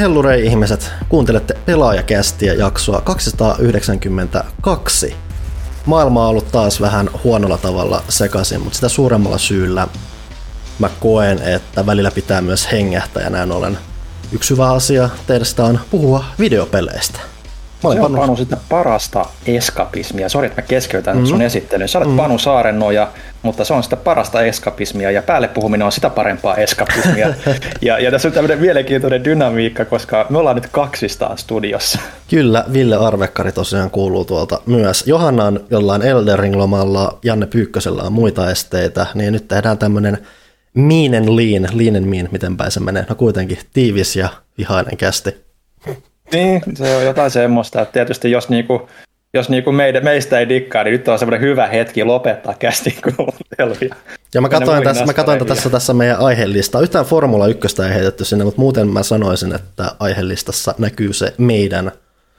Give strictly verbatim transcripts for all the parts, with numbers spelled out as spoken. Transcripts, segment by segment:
hellurei ihmiset, kuuntelette Pelaajakästiä jaksoa kaksisataayhdeksänkymmentäkaksi. Maailma on ollut taas vähän huonolla tavalla sekaisin, mutta sitä suuremmalla syyllä mä koen, että välillä pitää myös hengähtää ja näin ollen. Yksi hyvä asia teistä on puhua videopeleistä. Mä olen Panu. Panu sitä parasta eskapismia. Sori, että mä keskeytän mm-hmm. sun esittelyn. Sä olet mm-hmm. Panu Saarennoja, mutta se on sitä parasta eskapismia ja päälle puhuminen on sitä parempaa eskapismia. ja, ja tässä on tämmöinen mielenkiintoinen dynamiikka, koska me ollaan nyt kaksistaan studiossa. Kyllä, Ville Arvekkari tosiaan kuuluu tuolta myös. Johanna on jollain Elden Ring-lomalla, Janne Pyykkösellä on muita esteitä, niin nyt tehdään tämmöinen mean and lean, lean and mean, miten päin se menee. No kuitenkin tiivis ja vihainen kästi. Niin, se on jotain semmoista, että tietysti jos, niinku, jos niinku meidän, meistä ei dikkaa, niin nyt on semmoinen hyvä hetki lopettaa kästin kuunteluja. Ja mä katsoin, tässä, mä katsoin tässä, tässä meidän aihelistaa. Yhtään Formula yksi ei heitetty sinne, mutta muuten mä sanoisin, että aihelistassa näkyy se meidän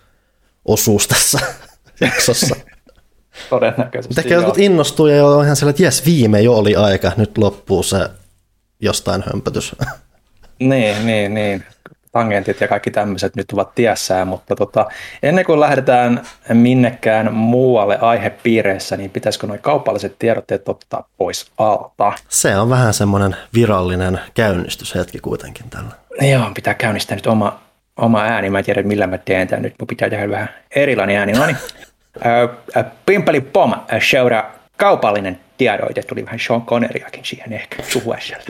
osuus tässä jaksossa. Todennäköisesti. Ehkä jotkut innostuu ja on ihan sellainen, että jes, viime jo oli aika, nyt loppuu se jostain hömpötys. Niin, niin, niin. Tangentit ja kaikki tämmöiset nyt ovat tiessään, mutta tota, ennen kuin lähdetään minnekään muualle aihepiireissä, niin pitäisikö nuo kaupalliset tiedotteet ottaa pois alta? Se on vähän semmoinen virallinen käynnistyshetki kuitenkin tällä. Joo, pitää käynnistää nyt oma, oma ääni. Mä en tiedä, millä mä teen tämän nyt. Mun pitää tehdä vähän erilainen ääni. No niin. Pimpeli pom, seuraa kaupallinen tiedoite. Tuli vähän Sean Conneriakin siihen ehkä suhuesselle.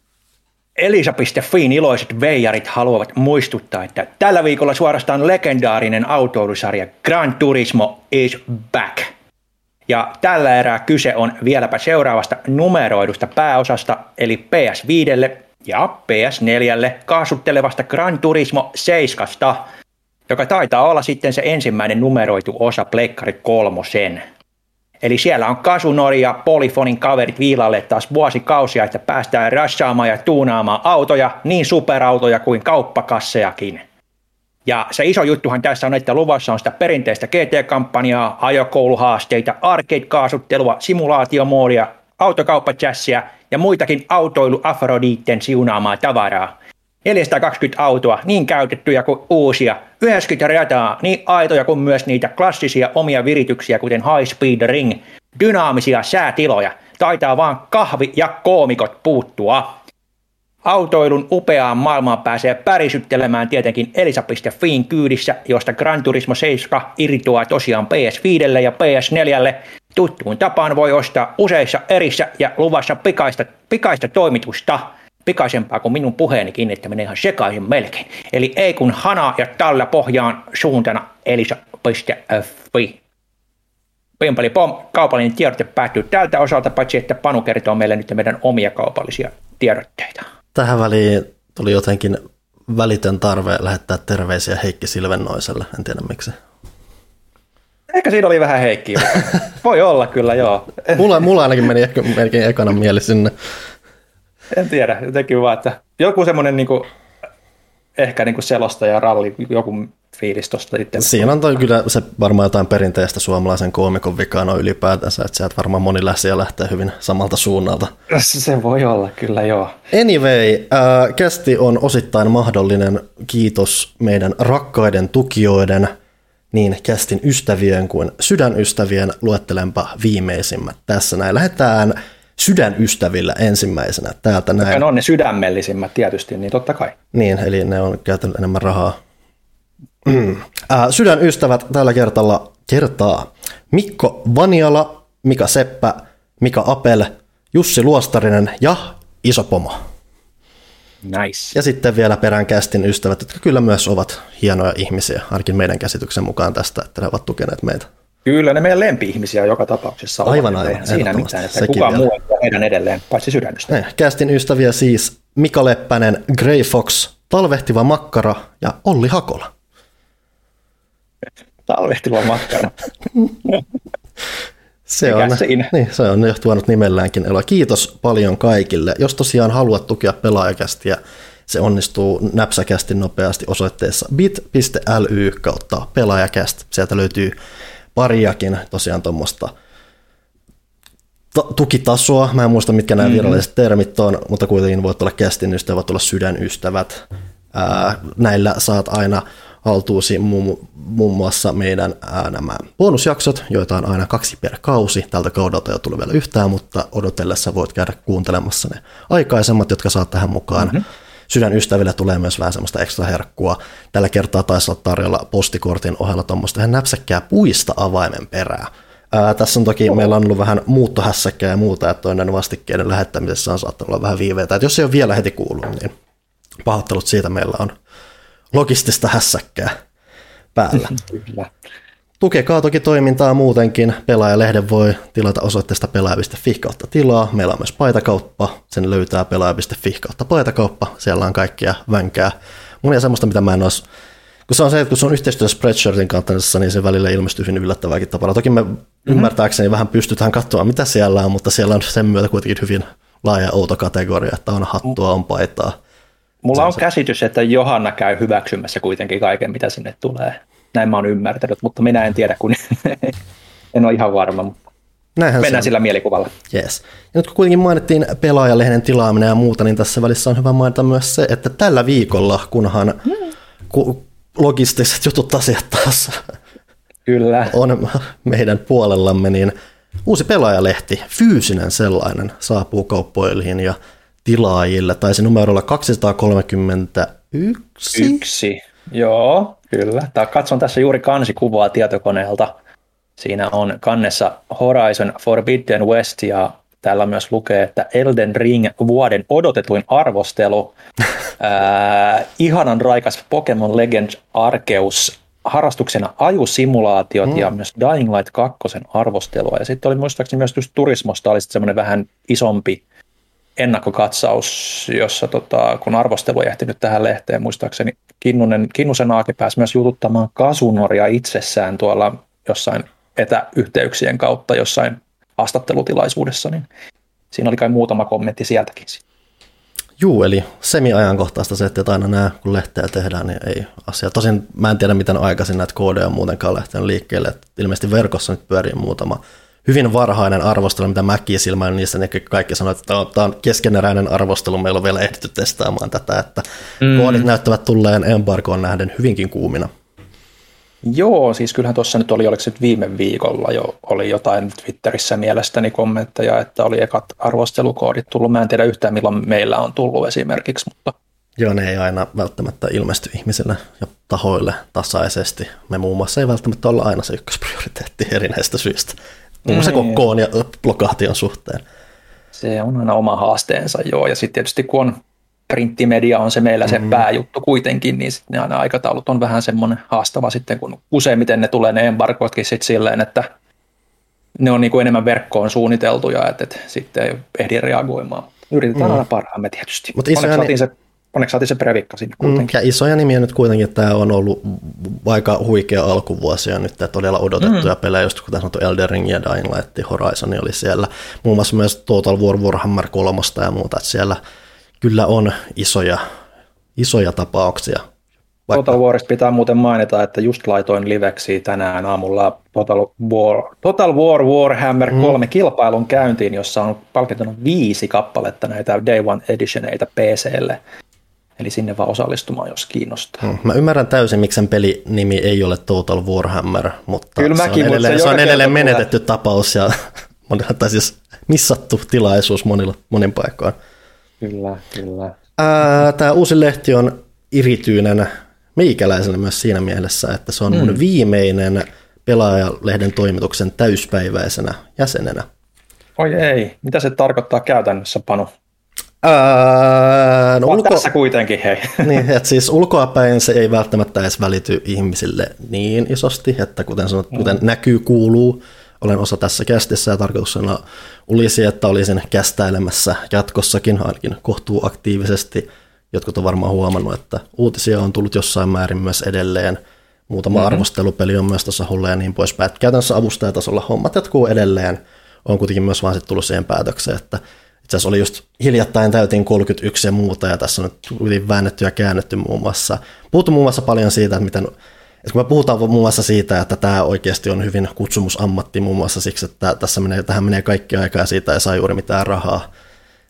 Elisa piste fiin iloiset veijarit haluavat muistuttaa, että tällä viikolla suorastaan legendaarinen autoilusarja Gran Turismo is back. Ja tällä erää kyse on vieläpä seuraavasta numeroidusta pääosasta, eli P S viisi ja P S neljä kaasuttelevasta Gran Turismo seitsemän, joka taitaa olla sitten se ensimmäinen numeroitu osa Pleikkari kolmosen. Eli siellä on Kasunori ja Polyfonin kaverit viilalle taas vuosikausia, että päästään rassaamaan ja tuunaamaan autoja, niin superautoja kuin kauppakassejakin. Ja se iso juttuhan tässä on, että luvassa on sitä perinteistä G T-kampanjaa, ajokouluhaasteita, arcade-kaasuttelua, simulaatiomoodia, autokauppajässiä ja muitakin autoilu-afroditten siunaamaa tavaraa. neljäsataakaksikymmentä autoa, niin käytettyjä kuin uusia, yhdeksänkymmentä rataa, niin aitoja kuin myös niitä klassisia omia virityksiä, kuten High Speed Ring, dynaamisia säätiloja, taitaa vaan kahvi ja koomikot puuttua. Autoilun upeaan maailmaan pääsee pärisyttelemään tietenkin Elisa piste fiin kyydissä, josta Gran Turismo seitsemän irtoaa tosiaan P S viisi ja P S neljä. Tuttuun tapaan voi ostaa useissa erissä ja luvassa pikaista, pikaista toimitusta. Pikaisempaa kuin minun puheenikin, että menee ihan sekaisin melkein. Eli ei kun hana ja talla pohjaan suuntana elisa piste fi. Pimpeli pom, kaupallinen tiedotte päättyy tältä osalta, paitsi että Panu kertoo meille nyt meidän omia kaupallisia tiedotteita. Tähän väliin tuli jotenkin välitön tarve lähettää terveisiä Heikki Silvennoiselle, en tiedä miksi. Ehkä siinä oli vähän Heikkiä. Voi olla kyllä, joo. Mulla, mulla ainakin meni ehkä melkein ekana mieli sinne. En tiedä, jotenkin vaan, että joku semmoinen niinku, ehkä niinku selostaja ralli, joku fiilis tuosta itse. Siinä on toi kyllä se varmaan jotain perinteistä suomalaisen koomikon vikaa no ylipäätänsä, että sieltä varmaan moni läsiä lähtee hyvin samalta suunnalta. Se voi olla, kyllä joo. Anyway, äh, kästi on osittain mahdollinen, kiitos meidän rakkaiden tukijoiden, niin kästin ystävien kuin sydänystävien, luettelenpa viimeisimmät tässä näin. Lähdetään sydänystävillä ensimmäisenä täältä näin. Ne on ne sydämellisimmät tietysti, niin totta kai. Niin, eli ne on käytänyt enemmän rahaa. Mm. Äh, sydänystävät tällä kertalla kertaa Mikko Vaniala, Mika Seppä, Mika Apel, Jussi Luostarinen ja Iso Pomo. Nice. Ja sitten vielä perään kästin ystävät, jotka kyllä myös ovat hienoja ihmisiä, ainakin meidän käsityksen mukaan tästä, että ne ovat tukeneet meitä. Kyllä, ne meidän lempi-ihmisiä joka tapauksessa ovat. Aivan, aivan. Siinä mitään, että kukaan muu ei heidän edelleen, paitsi sydänystä. Kästin ystäviä siis Mika Leppänen, Grey Fox, Talvehtiva Makkara ja Olli Hakola. Talvehtiva Makkara. Se on, niin, se on jo tuonut nimelläänkin eloa. Kiitos paljon kaikille. Jos tosiaan haluat tukea Pelaajakästiä, se onnistuu näpsäkästi nopeasti osoitteessa bit piste ly kautta Pelaajakäst. Sieltä löytyy pariakin tosiaan tuommoista tukitasoa. Mä en muista, mitkä nämä viralliset termit on, mutta kuitenkin voit olla kästin ystävät, voit olla sydänystävät. Ää, näillä saat aina haltuusi muun, muun muassa meidän ää, nämä bonusjaksot, joita on aina kaksi per kausi. Tältä kaudelta ei ole tullut vielä yhtään, mutta odotellessa voit käydä kuuntelemassa ne aikaisemmat, jotka saat tähän mukaan. Mm-hmm. Sydänystäville tulee myös vähän semmoista ekstra herkkua. Tällä kertaa taisi olla tarjolla postikortin ohella tuommoista ihan näpsäkkää puista avaimen perää. Ää, tässä on toki, meillä on ollut vähän muuttohässäkkää ja muuta, että toinen vastikkeiden lähettämisessä on saattanut olla vähän viiveitä. Että jos ei ole vielä heti kuullut, niin pahoittelut siitä meillä on logistista hässäkkää päällä. Kyllä. Tukekaa toki toimintaa muutenkin. Pelaajalehden voi tilata osoitteesta pelaaja piste fi kautta tilaa. Meillä on myös paitakauppa. Sen löytää pelaaja piste fi kautta paitakauppa. Siellä on kaikkia vänkää. Monia semmoista, mitä mä en olisi... Kun se on se, että kun se on yhteistyössä Spreadshirtin kanssa, niin se välillä ilmestyy hyvin yllättävääkin tapana. Toki me mm-hmm. ymmärtääkseni vähän pystytään katsomaan, mitä siellä on, mutta siellä on sen myötä kuitenkin hyvin laaja outo kategoria, että on hattua, on paitaa. Mulla on käsitys, että Johanna käy hyväksymässä kuitenkin kaiken, mitä sinne tulee. Näin mä oon ymmärtänyt, mutta minä en tiedä, kun en ole ihan varma. Mutta mennään sillä mielikuvalla. Yes. Ja nyt kun kuitenkin mainittiin pelaajalehden tilaaminen ja muuta, niin tässä välissä on hyvä mainita myös se, että tällä viikolla, kunhan mm. ku, logistiset jutut asiat taas Kyllä. on meidän puolellamme, niin uusi pelaajalehti, fyysinen sellainen, saapuu kauppoihin ja tilaajille. Taisi numerolla kaksisataakolmekymmentäyksi. Yksi, joo, kyllä. Tää, katson tässä juuri kansikuvaa tietokoneelta. Siinä on kannessa Horizon Forbidden West ja täällä myös lukee, että Elden Ring vuoden odotetuin arvostelu. Ää, ihanan raikas Pokemon Legends Arceus harrastuksena ajusimulaatiot mm. ja myös Dying Light kaksi arvostelua. Ja sitten oli muistaakseni myös just Turismosta oli semmoinen vähän isompi ennakkokatsaus, jossa tota, kun arvostelu ei ehtinyt tähän lehteen, muistaakseni Kinnunen, Kinnusen Aake pääsi myös jututtamaan Kasunoria itsessään tuolla jossain etäyhteyksien kautta jossain haastattelutilaisuudessa, niin siinä oli kai muutama kommentti sieltäkin. Juu, eli semi-ajankohtaista se, että aina nämä, kun lehteä tehdään, niin ei asia. Tosin mä en tiedä, miten aikaisin näitä koodeja on muutenkaan lähtenyt liikkeelle. Että ilmeisesti verkossa nyt pyörii muutama hyvin varhainen arvostelu, mitä mäkin silmäin niistä, niin kaikki sanoivat, että tämä on keskeneräinen arvostelu, meillä on vielä ehditty testaamaan tätä, että mm. koodit näyttävät tulleen embargoon nähden hyvinkin kuumina. Joo, siis kyllähän tuossa nyt oli, oliko se nyt viime viikolla jo, oli jotain Twitterissä mielestäni kommentteja, että oli ekat arvostelukoodit tullut. Mä en tiedä yhtään, milloin meillä on tullut esimerkiksi, mutta... Joo, ne ei aina välttämättä ilmesty ihmisille ja tahoille tasaisesti. Me muun muassa ei välttämättä olla aina se ykkösprioriteetti erinäistä syistä. Muun muassa kokoon ja lokaation suhteen. Se on aina oma haasteensa, joo. Ja sitten tietysti kun on printtimedia on se meillä se mm-hmm. pääjuttu kuitenkin, niin sitten ne aina aikataulut on vähän semmoinen haastava sitten, kun useimmiten ne tulee ne embargoitkin sitten silleen, että ne on niin kuin enemmän verkkoon suunniteltuja, että, että sitten ei ehdi reagoimaan. Yritetään mm-hmm. aina parhaamme tietysti. Mut onneksi, saatiin se, onneksi saatiin se previkka sinne kuitenkin. Ja isoja nimiä nyt kuitenkin, että tämä on ollut aika huikea alkuvuosia nyt, että todella odotettuja mm-hmm. pelejä, just kuten sanottu Elden Ring ja Dying Light, Horizon oli siellä. Muun muassa myös Total War Warhammer kolme ja muuta, että siellä kyllä on isoja, isoja tapauksia. Vaikka... Total Warista pitää muuten mainita, että just laitoin liveksi tänään aamulla Total War, Total War Warhammer mm. kolme kilpailun käyntiin, jossa on palkintunut viisi kappaletta näitä Day One Editioneita P C:lle. Eli sinne vaan osallistumaan, jos kiinnostaa. Mm. Mä ymmärrän täysin, miksi sen pelinimi ei ole Total Warhammer, mutta Kyllä se mäkin, on edelleen, mutta se on edelleen menetetty tulee. tapaus ja tai siis missattu tilaisuus monilla, monin paikoin. Kyllä, kyllä. Tämä uusi lehti on erityinen meikäläiselle myös siinä mielessä, että se on mm. mun viimeinen pelaajalehden toimituksen täyspäiväisenä jäsenenä. Oi ei, mitä se tarkoittaa käytännössä, Panu? Ää, no ulko... Tässä kuitenkin, hei. Niin, että siis ulkoapäin se ei välttämättä edes välity ihmisille niin isosti, että kuten sanot, mm. kuten näkyy, kuuluu, olen osa tässä kästissä ja tarkoituksena olisi, että olisin kästäilemässä jatkossakin, ainakin kohtuu aktiivisesti. Jotkut on varmaan huomannut, että uutisia on tullut jossain määrin myös edelleen. Muutama mm-hmm. arvostelupeli on myös tuossa hulle ja niin poispäin. Että käytännössä avustajatasolla hommat jatkuu edelleen. On kuitenkin myös vaan sitten tullut siihen päätökseen, että itse asiassa oli just hiljattain täytin kolmekymmentäyksi ja muuta, ja tässä on nyt väännetty ja käännetty muun muassa. Puhuttu muun muassa paljon siitä, että miten... Et kun me puhutaan muun muassa siitä, että tämä oikeasti on hyvin kutsumusammatti muun muassa siksi, että tässä menee, tähän menee kaikki aikaa ja siitä ei saa juuri mitään rahaa,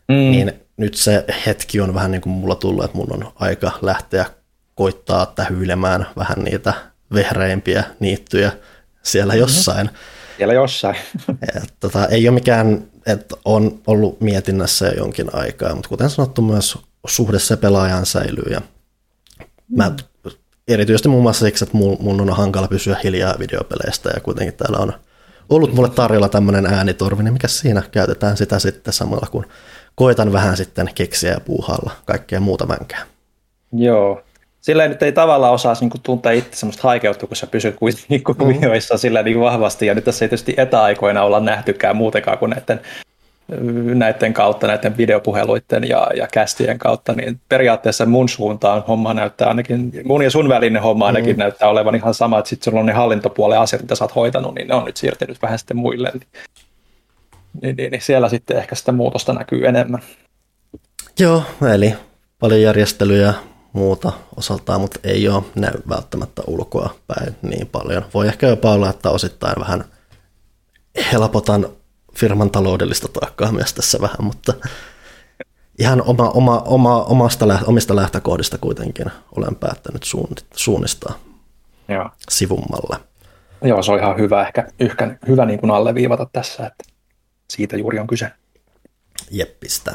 mm. niin nyt se hetki on vähän niin kuin mulla tullut, että mun on aika lähteä koittaa tähyilemään vähän niitä vehreimpiä niittyjä siellä jossain. Mm-hmm. Siellä jossain. Et, tota, ei ole mikään, että on ollut mietinnässä jo jonkin aikaa, mutta kuten sanottu, myös suhde se pelaajaan säilyy. Ja mm. mä, erityisesti muun muassa siksi, että mun, mun on hankala pysyä hiljaa videopeleistä, ja kuitenkin täällä on ollut mulle tarjolla tämmöinen äänitorvi, niin mikä siinä käytetään sitä sitten samalla, kun koitan vähän sitten keksiä ja puuhailla kaikkea muuta mänkää. Joo. Sillä nyt ei tavallaan osaisi niin kuin tuntea itse semmoista haikeutta, kun sä pysyt kuitenkin kuvioissa mm. sillä niin vahvasti. Ja nyt tässä ei tietysti etäaikoina olla nähtykään muutenkaan kuin näiden, näiden kautta, näiden videopuheluiden ja, ja kästien kautta. Niin periaatteessa mun suuntaan homma näyttää ainakin, mun ja sun välinen homma ainakin mm. näyttää olevan ihan sama, että sitten sulla on ne hallintopuolen asiat, mitä sä oot hoitanut, niin ne on nyt siirtynyt vähän sitten muille. Niin, niin, niin, niin siellä sitten ehkä sitä muutosta näkyy enemmän. Joo, eli paljon järjestelyjä muuta osaltaan, mutta ei ole näy välttämättä ulkoa päin niin paljon. Voi ehkä jopa olla, että osittain vähän helpotan firman taloudellista taakkaa myös tässä vähän, mutta ihan oma, oma, oma, omasta, omista lähtökohdista kuitenkin olen päättänyt suunnistaa Joo. sivummalle. Joo, se on ihan hyvä ehkä yhkä, hyvä niin kuin alleviivata tässä, että siitä juuri on kyse. Jeppistä.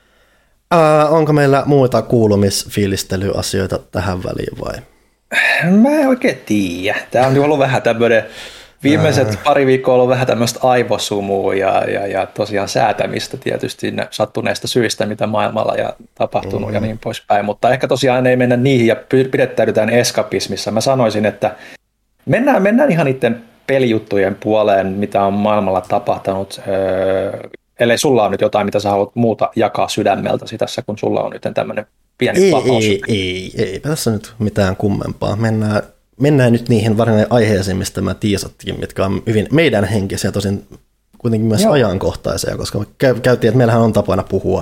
Ää, onko meillä muita kuulumisfiilistelyasioita tähän väliin vai? Mä en oikein tiedä. Tämä on ollut vähän tämmöinen, viimeiset Ää. pari viikkoa on ollut vähän tämmöistä aivosumua ja, ja, ja tosiaan säätämistä tietysti sattuneista syistä, mitä maailmalla ja tapahtunut mm-hmm. ja niin poispäin. Mutta ehkä tosiaan ei mennä niihin ja pidettäydytään eskapismissa. Mä sanoisin, että mennään, mennään ihan niiden pelijuttujen puoleen, mitä on maailmalla tapahtunut. Öö, Ellei sulla on nyt jotain, mitä sä haluat muuta jakaa sydämeltäsi tässä, kun sulla on nyt tämmöinen pieni ei, vapaus. Ei, ei, ei tässä nyt mitään kummempaa. Mennään, mennään nyt niihin varsinaisiin aiheisiin, mistä mä tiisattiin, mitkä on hyvin meidän henkisiä, tosin kuitenkin myös Joo. ajankohtaisia, koska me käytiin, että meillähän on tapana puhua,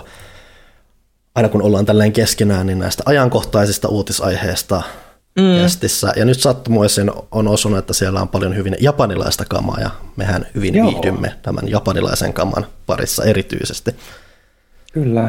aina kun ollaan tälleen keskenään, niin näistä ajankohtaisista uutisaiheista mm. kästissä. Ja nyt sattumoisin on osunut, että siellä on paljon hyvin japanilaista kamaa, ja mehän hyvin Joo. viihdymme tämän japanilaisen kaman parissa erityisesti. Kyllä.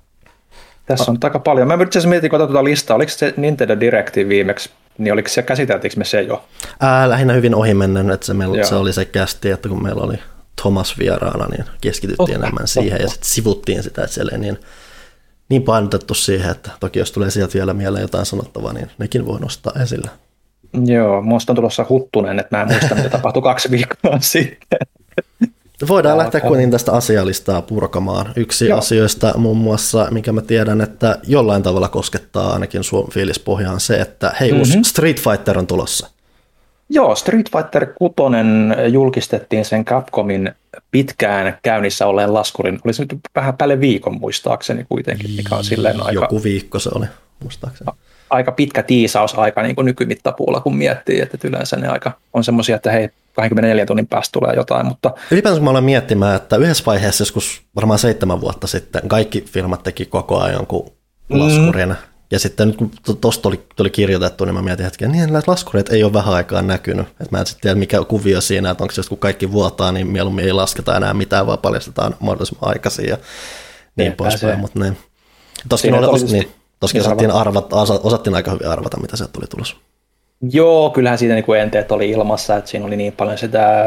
Tässä on aika paljon. Mä itse asiassa mietin, kun tuota listaa, oliko se Nintendo Directive viimeksi, niin oliko se, käsiteltiinkö me se jo? Ää, lähinnä hyvin ohimennen, että se, meillä, se oli se kästi, että kun meillä oli Thomas vieraana, niin keskityttiin otta, enemmän siihen, otta. Ja sitten sivuttiin sitä, että siellä ei niin, niin painotettu siihen, että toki jos tulee sieltä vielä mieleen jotain sanottavaa, niin nekin voi nostaa esille. Joo, minusta on tulossa huttunen, että mä en muista, mitä tapahtui kaksi viikkoa sitten. Voidaan lähteä kuitenkin tästä asialistaa purkamaan. Yksi Joo. asioista muun muassa, mikä mä tiedän, että jollain tavalla koskettaa ainakin sun fiilispohjaan se, että hei, mm-hmm. uusi Street Fighter on tulossa. Joo, Street Fighter kuusi julkistettiin sen Capcomin pitkään käynnissä olleen laskurin. Oli se nyt vähän päälle viikon muistaakseni kuitenkin, mikä on silleen aika... Joku viikko se oli muistaakseni. Aika pitkä tiisausaika niin kuin nykymittapuulla, kun miettii, että yleensä ne aika on semmoisia, että hei, kaksikymmentäneljä tunnin päästä tulee jotain, mutta... Ylipäänsä kun mä olen miettimään, että yhdessä vaiheessa joskus varmaan seitsemän vuotta sitten kaikki firmat teki koko ajan jonkun laskurin. Mm. Ja sitten nyt kun tuosta tuli, tuli kirjoitettu, niin mä mietin hetken, niin näitä laskureita ei ole vähän aikaa näkynyt. Et mä en sitten tiedä, mikä kuvio siinä, että onko se, kun kaikki vuotaa, niin mieluummin ei lasketa enää mitään, vaan paljastetaan mahdollisimman aikaisin ja niin poispäin. Mutta niin. Toskin, oli, os, niin, toskin osattiin, arvata, osattiin aika hyvin arvata, mitä sieltä tuli tulossa. Joo, kyllähän siitä niin kuin enteet oli ilmassa, että siinä oli niin paljon sitä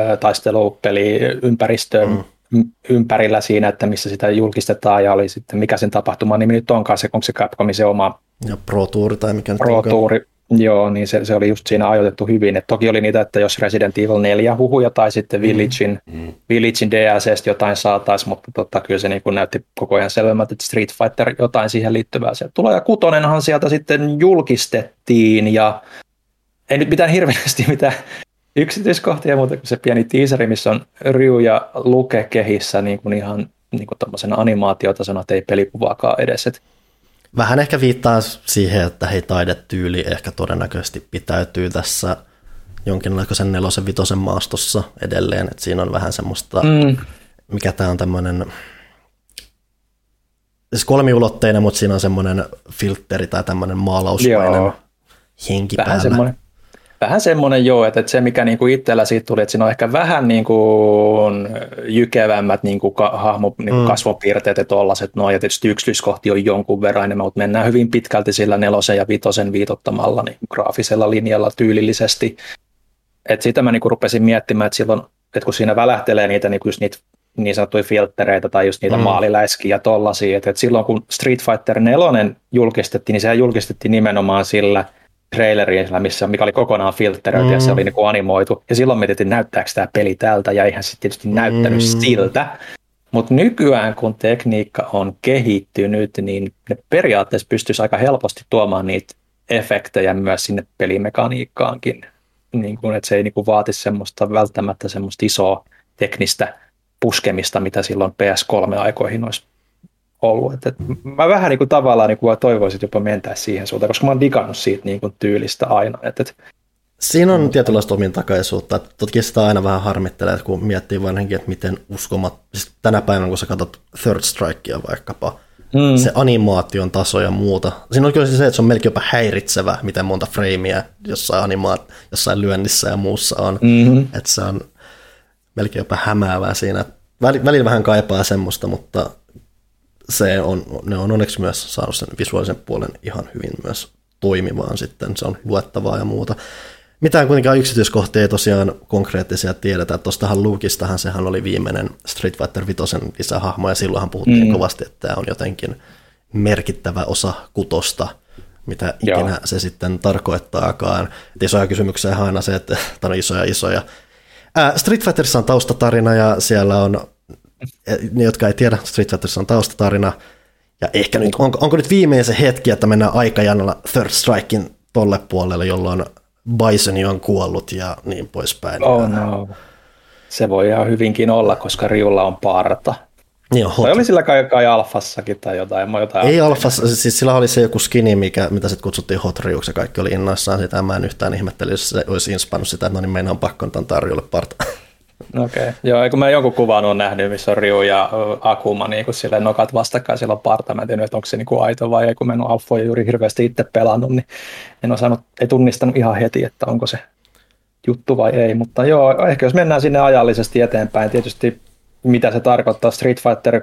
taistelupeliympäristöä mm. ympärillä siinä, että missä sitä julkistetaan ja oli sitten mikä sen tapahtuma nimi nyt onkaan, se, onko se Capcomin se oma ja Pro Tour tai mikä Pro nyt Tour, joo, niin se, se oli just siinä ajoitettu hyvin. Et toki oli niitä, että jos Resident Evil neljä huhuja tai sitten Villagein, mm. Villagein D L C:stä jotain saataisiin, mutta totta, kyllä se niin kuin näytti koko ajan selvemmät, että Street Fighter jotain siihen liittyvää sieltä tulee. Ja kutonenhan sieltä sitten julkistettiin ja ei nyt mitään hirveästi mitään yksityiskohtia, mutta se pieni teaseri, missä on Ryu ja Luke kehissä niin kuin ihan niin kuin tämmöisen animaatiotasona, että ei pelikuvaakaan edes. Et vähän ehkä viittaa siihen, että hei, taidetyyli ehkä todennäköisesti pitäytyy tässä jonkinlaisen nelosen vitosen maastossa edelleen, että siinä on vähän semmoista, mm. mikä tämä on tämmöinen, siis kolmiulotteinen, mutta siinä on semmoinen filtteri tai tämmöinen maalausmainen henki vähän päällä. Semmoinen. Vähän semmoinen joo, että se mikä niinku itsellä siitä tuli, että siinä on ehkä vähän niinku jykevämmät niinku hahmo, niinku kasvopiirteet ja tollaset noin, ja tietysti yksityiskohti on jonkun verran enemmän, mutta mennään hyvin pitkälti sillä nelosen ja vitosen viitottamalla niin graafisella linjalla tyylillisesti. Et sitä mä niinku rupesin miettimään, että silloin, että kun siinä välähtelee niitä, niinku just niitä niin sanottuja filttereitä tai just niitä mm. maaliläiskiä ja tollasia, että et silloin kun Street Fighter neljä julkistettiin, niin sehän julkistettiin nimenomaan sillä trailerilla, missä, mikä oli kokonaan filtteröity mm. ja se oli niin kuin animoitu. Ja silloin mietittiin, että näyttääkö tämä peli tältä, ja eihän se tietysti näyttänyt mm. siltä. Mutta nykyään, kun tekniikka on kehittynyt, niin ne periaatteessa pystyisi aika helposti tuomaan niitä efektejä myös sinne pelimekaniikkaankin. Niin kuin, että se ei niin kuin vaatisi semmoista, välttämättä semmoista isoa teknistä puskemista, mitä silloin P S kolme-aikoihin olisi ollut. Et, et mä vähän niin kuin tavallaan niin kuin toivoisin, että jopa mentäisiin siihen suuntaan, koska mä oon digannut siitä niin kuin tyylistä aina. Et, et, Siinä on tietynlaista omintakaisuutta. Toki sitä aina vähän harmittelee, kun miettii vanhenkin, että miten uskomat, siis tänä päivänä kun sä katsot Third Strikea vaikkapa, mm. se animaation taso ja muuta. Siinä on kyllä se, että se on melkein jopa häiritsevä, miten monta freimiä jossain animaat, jossain lyönnissä ja muussa on. Mm-hmm. Että se on melkein jopa hämäävää siinä. Välillä vähän kaipaa semmoista, mutta se on, ne on onneksi myös saanut sen visuaalisen puolen ihan hyvin myös toimimaan sitten. Se on luettavaa ja muuta. Mitään kuitenkaan yksityiskohtia ei tosiaan konkreettisia tiedetä. Tuostahan Lukistahan sehän oli viimeinen Street Fighter Vitosen lisähahmo, ja silloinhan puhuttiin mm. kovasti, että tämä on jotenkin merkittävä osa kutosta, mitä ikinä Joo. se sitten tarkoittaakaan. Et isoja kysymyksiä on aina se, että tämä on isoja isoja. Ää, Street Fighterissa on taustatarina, ja siellä on, ne jotka ei tiedä, Street Fighterissa on taustatarina, ja ehkä nyt, onko, onko nyt viimeisen hetki, että mennään aikajanalla Third Strikein tolle puolelle, jolloin Bisoni on kuollut ja niin poispäin. Oh no. Se voi ihan hyvinkin olla, koska Ryulla on parta. Niin on tai oli sillä kai, kai alfassakin tai jotain. jotain Ei alfassa, siis sillä oli se joku skinny, mikä, mitä sitten kutsuttiin Hot Ryuksi, ja kaikki oli innoissaan sitä. Mä en yhtään ihmetteli, jos se olisi inspannut sitä, että no niin, meidän on pakko antaa Ryulle parta. Okei, okay. Joo, kun mä jonkun kuvan on nähnyt, missä on Ryu ja Akuma niin kun sille nokat vastakkain, siellä on parta. Mä en tiedä, että onko se niin kuin aito vai ei, kun mä en ole alfoja juuri hirveästi itse pelannut, niin en osannut, ei tunnistanut ihan heti, että onko se juttu vai ei. Mutta joo, ehkä jos mennään sinne ajallisesti eteenpäin, tietysti mitä se tarkoittaa, Street Fighter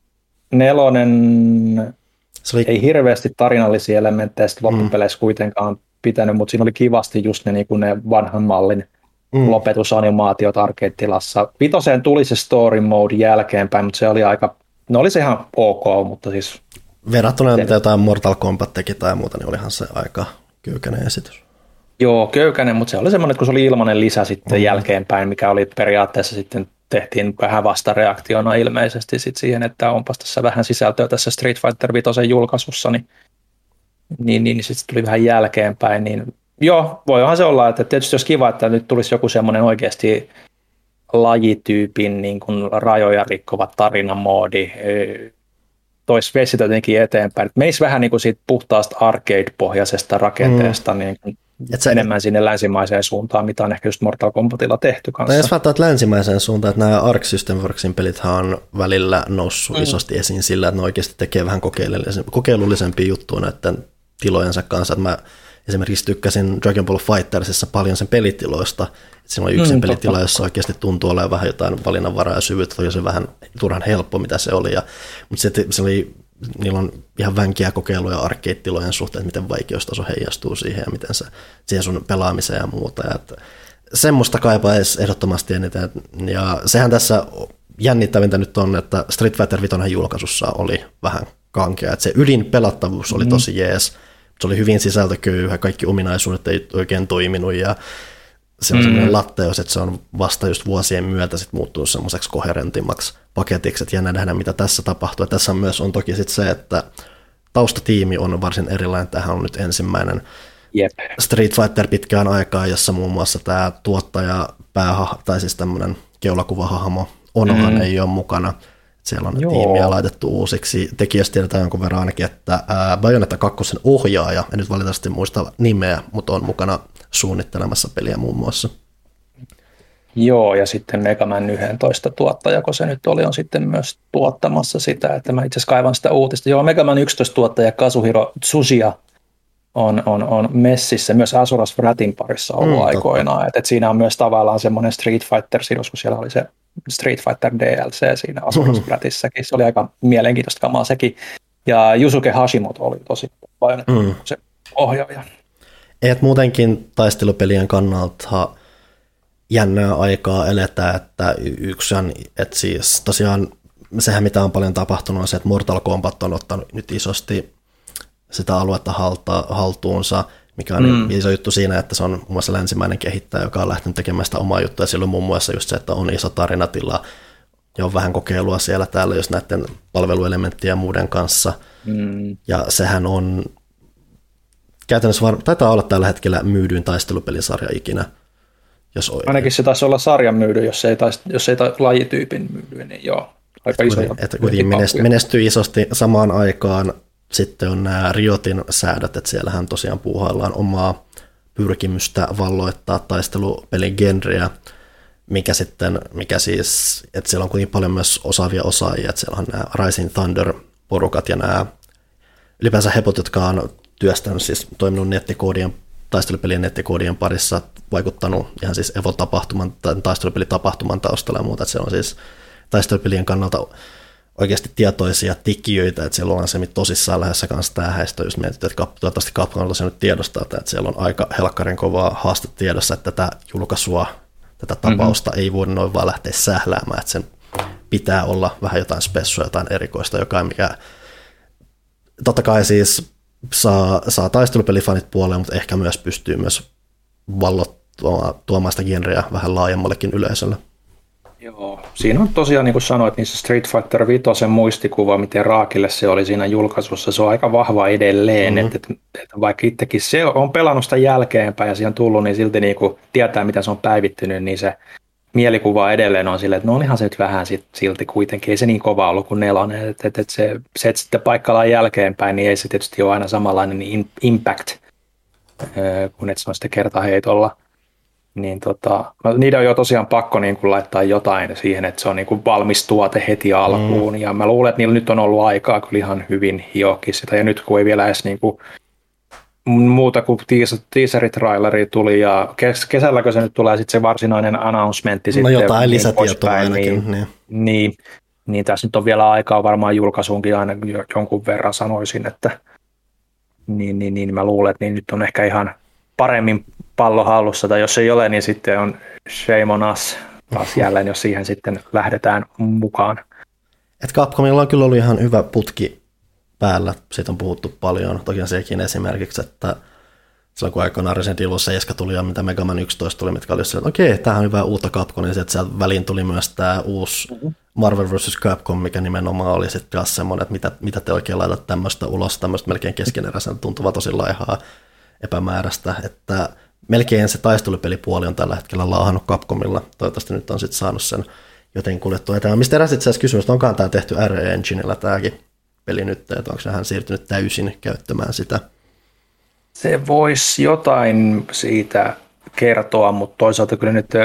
neljä oli... ei hirveästi tarinallisia elementtejä sitten loppupeleissä mm. kuitenkaan pitänyt, mutta siinä oli kivasti just ne, niin kuin ne vanhan mallin Mm. lopetusanimaatiot arcade-tilassa. Vitoseen tuli se story mode jälkeenpäin, mutta se oli aika, no oli se ihan ok, mutta siis... Verrattuna mitä jotain Mortal Kombat teki tai muuta, niin olihan se aika köykäinen esitys. Joo, köykäinen, mutta se oli semmoinen, että kun se oli ilmainen lisä sitten mm. jälkeenpäin, mikä oli periaatteessa sitten tehtiin vähän vastareaktiona ilmeisesti sit siihen, että onpas tässä vähän sisältöä tässä Street Fighter Vitosen julkaisussa, niin, niin, niin, niin sitten tuli vähän jälkeenpäin, niin joo, voihan se olla, että tietysti olisi kiva, että nyt tulisi joku semmoinen oikeasti lajityypin niin kuin rajoja rikkova tarinamoodi, toisi veisi jotenkin eteenpäin. Meisi vähän niin kuin siitä puhtaasta arcade-pohjaisesta rakenteesta mm. niin kuin sä... enemmän sinne länsimaiseen suuntaan, mitä on ehkä just Mortal Kombatilla tehty kanssa. Tai jos välttämättä länsimaiseen suuntaan, että nämä Arc System Worksin pelithän on välillä noussut mm. isosti esiin sillä, että ne oikeasti tekee vähän kokeilullisempia juttuja näiden tilojensa kanssa, että mä esimerkiksi tykkäsin Dragon Ball Fightersissa paljon sen pelitiloista. Siinä oli yksi mm, pelitila, totta. Jossa oikeasti tuntuu olevan vähän jotain valinnanvaraa ja syvyyttä. Oli se vähän turhan helppo, mitä se oli. Ja, mutta se, se oli, niillä on ihan vänkiä kokeiluja arcade-tilojen suhteen, että miten vaikeustaso heijastuu siihen ja miten se siihen sun pelaamiseen ja muuta. Ja että semmoista kaipaa edes ehdottomasti eniten. Ja sehän tässä jännittävintä nyt on, että Street Fighter Vitosen julkaisussa oli vähän kankea. Että se ylin pelattavuus oli tosi mm. jees. Se oli hyvin sisältököyhä, kaikki ominaisuudet ei oikein toiminut ja se on mm. sellainen latteus, että se on vasta just vuosien myötä sit muuttunut semmoiseksi koherentimmaksi paketiksi, että jännä nähdä mitä tässä tapahtuu. Ja tässä myös on toki sit se, että taustatiimi on varsin erilainen. Tämähän on nyt ensimmäinen Jep. Street Fighter pitkään aikaa, jossa muun muassa tämä tuottaja, pääha, tai siis tämmöinen keulakuvahahmo Onohan mm. ei ole mukana. Siellä on Joo. tiimiä laitettu uusiksi. Tekijöistä tiedetään jonkun verran ainakin, että ää, Bayonetta kakkosen ohjaaja, en nyt valitettavasti muista nimeä, mutta on mukana suunnittelemassa peliä muun muassa. Joo, ja sitten Mega Man yksitoista tuottaja, kun se nyt oli, on sitten myös tuottamassa sitä, että mä itse asiassa kaivan sitä uutista. Joo, Mega Man yksitoista tuottaja Kazuhiro Tsuchiya on, on, on messissä myös Asuras Wrathin parissa ollut mm, aikoinaan. Et, et siinä on myös tavallaan semmoinen Street Fighter-sidus, kun siellä oli se Street Fighter D L C siinä Asuras Wrathissäkin. Se oli aika mielenkiintoista kamaa sekin. Ja Yusuke Hashimoto oli tosi paljon mm. se ohjaaja. Et muutenkin taistelupelien kannalta jännää aikaa eletään, että yksi on, että siis tosiaan sehän mitä on paljon tapahtunut on se, että Mortal Kombat on ottanut nyt isosti sitä aluetta halta, haltuunsa, mikä on mm. iso juttu siinä, että se on muun muassa länsimäinen kehittäjä, joka on lähtenyt tekemään sitä omaa juttua, ja silloin muun muassa just se, että on iso tarinatila, ja on vähän kokeilua siellä täällä just näiden palveluelementtien ja muiden kanssa, mm. ja sehän on käytännössä var- taitaa olla tällä hetkellä myydyin taistelupelisarja ikinä. Jos ainakin se taisi olla sarjan myydy, jos ei, taisi, jos ei taisi lajityypin myydy, niin joo, aika iso. Että kuitenkin menestyy, menestyy isosti samaan aikaan. Sitten on nämä Riotin säädöt, että siellähän tosiaan puuhaillaan omaa pyrkimystä valloittaa taistelupelin genreä, mikä sitten, mikä siis, että siellä on kuitenkin paljon myös osaavia osaajia, että siellä on nämä Rising Thunder-porukat ja nämä ylipäänsä hepot, jotka on työstänyt, siis toiminut nettikoodien, taistelupelien nettikoodien parissa, vaikuttanut ihan siis Evo-tapahtuman tai taistelupelitapahtuman taustalla ja muuta, että siellä on siis taistelupelien kannalta oikeasti tietoisia tekijöitä, että siellä ollaan se tosissaan lähdössä kanssa tämä häistö, jos mietit, että toivottavasti Capcom se nyt tiedostaa, että siellä on aika helkkarin kovaa haaste tiedossa, että tätä julkaisua, tätä tapausta mm-hmm. ei voi noin vaan lähteä sähläämään, että sen pitää olla vähän jotain spessua, jotain erikoista, joka mikä totta kai siis saa, saa taistelupelifanit puoleen, mutta ehkä myös pystyy myös vallottamaan tuomaan sitä genreä vähän laajemmallekin yleisölle. Joo, siinä on tosiaan niin kuin sanoit, niin se Street Fighter viisi muistikuva, miten raakille se oli siinä julkaisussa, se on aika vahva edelleen, mm-hmm. että, että vaikka itsekin se on pelannut sitä jälkeenpäin ja siihen on tullut, niin silti niin kuin tietää, mitä se on päivittynyt, niin se mielikuva edelleen on silleen, että no olihan se nyt vähän sit, silti kuitenkin, ei se niin kova ollut kuin nelonen, että, että, että se, se, että sitten paikkaillaan jälkeenpäin, niin ei se tietysti ole aina samanlainen impact, kun et se on sitten kertaheitolla. Niin tota, no, niiden on jo tosiaan pakko niin kuin laittaa jotain siihen, että se on niin kuin valmis tuote heti alkuun. Mm. Ja mä luulen, että niillä nyt on ollut aikaa kyllä ihan hyvin hiokin sitä. Ja nyt kun ei vielä edes niin kuin muuta kuin teaser-traileri tuli ja kes- kesälläkö se nyt tulee sitten se varsinainen announcementti. No sitten, jotain niin lisätietoa ainakin. Niin, niin. Niin, niin tässä nyt on vielä aikaa varmaan julkaisuunkin aina jonkun verran sanoisin, että niin, niin, niin mä luulen, että niin nyt on ehkä ihan paremmin pallo hallussa, tai jos ei ole, niin sitten on shame on us taas jälleen, jos siihen sitten lähdetään mukaan. Et Capcomilla on kyllä ollut ihan hyvä putki päällä, siitä on puhuttu paljon, toki sekin esimerkiksi, että silloin kun aikoinaan Resident Evil seitsemän tuli ja mitä Mega Man yksitoista tuli, mitkä oli se, että okei, tämähän on hyvä uutta Capcom, niin sieltä väliin tuli myös tämä uusi Marvel versus. Capcom, mikä nimenomaan oli sitten taas semmoinen, että mitä, mitä te oikein laitat tämmöistä ulos, tämmöistä melkein keskeneräisen tuntuva tosi laihaa epämääräistä, että melkein se taistelupelipuoli on tällä hetkellä laahannut Capcomilla. Toivottavasti nyt on sitten saanut sen joten kuljettua eteenpäin. Mistä eräs itse asiassa kysymys, että onkaan tämä tehty R E Enginellä tämäkin peli nyt, että onko hän siirtynyt täysin käyttämään sitä? Se voisi jotain siitä kertoa, mutta toisaalta kyllä nyt,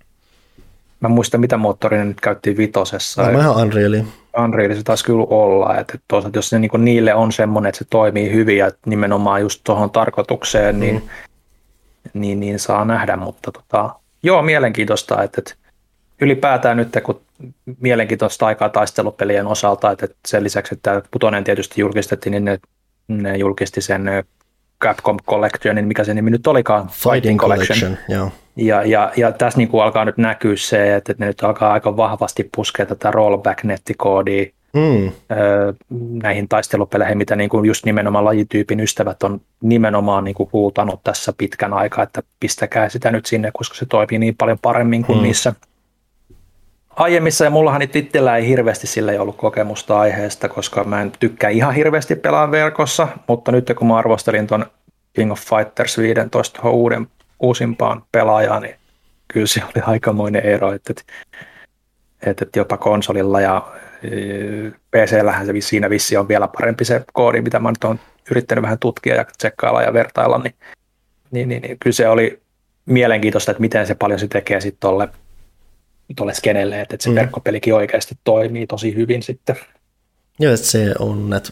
mä muistan mitä moottoria nyt käyttiin vitosessa. No, ihan Unreal. Unreal se taisi kyllä olla, että toisaalta jos se niin niille on semmoinen, että se toimii hyvin ja nimenomaan just tuohon tarkoitukseen, mm. niin Niin, niin saa nähdä, mutta tota, joo, mielenkiintoista, että, että ylipäätään nyt, kun mielenkiintoista aikaa taistelupelien osalta, että, että sen lisäksi, että tämä Putonen tietysti julkistettiin, niin ne, ne julkisti sen Capcom Collectionin, mikä se nimi nyt olikaan, Fighting, Fighting Collection, Collection joo. Ja, ja, ja tässä niin kuin alkaa nyt näkyä se, että, että ne nyt alkaa aika vahvasti puskea tätä rollback-nettikoodia mm. näihin taistelupeleihin, mitä niin kuin just nimenomaan lajityypin ystävät on nimenomaan niin kuin huutanut tässä pitkän aikaa, että pistäkää sitä nyt sinne, koska se toimii niin paljon paremmin kuin mm. niissä aiemmissa, ja mullahan nyt itsellä ei hirveästi sillä ei ollut kokemusta aiheesta, koska mä en tykkää ihan hirveästi pelaa verkossa, mutta nyt kun mä arvostelin ton King of Fighters viisitoista uuden, uusimpaan pelaajaan, niin kyllä se oli aikamoinen ero, että, että, että jopa konsolilla ja P C:llähän se siinä vissi on vielä parempi se koodi, mitä mä nyt olen yrittänyt vähän tutkia ja tsekkailla ja vertailla, niin, niin, niin, niin kyllä se oli mielenkiintoista, että miten se paljon se tekee sitten tolle tuolle skenelle, että se mm. verkkopelikin oikeasti toimii tosi hyvin sitten. Joo, että se on, että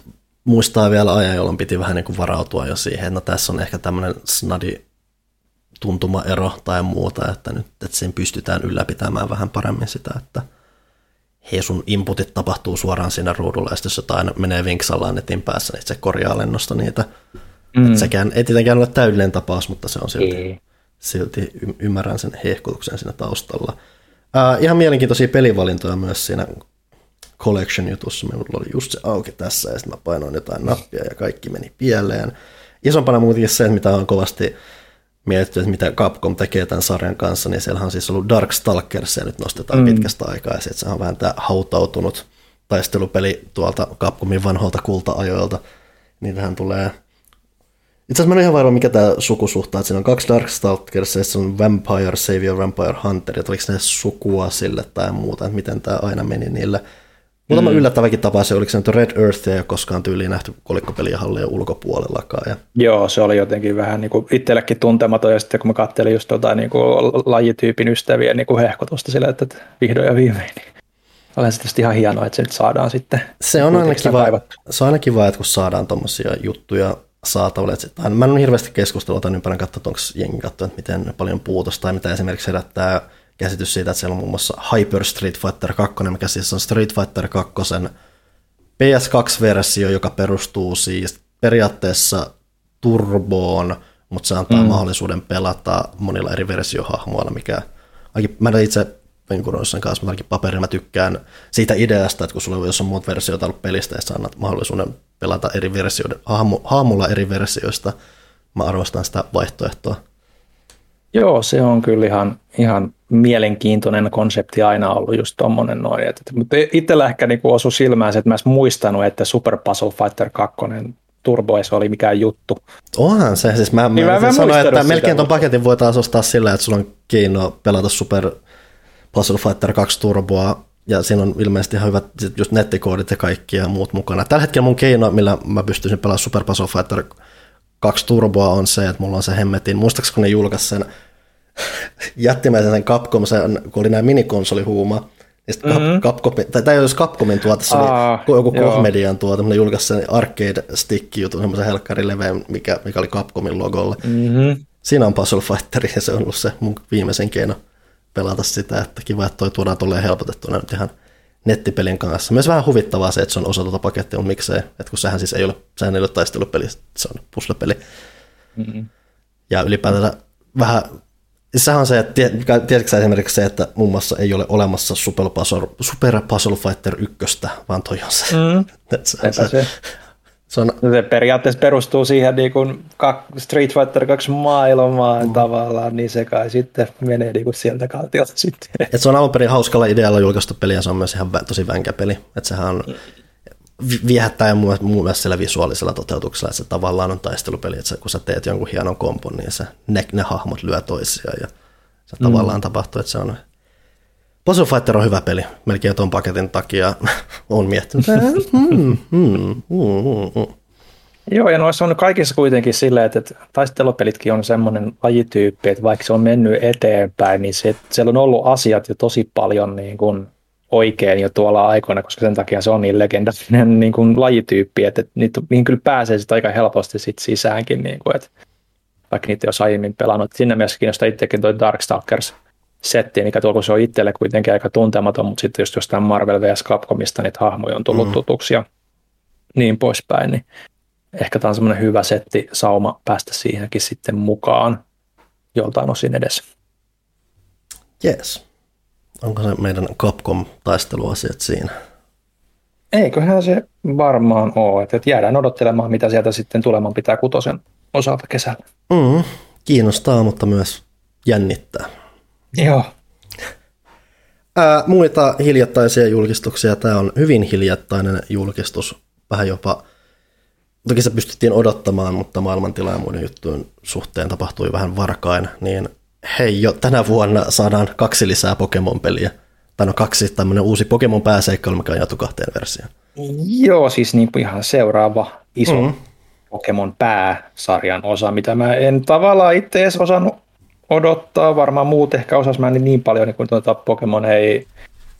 muistaa vielä ajan, jolloin piti vähän niin kuin varautua jo siihen, että no tässä on ehkä tämmöinen snadi tuntumaero tai muuta, että nyt että siinä pystytään ylläpitämään vähän paremmin sitä, että hei sun inputit tapahtuu suoraan siinä ruudulla, ja jos jotain menee vinksallaan netin päässä, niin se korjaa lennosta niitä. Mm. Että sekään ei tietenkään ole täydellinen tapaus, mutta se on silti, silti y- ymmärrän sen hehkutuksen siinä taustalla. Uh, ihan mielenkiintoisia pelivalintoja myös siinä Collection-jutussa. Minulla oli just se auki tässä, ja sitten mä painoin jotain nappia, ja kaikki meni pieleen. Isompana muutenkin se, mitä on kovasti mietitty, että mitä Capcom tekee tämän sarjan kanssa, niin siellä on siis ollut Darkstalkers, ja nyt nostetaan mm. pitkästä aikaa, ja sitten se on vähän tämä hautautunut taistelupeli tuolta Capcomin vanhoilta kulta-ajoilta, niin tähän tulee. Itse asiassa mä en ole ihan varma, mikä tämä sukusuhta, että siinä on kaksi Darkstalkers, ja se on Vampire, Savior, Vampire Hunter, että oliko ne sukua sille tai muuta, että miten tämä aina meni niille. Muutama mm. yllättäväkin tapa se, oliko se nyt Red Earth, ei ole koskaan tyyliin nähty kolikkopelia hallien ulkopuolellakaan. Ja joo, se oli jotenkin vähän niin kuin itsellekin tuntematon, ja sitten kun mä katselin just tota, niin kuin lajityypin ystävien niin kuin hehkotusta sillä, että vihdoin ja viimein, niin olen se tietysti ihan hienoa, että se nyt saadaan sitten. Se on aina kiva, se on aina kiva, että kun saadaan tommosia juttuja saataville. Mä en ole hirveästi keskustelua tämän ympärän katsoa, onko jengi katsoa, että miten paljon puutosta tai mitä esimerkiksi herättää käsitys siitä, että siellä on muun muassa Hyper Street Fighter kaksi, mikä siis on Street Fighter kaksi P S kaksi-versio, joka perustuu siis periaatteessa turboon, mutta se antaa mm. mahdollisuuden pelata monilla eri versiohahmoilla, mikä mä itse Venkuroisen kanssa, mutta paperin mä tykkään siitä ideasta, että kun sulla on jossain muut versioita ollut pelistä, ja sä annat mahdollisuuden pelata eri versioiden, hahmo, hahmolla eri versioista, mä arvostan sitä vaihtoehtoa. Joo, se on kyllä ihan, ihan mielenkiintoinen konsepti aina ollut just tommonen noin. Et, mutta itsellä ehkä niinku osui silmään se, että mä en muistanut, että Super Puzzle Fighter kaksi Turbo ei se oli mikään juttu. Onhan se, siis mä, niin mä, mä sanoin, että melkein ton paketin voi taas ostaa sillä, että sulla on keino pelata Super Puzzle Fighter kaksi Turboa, ja siinä on ilmeisesti ihan hyvät just nettikoodit ja kaikki ja muut mukana. Tällä hetkellä mun keino, millä mä pystyisin pelaamaan Super Puzzle Fighter kaksi Turboa on se, että mulla on se hemmetin. Muistaakseni kun ne julkaisi sen jättimäisen sen Capcom, sen, kun oli nämä minikonsolihuuma, niin mm-hmm. Capcom, tai tämä ei olisi Capcomin tuote, se Aa, oli joku Koch-median tuote, mutta ne julkaisi sen arcade stick-jutun, semmoisen helkkarileveen, mikä, mikä oli Capcomin logolla. Mm-hmm. Siinä on Puzzle Fighter, ja se on ollut se mun viimeisen keino pelata sitä, että kiva, että toi tuodaan tolleen helpotettuna nyt ihan nettipelin kanssa. Myös vähän huvittavaa se, että se on osa tuota pakettia, mutta miksei, että kun sehän siis ei ole, sehän ei ole taistelupeli, se on puzzle-peli. Mm-hmm. Ja ylipäätään vähän, sehän on se, että tiedätkö sä esimerkiksi se, että muun muassa ei ole olemassa Super Puzzle, Super Puzzle Fighter yksi, vaan toi on se. Mm. se, se, se. Se, on, se periaatteessa perustuu siihen niin kuin Street Fighter kaksi maailmaan mm. tavallaan, niin se kai sitten menee niin kuin sieltä kaltiolta sitten. Et se on alun perin hauskalla idealla julkaistu peli, ja se on myös ihan tosi vänkä peli. Että sehän on viehättää ja muun muassa sillä visuaalisella toteutuksella, että se tavallaan on taistelupeli, että se, kun sä teet jonkun hienon kompon, niin se, ne, ne hahmot lyö toisiaan, ja se mm. tavallaan tapahtuu, että se on. Puzzle Fighter on hyvä peli, melkein tuon paketin takia olen miettinyt. mm, mm, mm, mm. Joo, ja noissa on kaikissa kuitenkin silleen, että taistelupelitkin on semmoinen lajityyppi, että vaikka se on mennyt eteenpäin, niin se, siellä on ollut asiat jo tosi paljon niin kuin oikein jo tuolla aikoina, koska sen takia se on niin legendaarinen niin kuin lajityyppi, että, että niitä, niihin kyllä pääsee sit aika helposti sit sisäänkin, niin kuin, että vaikka niitä ei olisi aiemmin pelannut. Siinä mielessä kiinnostaa itsekin tuo Darkstalkers setti, mikä tuolla se on itselle kuitenkin aika tuntematon, mutta sitten just jostain Marvel versus. Capcomista niitä hahmoja on tullut mm. tutuksi ja niin poispäin, niin ehkä tämä on semmoinen hyvä setti, sauma päästä siihenkin sitten mukaan joltain osin edes. Jes. Onko se meidän Capcom-taisteluasiat siinä? Eiköhän se varmaan ole, että jäädään odottelemaan, mitä sieltä sitten tulemaan pitää kutosen osalta kesällä. Mm, kiinnostaa, mutta myös jännittää. Joo. Ää, muita hiljattaisia julkistuksia. Tämä on hyvin hiljattainen julkistus. Vähän jopa, toki se pystyttiin odottamaan, mutta maailmantila ja muiden juttujen suhteen tapahtui vähän varkain. Niin hei, jo tänä vuonna saadaan kaksi lisää Pokemon-peliä. Tai no kaksi tämmöinen uusi Pokemon pääseikkailu, mikä on jaettu kahteen versioon. Joo, siis niin kuin ihan seuraava iso mm. Pokemon pääsarjan osa, mitä mä en tavallaan itse edes osannut odottaa, varmaan muut ehkä osas, mä en niin paljon, niin kun tuota Pokemon ei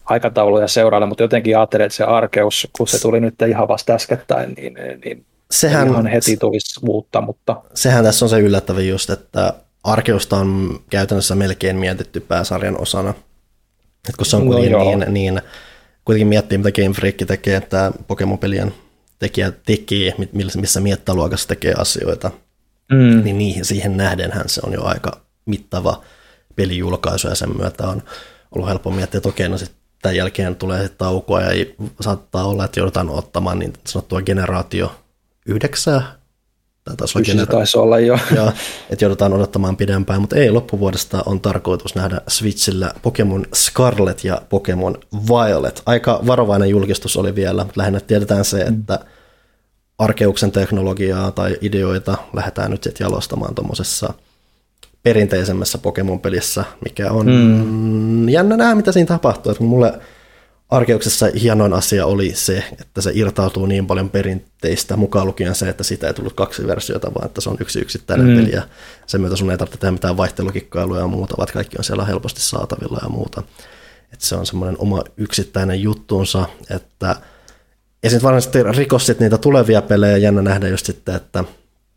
aikatauluja seurailla, mutta jotenkin ajattelin, että se Arceus, kun se tuli nyt ihan vasta äskettäin, niin, niin sehän, ihan heti tulisi uutta. Mutta... Sehän tässä on se yllättävä just, että Arceusta on käytännössä melkein mietitty pääsarjan osana. Et kun se on no niin, niin, kuitenkin miettii, mitä Game Freak tekee, että Pokemon-pelien tekijä tekee, missä miettaluokassa tekee asioita, mm. niin niihin, siihen nähdenhän se on jo aika mittava pelijulkaisu, ja sen myötä on ollut helppo miettiä, että okei, no sitten tämän jälkeen tulee taukoa, ja ei, saattaa olla, että joudutaan ottamaan niin sanottua generaatio yhdeksää. Tai taas Kyllä genera- se taisi olla jo. Ja, että joudutaan odottamaan pidempään, mutta ei, loppuvuodesta on tarkoitus nähdä Switchillä Pokemon Scarlet ja Pokemon Violet. Aika varovainen julkistus oli vielä, mutta lähinnä tiedetään se, että Arceuksen teknologiaa tai ideoita lähdetään nyt sitten jalostamaan tuommoisessa perinteisemmässä Pokemon-pelissä, mikä on mm. jännä nähdä, mitä siinä tapahtuu. Että mulle Arceuksessa hienoin asia oli se, että se irtautuu niin paljon perinteistä, mukaan lukien se, että siitä ei tullut kaksi versiota, vaan että se on yksi yksittäinen mm. peli, ja sen myötä sun ei tarvitse tehdä mitään vaihtelukikkailuja ja muuta, vaan kaikki on siellä helposti saatavilla ja muuta. Että se on semmoinen oma yksittäinen juttuunsa, että ja sitten varmasti rikos niitä tulevia pelejä, jännä nähdä just sitten, että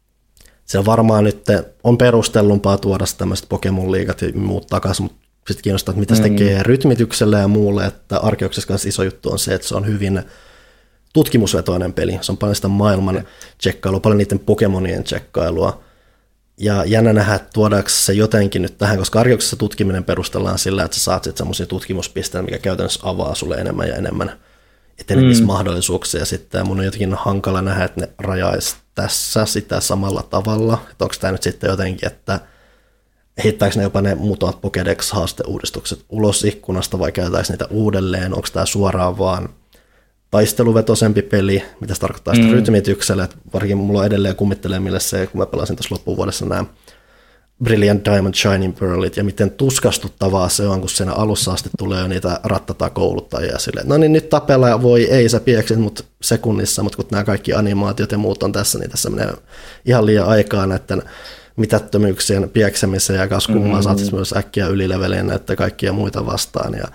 se varmaan nyt on perustellumpaa tuoda tämmöiset Pokemon-liigat ja muut takaisin, mutta sitten kiinnostaa, että mitä se tekee mm. rytmitykselle ja muulle, että Arceuksessa kanssa iso juttu on se, että se on hyvin tutkimusvetoinen peli. Se on paljon sitä maailman tsekkailua, paljon niiden Pokemonien tsekkailua. Ja jännä nähdä, että tuodaanko se jotenkin nyt tähän, koska Arceuksessa tutkiminen perustellaan sillä, että sä saat sitten semmoisia tutkimuspisteitä, mikä käytännössä avaa sulle enemmän ja enemmän etenemismahdollisuuksia. Mm. Sitten mun on jotenkin hankala nähdä, että ne rajaisi tässä sitä samalla tavalla. Että onko tämä nyt sitten jotenkin, että heittääkö ne jopa ne muutamat Pokédex-haasteuudistukset ulos ikkunasta vai käytetäänkö niitä uudelleen? Onko tämä suoraan vaan taisteluvetoisempi peli, mitä se tarkoittaa mm. sitten rytmityksellä? Et varsinkin mulla on edelleen kummittelee, millä se, kun mä pelasin tuossa loppuvuodessa nämä Brilliant Diamond Shining Pearlit, ja miten tuskastuttavaa se on, kun siinä alussa asti tulee jo niitä rattatakouluttajia silleen, no niin nyt tapella voi, ei sä pieksit mut sekunnissa, mutta kun nämä kaikki animaatiot ja muut on tässä, niin tässä menee ihan liian aikaa näiden mitättömyyksien pieksemiseen, ja kas kummaa mm-hmm. saat siis myös äkkiä ylilevelin näitä kaikkia muita vastaan, ja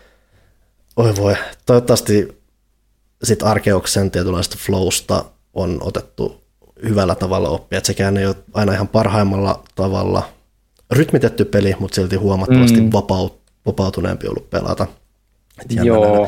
oi voi, toivottavasti sitten Arceuksen tietynlaista flowsta on otettu hyvällä tavalla oppia, että sekään ei ole aina ihan parhaimmalla tavalla rytmitetty peli, mutta silti huomattavasti mm. vapaut, vapautuneempi ollut pelata. Joo.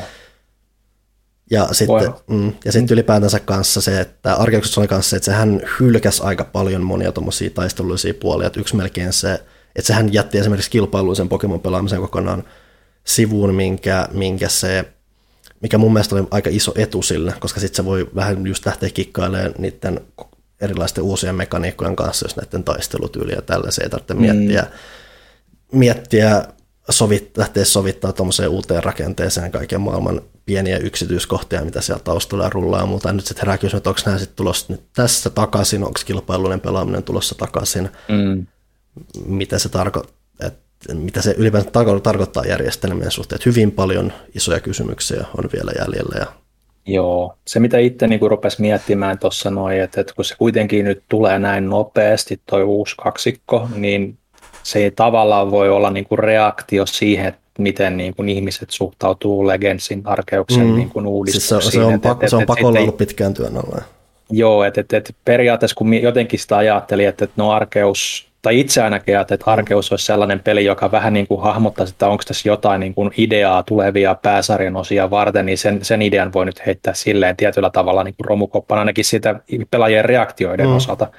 Ja sitten, mm, ja sitten ylipäätänsä kanssa se, että Arceuksessa oli kanssa se, että sehän hylkäsi aika paljon monia tuommoisia taistelullisia puolia, että yksi melkein se, että sehän jätti esimerkiksi kilpailullisen Pokemon pelaamisen kokonaan sivuun, minkä, minkä se mikä mun mielestä oli aika iso etu sille, koska sitten se voi vähän just lähteä kikkailemaan niiden erilaisten uusien mekaniikkojen kanssa, jos näiden taistelutyyliä ja tällaisia ei tarvitse mm. miettiä, miettiä sovit, lähteä sovittaa tuommoiseen uuteen rakenteeseen kaiken maailman pieniä yksityiskohtia, mitä siellä taustalla rullaa ja muuta. Nyt sitten herää kysymys, että onko nämä sitten tulossa nyt tässä takaisin, onko kilpailullinen pelaaminen tulossa takaisin, mm. mitä se tarkoittaa, mitä se ylipäätään tarkoittaa järjestelmien suhteen. Hyvin paljon isoja kysymyksiä on vielä jäljellä. Ja joo, se mitä itse niin rupesi miettimään tuossa noin, että, että kun se kuitenkin nyt tulee näin nopeasti toi uusi kaksikko, niin se ei tavallaan voi olla niin kuin reaktio siihen, että miten niin kuin ihmiset suhtautuu Legendsin Arceuksen mm. niin kuin uudistuksiin. Siis se, se on, pak- et, se on et, pakolla et, ollut pitkään työn alla. Joo, että et, et periaatteessa kun jotenkin sitä ajattelin, että, että no Arceus, tai itse ainakin ajattelin, että Arceus olisi sellainen peli, joka vähän niin kuin hahmottaisi, että onko tässä jotain niin kuin ideaa tulevia pääsarjan osia varten, niin sen, sen idean voi nyt heittää silleen tietyllä tavalla niin kuin romukoppana ainakin sitä pelaajien reaktioiden mm. osalta.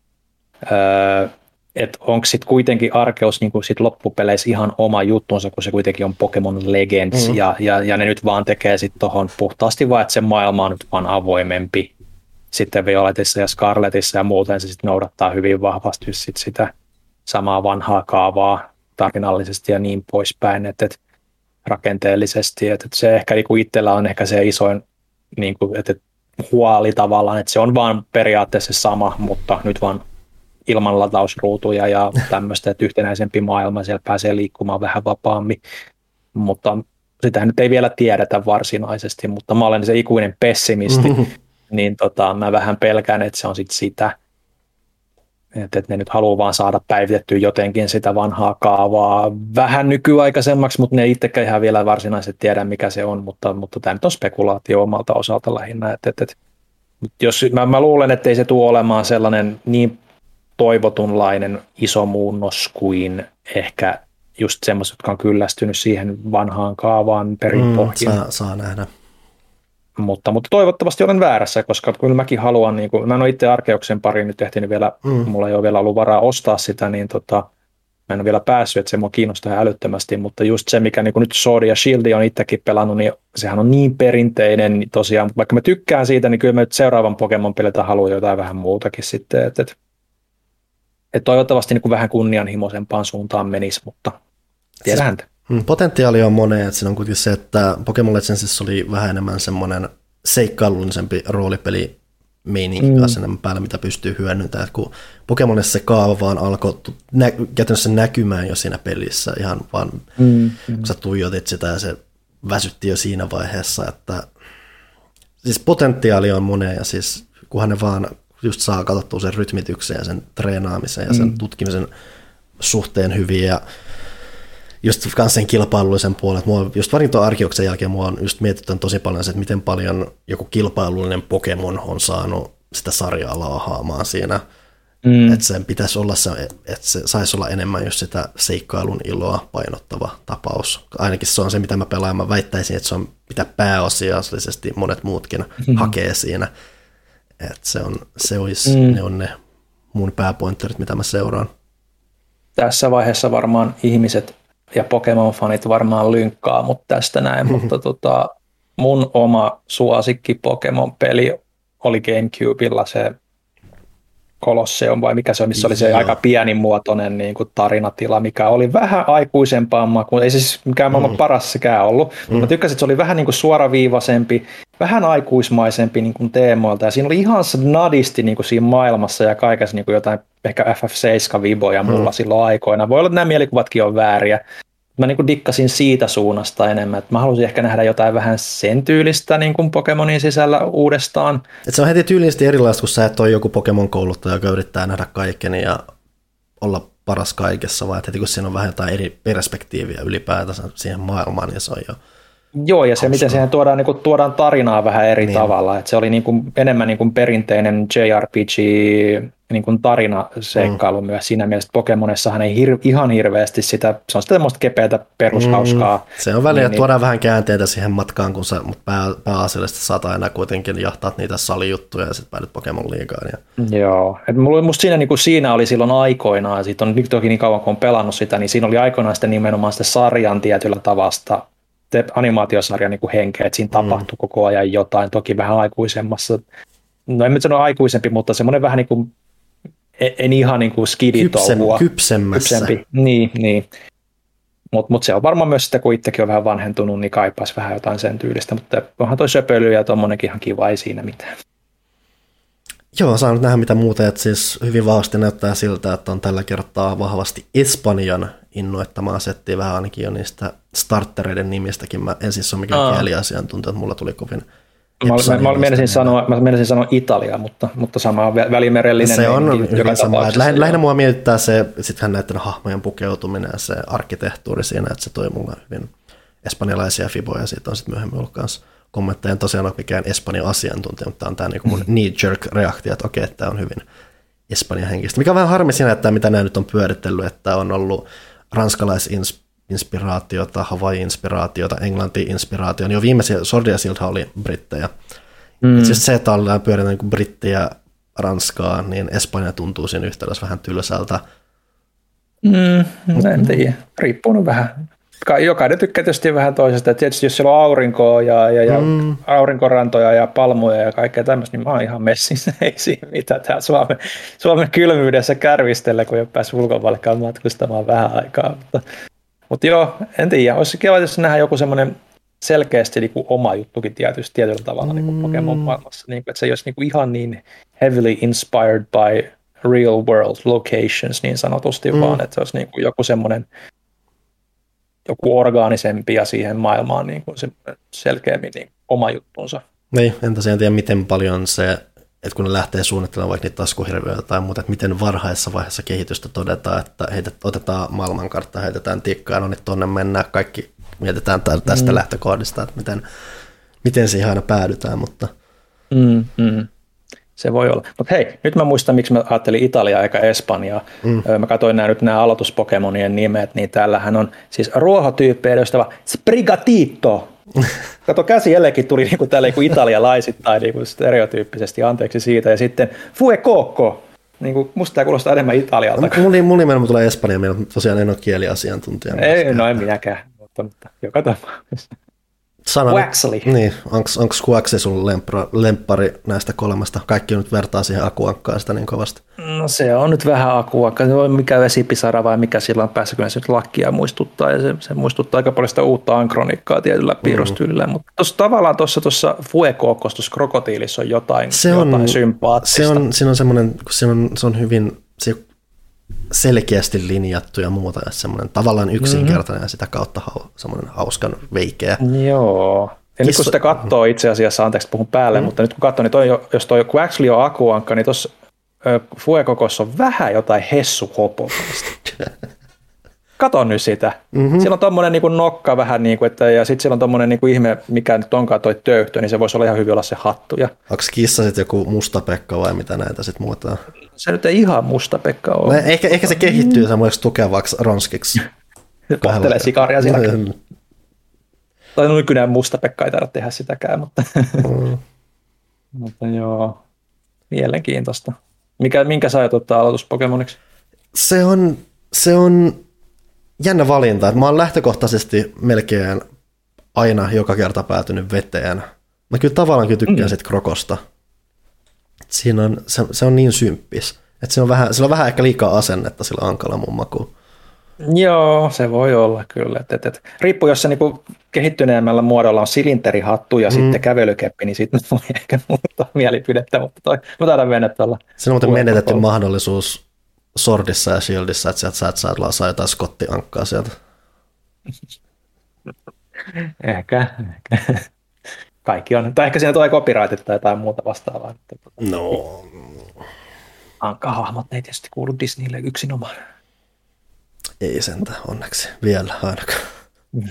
Öö, että onko sitten kuitenkin Arceus niin kuin sit loppupeleissä ihan oma juttunsa, kun se kuitenkin on Pokemon Legends, mm. ja, ja, ja ne nyt vaan tekee sitten tuohon puhtaasti vaan, että se maailma on nyt vaan avoimempi. Sitten Violetissa ja Scarletissa ja muuten se sitten noudattaa hyvin vahvasti sit sitä samaa vanhaa kaavaa tarinallisesti ja niin poispäin, että et rakenteellisesti. Että et se ehkä niinku itsellä on ehkä se isoin niinku, että et huoli tavallaan, että se on vaan periaatteessa sama, mutta nyt vaan ilman latausruutuja ja tämmöistä, että yhtenäisempi maailma, siellä pääsee liikkumaan vähän vapaammin, mutta sitä nyt ei vielä tiedetä varsinaisesti, mutta mä olen se ikuinen pessimisti, mm-hmm. niin tota, mä vähän pelkään, että se on sit sitä. että et ne nyt haluaa vaan saada päivitettyä jotenkin sitä vanhaa kaavaa vähän nykyaikaisemmaksi, mutta ne itsekään ihan vielä varsinaisesti tiedä, mikä se on, mutta, mutta tämä nyt on spekulaatio omalta osalta lähinnä. Et, et, et, jos, mä, mä luulen, että ei se tule olemaan sellainen niin toivotunlainen iso muunnos kuin ehkä just semmoiset, jotka on kyllästynyt siihen vanhaan kaavaan perin pohjin. Mm, saa, saa nähdä. Mutta, mutta toivottavasti olen väärässä, koska kyllä mäkin haluan, niin kuin, mä en ole itse Arkeuksen pariin nyt ehtinyt vielä, mm. mulla ei ole vielä ollut varaa ostaa sitä, niin tota, mä en ole vielä päässyt, että se mua kiinnostaa älyttömästi, mutta just se, mikä niin kuin nyt Sword ja Shield on itsekin pelannut, niin sehän on niin perinteinen niin tosiaan, vaikka mä tykkään siitä, niin kyllä mä nyt seuraavan Pokemon-peliltä haluan jotain vähän muutakin sitten, että et, et toivottavasti niin kuin vähän kunnianhimoisempaan suuntaan menisi, mutta tiedähän te. Potentiaali on moneen, että siinä on kuitenkin se, että Pokemon Legendsissa oli vähän enemmän semmoinen seikkailullisempi roolipeli meininki mm. enemmän päällä, mitä pystyy hyödyntämään, kun Pokemonissa se kaava vaan alkoi nä- käytännössä näkymään jo siinä pelissä, ihan vaan mm. kun sä tuijotit sitä ja se väsytti jo siinä vaiheessa, että siis potentiaali on moneen ja siis kunhan ne vaan just saa katsottua sen rytmityksen ja sen treenaamisen ja sen mm. tutkimisen suhteen hyvin ja just kans sen kilpailullisen puolen, että mua, just varin tuon Arkeuksen jälkeen mua on just mietitty tosi paljon se, että miten paljon joku kilpailullinen Pokemon on saanut sitä sarjaa laahaamaan siinä, mm. että sen pitäisi olla se, että se saisi olla enemmän just sitä seikkailun iloa painottava tapaus. Ainakin se on se, mitä mä pelaan, mä väittäisin, että se on mitä pääasiallisesti monet muutkin mm-hmm. hakee siinä, että se on, se olisi, mm. ne on ne mun pääpointterit, mitä mä seuraan. Tässä vaiheessa varmaan ihmiset ja Pokemon-fanit varmaan lynkkaa mut tästä näin, mm-hmm. mutta tota, mun oma suosikki Pokemon-peli oli GameCubella se Colosseum vai mikä se on, missä oli se Joo. aika pienimuotoinen niin kuin tarinatila, mikä oli vähän aikuisempaa makuun. Ei se siis mikään maailman mm. paras sekään ollut, mm. mutta mä tykkäsin, että se oli vähän niin kuin suoraviivaisempi, vähän aikuismaisempi niin kuin teemoilta ja siinä oli ihan nadisti niin kuin siinä maailmassa ja kaikessa niin kuin jotain ehkä F F seitsemän-viboja mulla mm. silloin aikoina. Voi olla, että nämä mielikuvatkin on vääriä. Mä niin kuin dikkasin siitä suunnasta enemmän, että mä halusin ehkä nähdä jotain vähän sen tyylistä niin kuin Pokemonin sisällä uudestaan. Et se on heti tyylisesti erilaista, kun sä et ole joku Pokemon-kouluttaja, joka yrittää nähdä kaiken ja olla paras kaikessa, vaan heti kun siinä on vähän jotain eri perspektiiviä ylipäätänsä siihen maailmaan, niin se on jo Joo, ja se, miten siihen tuodaan, niin kuin, tuodaan tarinaa vähän eri niin. tavalla. Että se oli niin kuin, enemmän niin kuin perinteinen J R P G niin kuin tarinaseikkailu mm. myös siinä mielessä, että Pokemonessahan ei hir- ihan hirveästi sitä, se on sitä semmoista kepeätä perushauskaa. Mm. Se on väliä, niin, että tuodaan niin, vähän käänteitä siihen matkaan, kun sä, mutta pää, pääasiallisesti saat aina kuitenkin jahtaat niitä salijuttuja ja sitten päädyt Pokemon liigaan. Ja... Joo, että musta siinä, niin kuin siinä oli silloin aikoinaan, siitä on nyt toki niin kauan kun on pelannut sitä, niin siinä oli aikoinaan sitten nimenomaan sitä sarjan tietyllä tavasta, animaatiosarjan niin kuin henkeä, että siinä tapahtui mm. koko ajan jotain, toki vähän aikuisemmassa, no en nyt sano aikuisempi, mutta semmoinen vähän niin kuin, en ihan niin kuin skiditouhua. Kypsemmässä. Kypsempi, niin, niin. Mutta mut se on varmaan myös sitä, kun itsekin on vähän vanhentunut, niin kaipaisi vähän jotain sen tyylistä, mutta onhan toi söpöily ja tommonenkin ihan kiva, ei siinä mitään. Joo, saan nyt nähdä mitä muuta, että siis hyvin vahvasti näyttää siltä, että on tällä kertaa vahvasti Espanjan innoittamaa settiä, vähän ainakin jo niistä startereiden nimistäkin. Mä en siis ole mikään kieliasiantuntija, että mulla tuli kovin Mä, mä, mä menisin sanoa, mä menisin sanoa Italia, mutta, mutta sama välimerellinen. Se on hyvin sama. Lähin, lähinnä mua mietittää se, sittenhän näiden hahmojen pukeutuminen ja se arkkitehtuuri siinä, että se toi mulle hyvin espanjalaisia fiboja. Siitä on sitten myöhemmin ollut kanssa kommentteja. En tosiaan ole mikään Espanjan asiantuntija, mutta tämä on tämä niin mun knee-jerk-reaktio, että okei, että tämä on hyvin Espanjan henkistä. Mikä on vähän harmi siinä, että mitä nämä nyt on pyöritellyt, että on ollut ranskalaisinspiraatiota, Hawaii-inspiraatiota, Englanti-inspiraatiota. Jo viimeisiä Sword ja Shield oli brittejä. Mm. Itse asiassa se, että ollaan pyörinyt niin brittiä Ranskaa, niin Espanja tuntuu siinä yhteydessä vähän tylsältä. Mm, en tiedä. Riippuu vähän. Jokainen tykkää tietysti vähän toisesta. Tietysti jos siellä on aurinkoa ja, ja, ja mm. aurinkorantoja ja palmuja ja kaikkea tämmöistä, niin mä oon ihan messissä. Ei siinä mitään. Täällä Suomen, Suomen kylmyydessä kärvistellä, kun ei ole päässyt ulkomaillekaan matkustamaan vähän aikaa. Mutta, mutta joo, en tiedä. Olisi kiva, jos nähdään joku semmoinen selkeästi niin kuin oma juttukin tietysti tietyllä tavalla niin kuin Pokemon maailmassa. Niin kuin, että se ei olisi niin kuin ihan niin heavily inspired by real world locations niin sanotusti, mm. vaan että se olisi niin kuin joku semmoinen joku orgaanisempi ja siihen maailmaan niin kuin se selkeämmin niin oma juttunsa. Niin, en tosiaan tiedä, miten paljon se että kun ne lähtee suunnittelemaan vaikka niitä taskuhirviöitä tai muuta, että miten varhaisessa vaiheessa kehitystä todetaan, että heitet, otetaan maailmankartta, heitetään tikkaa, no niin tuonne mennään, kaikki mietitään tästä mm. lähtökohdista, että miten, miten siihen aina päädytään, mutta... Mm, mm. Se voi olla. Mutta hei, nyt mä muistan, miksi mä ajattelin Italiaa eikä Espanjaa. Mm. Mä katsoin nämä, nyt nämä aloituspokemonien nimet, niin täällähän on siis ruohotyyppejä edustava Sprigatito. Kato, käsi jällekin tuli niin kuin täällä niin kuin italialaisittain niin kuin stereotyyppisesti, anteeksi siitä. Ja sitten Fuecoco. Niin kuin, musta tämä kuulostaa enemmän Italialta. Mulla nimenomaan tulee Espanja, meillä tosiaan en ole kieliasiantuntija. Ei, no en minäkään, mutta, mutta joka tapauksessa. Quaxley. Niin, onko Quaxley sun lempari, lempari näistä kolmesta? Kaikki nyt vertaa siihen Akuankkaan sitä niin kovasti. No se on nyt vähän Akuankka. Mikä vesipisara vai mikä sillä on päässä, kyllä se nyt lakkia muistuttaa. Ja se, se muistuttaa aika paljon sitä uutta ankronikkaa tietyllä piirrostyylillä. Mm. Mutta tuossa tavallaan tuossa, tuossa Fuecocossa, tuossa krokotiilissa on jotain, se on, jotain sympaattista. Se on, siinä on semmoinen, se on, se on hyvin... Se selkeästi linjattu ja muuta, ja semmoinen tavallaan yksinkertainen mm-hmm. ja sitä kautta semmoinen hauskan veikeä. Joo. Ja nyt kun sitä katsoo itse asiassa, anteeksi puhun päälle, mm-hmm. mutta nyt kun katsoo, niin toi, jos toi Quaxley on Akuankka, niin tuossa Fuecocossa on vähän jotain hessuhopomista. Kato nyt sitä. Mm-hmm. Siellä on tommonen niin kuin nokka vähän, niin kuin, että, ja sitten siellä on tommonen niin kuin ihme, mikä nyt onkaan toi töyhtö, niin se voisi olla ihan hyvin olla se hattu. Ja... Onko kissa sitten joku Mustapekka vai mitä näitä sitten muuta? Se nyt ei ihan Mustapekka ole. No, ehkä, ehkä se kehittyy semmoiksi tukevaksi ronskiksi. Kohtelee sikaria siellä. Tai nykyinen Mustapekka ei tarvitse tehdä sitäkään, mutta, mm. mutta joo, mielenkiintoista. Mikä, minkä sä ajat ottaa aloituspokemoniksi? Se on, se on jännä valinta. Mä oon lähtökohtaisesti melkein aina joka kerta päätynyt veteen. Mä kyllä tavallaan kyllä tykkään mm. sit krokosta. Siinä on, se, se on niin symppis. Että se on vähän, sillä on vähän ehkä liikaa asennetta sillä ankalla mun makuun. Joo, se voi olla kyllä. Et, et, et. Riippuu, jos se niinku kehittyneemmällä muodolla on silinterihattu ja mm. sitten kävelykeppi, niin sitten voi ehkä muuttaa mielipidettä, mutta toi, mä taidan mennä tuolla. Se on muuten menetetty mahdollisuus Swordissa ja Shieldissä, että sieltä sä et saa, saa jotain skottiankkaa sieltä. ehkä, ehkä. Kaikki on. Tai ehkä siinä tulee copyrightit tai jotain muuta vastaavaa. No. Ankkahahmot ei tietysti kuulu Disneylle yksinomaan. Ei sentään, onneksi. Vielä ainakaan. Mm.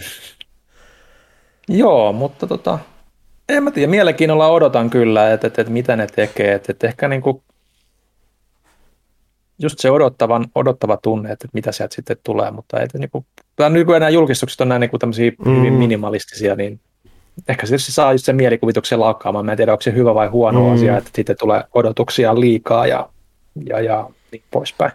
Joo, mutta tota, en mä tiedä. Mielenkiinnolla odotan kyllä, että, että, että mitä ne tekee. Että, että ehkä niinku just se odottavan, odottava tunne, että mitä sieltä sitten tulee. Mutta että niinku, nykyään nämä julkistukset on näin niinku tämmöisiä mm. hyvin minimalistisia, niin ehkä se tietysti saa just sen mielikuvituksen laukkaamaan. Mä en tiedä, onko se hyvä vai huono mm. asia, että sitten tulee odotuksia liikaa ja, ja, ja niin poispäin.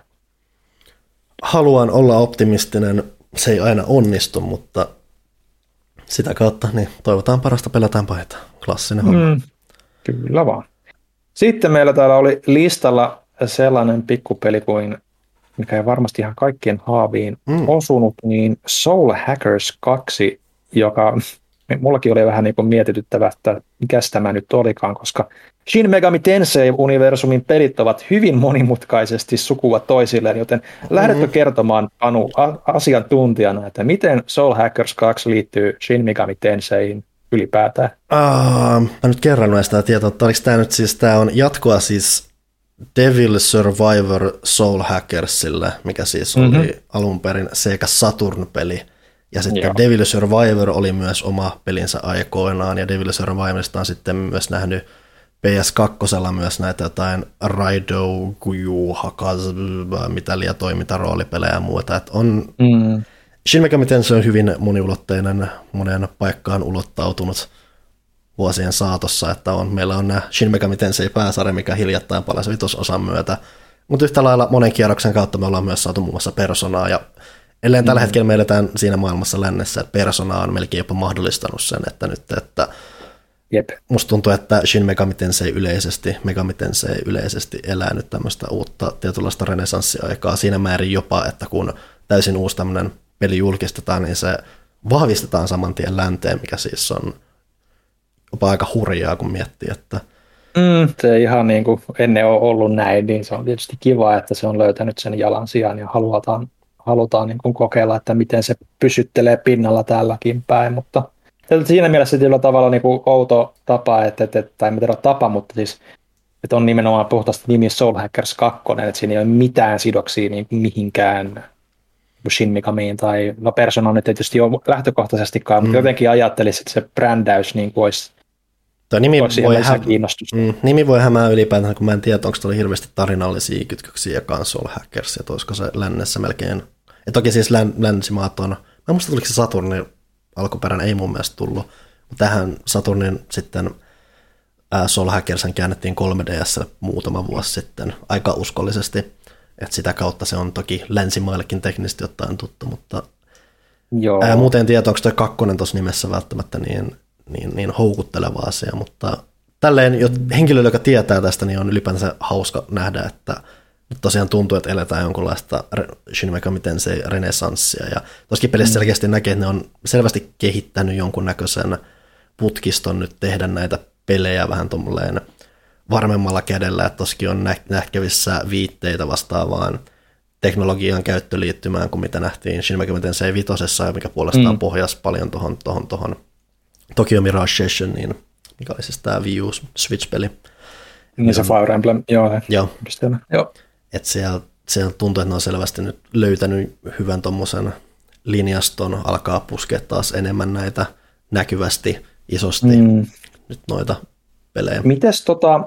Haluan olla optimistinen, se ei aina onnistu, mutta sitä kautta niin toivotaan parasta, pelataan paita. Klassinen homma. Mm, kyllä vaan. Sitten meillä täällä oli listalla sellainen pikkupeli kuin, mikä ei varmasti ihan kaikkien haaviin mm. osunut, niin Soul Hackers kaksi, joka mullakin oli vähän niin kuin mietityttävä, että mikäs tämä nyt olikaan, koska Shin Megami Tensei-universumin pelit ovat hyvin monimutkaisesti sukua toisilleen, joten mm-hmm. lähdetkö kertomaan, Anu, asiantuntijana, että miten Soul Hackers kaksi liittyy Shin Megami Tenseihin ylipäätään? Uh, mä nyt kerran näistä tietoa, että oliko tämä nyt siis, tämä on jatkoa siis Devil Survivor Soul Hackersille, mikä siis oli mm-hmm. alun perin Sega Saturn-peli. Ja sitten Joo. Devil Survivor oli myös oma pelinsä aikoinaan, ja Devil Survivorista on sitten myös nähnyt P S kaksi myös näitä jotain Raido, Kuju, Hakaz, mitä liian toimintaroolipelejä ja muuta. Et on, mm. Shin Megami Tensei on hyvin moniulotteinen, monen paikkaan ulottautunut vuosien saatossa, että on, meillä on nämä Shin Megami Tensei pääsarja, mikä hiljattain palasi vitososan myötä, mutta yhtä lailla monen kierroksen kautta me ollaan myös saatu muun muassa Personaa, ja ellei tällä mm. hetkellä me eletään siinä maailmassa lännessä, että Persona on melkein jopa mahdollistanut sen, että nyt, että Jep. musta tuntuu, että Shin Megami Tensei yleisesti, Megami Tensei yleisesti elää nyt tämmöistä uutta tietynlaista renessanssiaikaa siinä määrin jopa, että kun täysin uusi tämmöinen peli julkistetaan, niin se vahvistetaan saman tien länteen, mikä siis on jopa aika hurjaa, kun miettii, että mm, se ihan niin kuin ennen on ollut näin, niin se on tietysti kiva, että se on löytänyt sen jalan sijaan ja halutaan, halutaan niin kuin kokeilla, että miten se pysyttelee pinnalla täälläkin päin, mutta siinä mielessä tietyllä tavalla niin kuin outo tapa, että, että, tai en tiedä tapa, mutta siis että on nimenomaan puhtaasti nimi Soul Hackers kaksi, että siinä ei ole mitään sidoksia niin mihinkään Shin Megamiin tai no Persona nyt tietysti on lähtökohtaisestikaan, mm. mutta jotenkin ajattelisin, että se brändäys niin kuin olisi, Tuo nimi olisi voi, hä- hä- mm, nimi voi hämää ylipäätään, kun mä en tiedä, onko tuolla hirveästi tarinallisia kytköksiä ja kans Soul Hackers, että olisiko se lännessä melkein. Ja toki siis län, länsimaat on, mä muista tuliko se Saturnin alkuperän, ei mun mielestä tullut, mutta tähän Saturnin sitten ää, Soul Hackers käännettiin kolme D S muutama vuosi sitten aika uskollisesti, että sitä kautta se on toki länsimaillekin teknisesti ottaen tuttu, mutta Joo. Ää, muuten en tiedä, onko tuo kakkonen tuossa nimessä välttämättä niin, niin, niin houkutteleva asia, mutta tälleen jo henkilöllä, joka tietää tästä, niin on ylipäänsä hauska nähdä, että nyt tosiaan tuntuu, että eletään jonkunlaista Shin Megami Tensei renesanssia, ja tossakin pelissä mm. selkeästi näkee, että ne on selvästi kehittänyt jonkunnäköisen putkiston nyt tehdä näitä pelejä vähän tuommoilleen varmemmalla kädellä, että tossakin on nähtävissä viitteitä vastaavaan teknologian käyttöliittymään, kuin mitä nähtiin Shin Megami Tensei vitosessa, ja mikä puolestaan mm. pohjasi paljon tuohon tohon, tohon Tokyo Mirage Session, niin mikä oli siis tämä Wii U Switch-peli. Niin se Fire Emblem, joo. Joo. joo. Että siellä, siellä tuntuu, että ne on selvästi nyt löytänyt hyvän tuommoisen linjaston, alkaa puskea taas enemmän näitä näkyvästi, isosti, mm. nyt noita pelejä. Mites tota,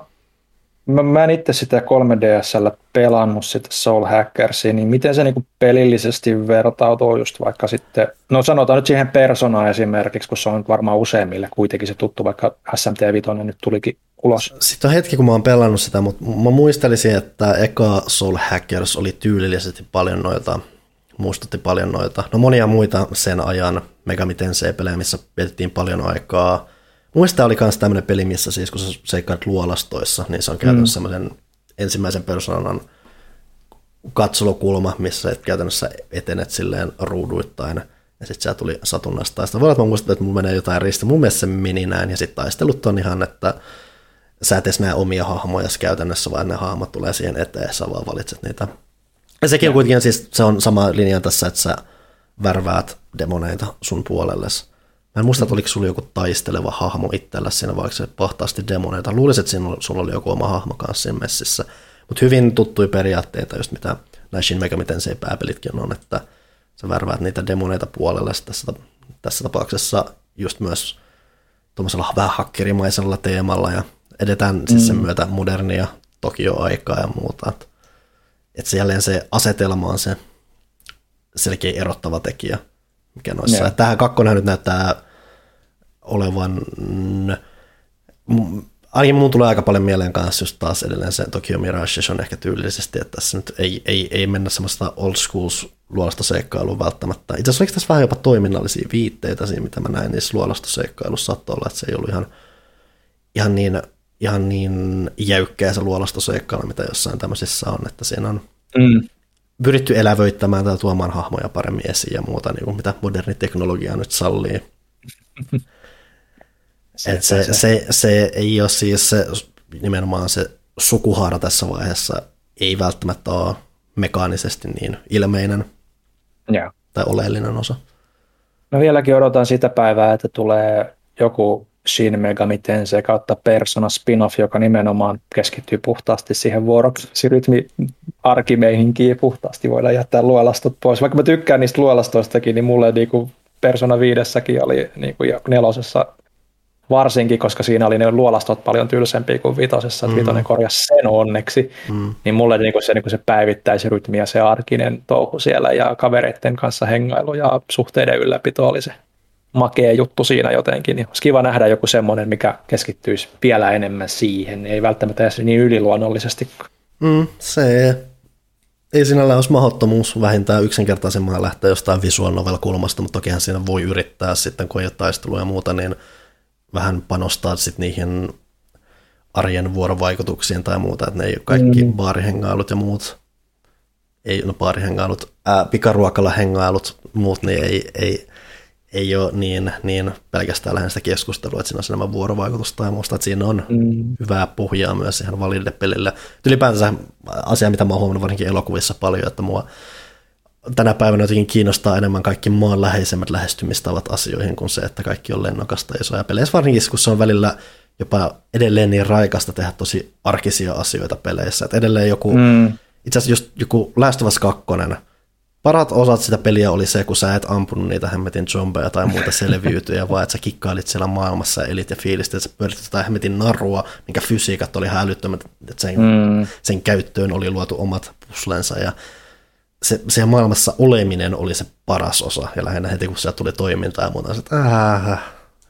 mä, mä en itse sitä kolme D S:llä pelannut sitä Soul Hackersia, niin miten se niinku pelillisesti vertautuu just vaikka sitten, no sanotaan nyt siihen Personaan esimerkiksi, kun se on varmaan useimmille kuitenkin se tuttu, vaikka S M T viisi nyt tulikin ulos. Sitten on hetki, kun mä oon pelannut sitä, mutta mä muistelisin, että eka Soul Hackers oli tyylillisesti paljon noita, muistutti paljon noita, no monia muita sen ajan Megami Tensei-pelejä, missä vietettiin paljon aikaa. Muista oli myös tämmöinen peli, missä siis kun sä seikkailet luolastoissa, niin se on käytännössä mm. semmoisen ensimmäisen persoonan katselukulma, missä et käytännössä etenet silleen ruuduittain, ja sitten siellä tuli satunnaista. Sitä voi olla, että mä muistan, että mun menee jotain risti. Mun mielestä se meni näin, ja sitten taistelut on ihan, että sä et edes näe omia hahmoja käytännössä, vaan ne hahmot tulee siihen eteen, sä vaan valitset niitä. Ja sekin on kuitenkin, siis se on sama linja tässä, että sä värväät demoneita sun puolelles. Mä en muista, että oliko sulla joku taisteleva hahmo itsellä siinä, vaikka se pahtaasti demoneita. Luulisin, että siinä sulla oli joku oma hahmo kanssa siinä messissä. Mutta hyvin tuttui periaatteita, just mitä näin Shin Megami Tensei pääpelitkin on, että sä värväät niitä demoneita puolelle tässä, tässä tapauksessa just myös tuollaisella vähän hakkerimaisella teemalla ja edetään mm. siis sen myötä modernia Tokio-aikaa ja muuta. Että se jälleen se asetelma on se selkeä erottava tekijä, mikä noissa. Yeah. Tähän kakkonen nyt näyttää olevan, ainakin mun tulee aika paljon mieleen kanssa just taas edelleen se Tokyo Mirage on ehkä tyylillisesti, että tässä nyt ei, ei, ei mennä semmoista old schools luolastoseikkailua välttämättä. Itse asiassa oliko tässä vähän jopa toiminnallisia viitteitä siinä, mitä mä näin niissä luolastoseikkailussa saattoi olla, että se ei ollut ihan, ihan niin ihan niin jäykkää se luolastoseikkailu, mitä jossain tämmöisissä on, että siinä on mm. pyritty elävöittämään tai tuomaan hahmoja paremmin esiin ja muuta, niin kuin mitä moderni teknologia nyt sallii. se, Et se, se. Se, se ei ole siis se, nimenomaan se sukuhaara tässä vaiheessa ei välttämättä ole mekaanisesti niin ilmeinen yeah. tai oleellinen osa. No vieläkin odotan sitä päivää, että tulee joku Shin Megami Tensei kautta Persona spin-off, joka nimenomaan keskittyy puhtaasti siihen vuororytmi-arkimeihinkiin ja puhtaasti voidaan jättää luolastot pois. Vaikka mä tykkään niistä luolastoistakin, niin mulle niin kuin Persona viidessäkin oli niin kuin nelosessa varsinkin, koska siinä oli ne luolastot paljon tylsempiä kuin vitosessa, että mm. vitonen korjasi sen onneksi, mm. niin mulle niin kuin se, niin kuin se päivittäisrytmi ja se arkinen touhu siellä ja kavereiden kanssa hengailu ja suhteiden ylläpito oli se makea juttu siinä jotenkin, niin olisi kiva nähdä joku semmoinen, mikä keskittyisi vielä enemmän siihen, ei välttämättä edes niin yliluonnollisesti. Mm, se ei sinällään olisi mahdottomuus vähintään yksinkertaisemmin lähteä jostain visual novel-kulmasta, mutta tokihan siinä voi yrittää sitten, kun ei ole taistelua ja muuta, niin vähän panostaa sitten niihin arjen vuorovaikutuksiin tai muuta, että ne ei ole kaikki mm. baarihengailut ja muut, ei, no baarihengailut, ää, pikaruokalla-hengailut, muut, niin ei, ei ei ole niin, niin pelkästään lähinnä sitä keskustelua, että siinä on enemmän vuorovaikutusta ja muusta, että siinä on mm. hyvää pohjaa myös ihan valide pelille. Ylipäänsä asia, mitä mä oon huomannut varsinkin elokuvissa paljon, että mua tänä päivänä jotenkin kiinnostaa enemmän kaikki maanläheisemmät lähestymistavat asioihin kuin se, että kaikki on lennokasta isoja pelejä. Varsinkin kun se on välillä jopa edelleen niin raikasta tehdä tosi arkisia asioita peleissä. Et edelleen joku, mm. itse asiassa just joku Last of Us kaksi, parat osat sitä peliä oli se, kun sä et ampunut niitä hemmetin zombeja tai muita selviytyjä, vaan että sä kikkailit siellä maailmassa ja elit ja fiilistit, että sä pyöritit jotain hemmetin narua, minkä fysiikat oli hälyttömät, että sen, mm. sen käyttöön oli luotu omat puslensa ja se, se maailmassa oleminen oli se paras osa ja lähinnä heti, kun siellä tuli toimintaa ja muuta, että äh,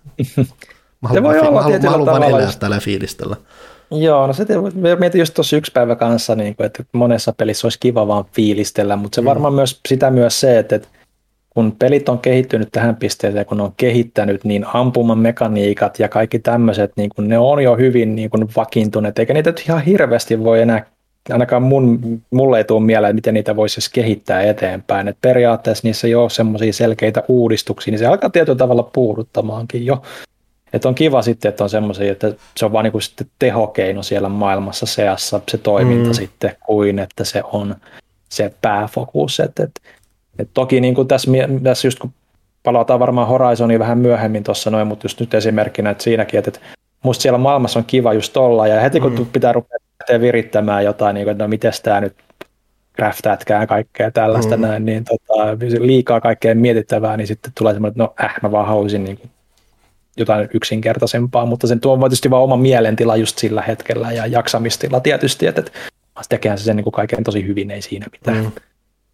mä haluan, fi- mä haluan, mä haluan vaan elää täällä ja fiilistellä. Joo, no se mietin just tuossa yksi päivä kanssa, niin kuin, että monessa pelissä olisi kiva vaan fiilistellä, mutta se mm. varmaan myös sitä myös se, että, että kun pelit on kehittynyt tähän pisteeseen, kun ne on kehittänyt, niin ampuman mekaniikat ja kaikki tämmöiset, niin kuin ne on jo hyvin niin kuin vakiintuneet, eikä niitä ihan hirveästi voi enää, ainakaan mun, mulle ei tule mieleen, miten niitä voisi kehittää eteenpäin, että periaatteessa niissä ei ole semmoisia selkeitä uudistuksia, niin se alkaa tietyllä tavalla puuduttamaankin jo. Että on kiva sitten, että on semmoisia, että se on vaan niin kuin sitten tehokeino siellä maailmassa seassa se toiminta mm. sitten, kuin että se on se pääfokus. Et, et, et toki niin kuin tässä, tässä just kun palataan varmaan Horizoniin vähän myöhemmin tuossa noin, mutta just nyt esimerkkinä, että siinäkin, että, että musta siellä maailmassa on kiva just olla, ja heti kun mm. pitää rupea virittämään jotain, niin kuin, että no mites tämä nyt craftätkään kaikkea tällaista mm. näin, niin tota, liikaa kaikkea mietittävää, niin sitten tulee semmoinen, että no äh, mä vaan haluaisin niin kuin jotain yksinkertaisempaa, mutta sen tuo on tietysti vaan oma mielentila just sillä hetkellä ja jaksamistila tietysti, että, että tekehän se sen niin kuin kaiken tosi hyvin, ei siinä mitään. Mm.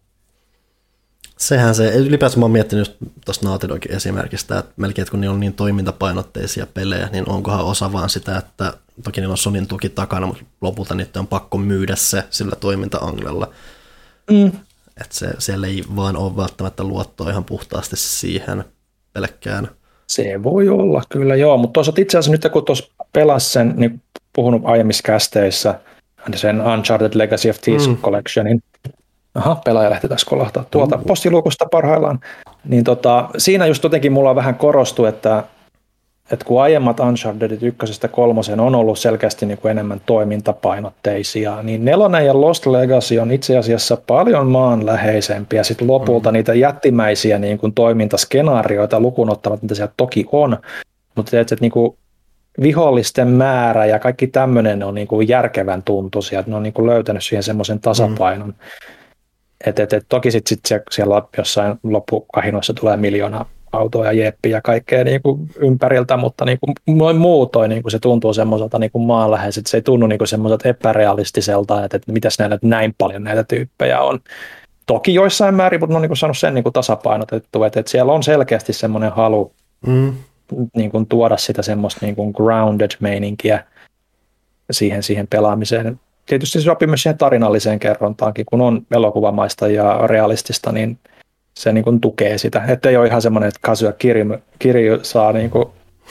Sehän se, ylipäätään mä oon miettinyt tuosta Naughty Dogin esimerkistä, että melkein että kun niillä on niin toimintapainotteisia pelejä, niin onkohan osa vaan sitä, että toki niillä on Sonyn tuki takana, mutta lopulta niitä on pakko myydä se sillä toiminta-anglella. Mm. Että se, siellä ei vaan ole välttämättä luottoa ihan puhtaasti siihen pelkkään. Se voi olla kyllä, joo, mutta toisaalta itse asiassa nyt kun tuossa pelasi sen, niin puhunut aiemmissa kästeissä, sen Uncharted Legacy of Thieves mm. Collectionin, aha, pelaajalehti taisi kolahtaa tuolta mm. postiluukusta parhaillaan, niin tota, siinä just jotenkin mulla vähän korostui, että, että kun aiemmat Unchartedit ykkösestä kolmoseen on ollut selkeästi niin kuin enemmän toimintapainotteisia, niin nelonen ja Lost Legacy on itse asiassa paljon maanläheisempiä, sitten lopulta mm. niitä jättimäisiä niin kuin toimintaskenaarioita lukuun ottavat, mitä siellä toki on, mutta että, että niin kuin vihollisten määrä ja kaikki tämmöinen on niin kuin järkevän tuntuisia, että ne on niin kuin löytänyt siihen semmoisen tasapainon. Mm. Et, et, et, toki sitten sit siellä jossain loppukahinoissa tulee miljoona autoja, jeppiä ja kaikkea niin kuin ympäriltä, mutta niin kuin noin muutoin niin kuin se tuntuu semmoiselta niin kuin maanläheiseltä, se ei tunnu niin kuin semmoiselta epärealistiselta, että, että mitäs näillä näin paljon näitä tyyppejä on. Toki joissain määrin, mutta ne on niin kuin saanut sen niin kuin tasapainotettu, että, että siellä on selkeästi semmoinen halu mm. niin kuin tuoda sitä semmoista niin kuin grounded-meininkiä siihen, siihen pelaamiseen. Tietysti se sopii myös siihen tarinalliseen kerrontaankin, kun on elokuvamaista ja realistista, niin se niin kuin tukee sitä. Että ei ole ihan semmoinen, että Kazuya Kiryu, Kiryu saa, niin kuin,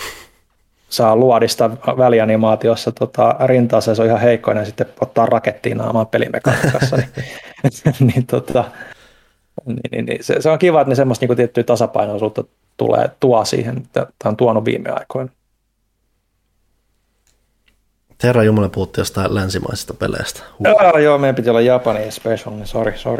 saa luodista välianimaatiossa tota, rintaansa, se on ihan heikkoinen ja sitten ottaa rakettiin naamaan pelimekaniikassa. niin, niin, tota, niin, niin, niin se, se on kiva, että ne semmoista niin kuin tiettyä tasapainoisuutta tulee, tuo siihen. Tämä on tuonut viime aikoina. Herra Jumala, puhuttiin jostain länsimaisista peleistä. Huh. Joo, joo, meidän piti olla Japani special, niin sorry, sorry.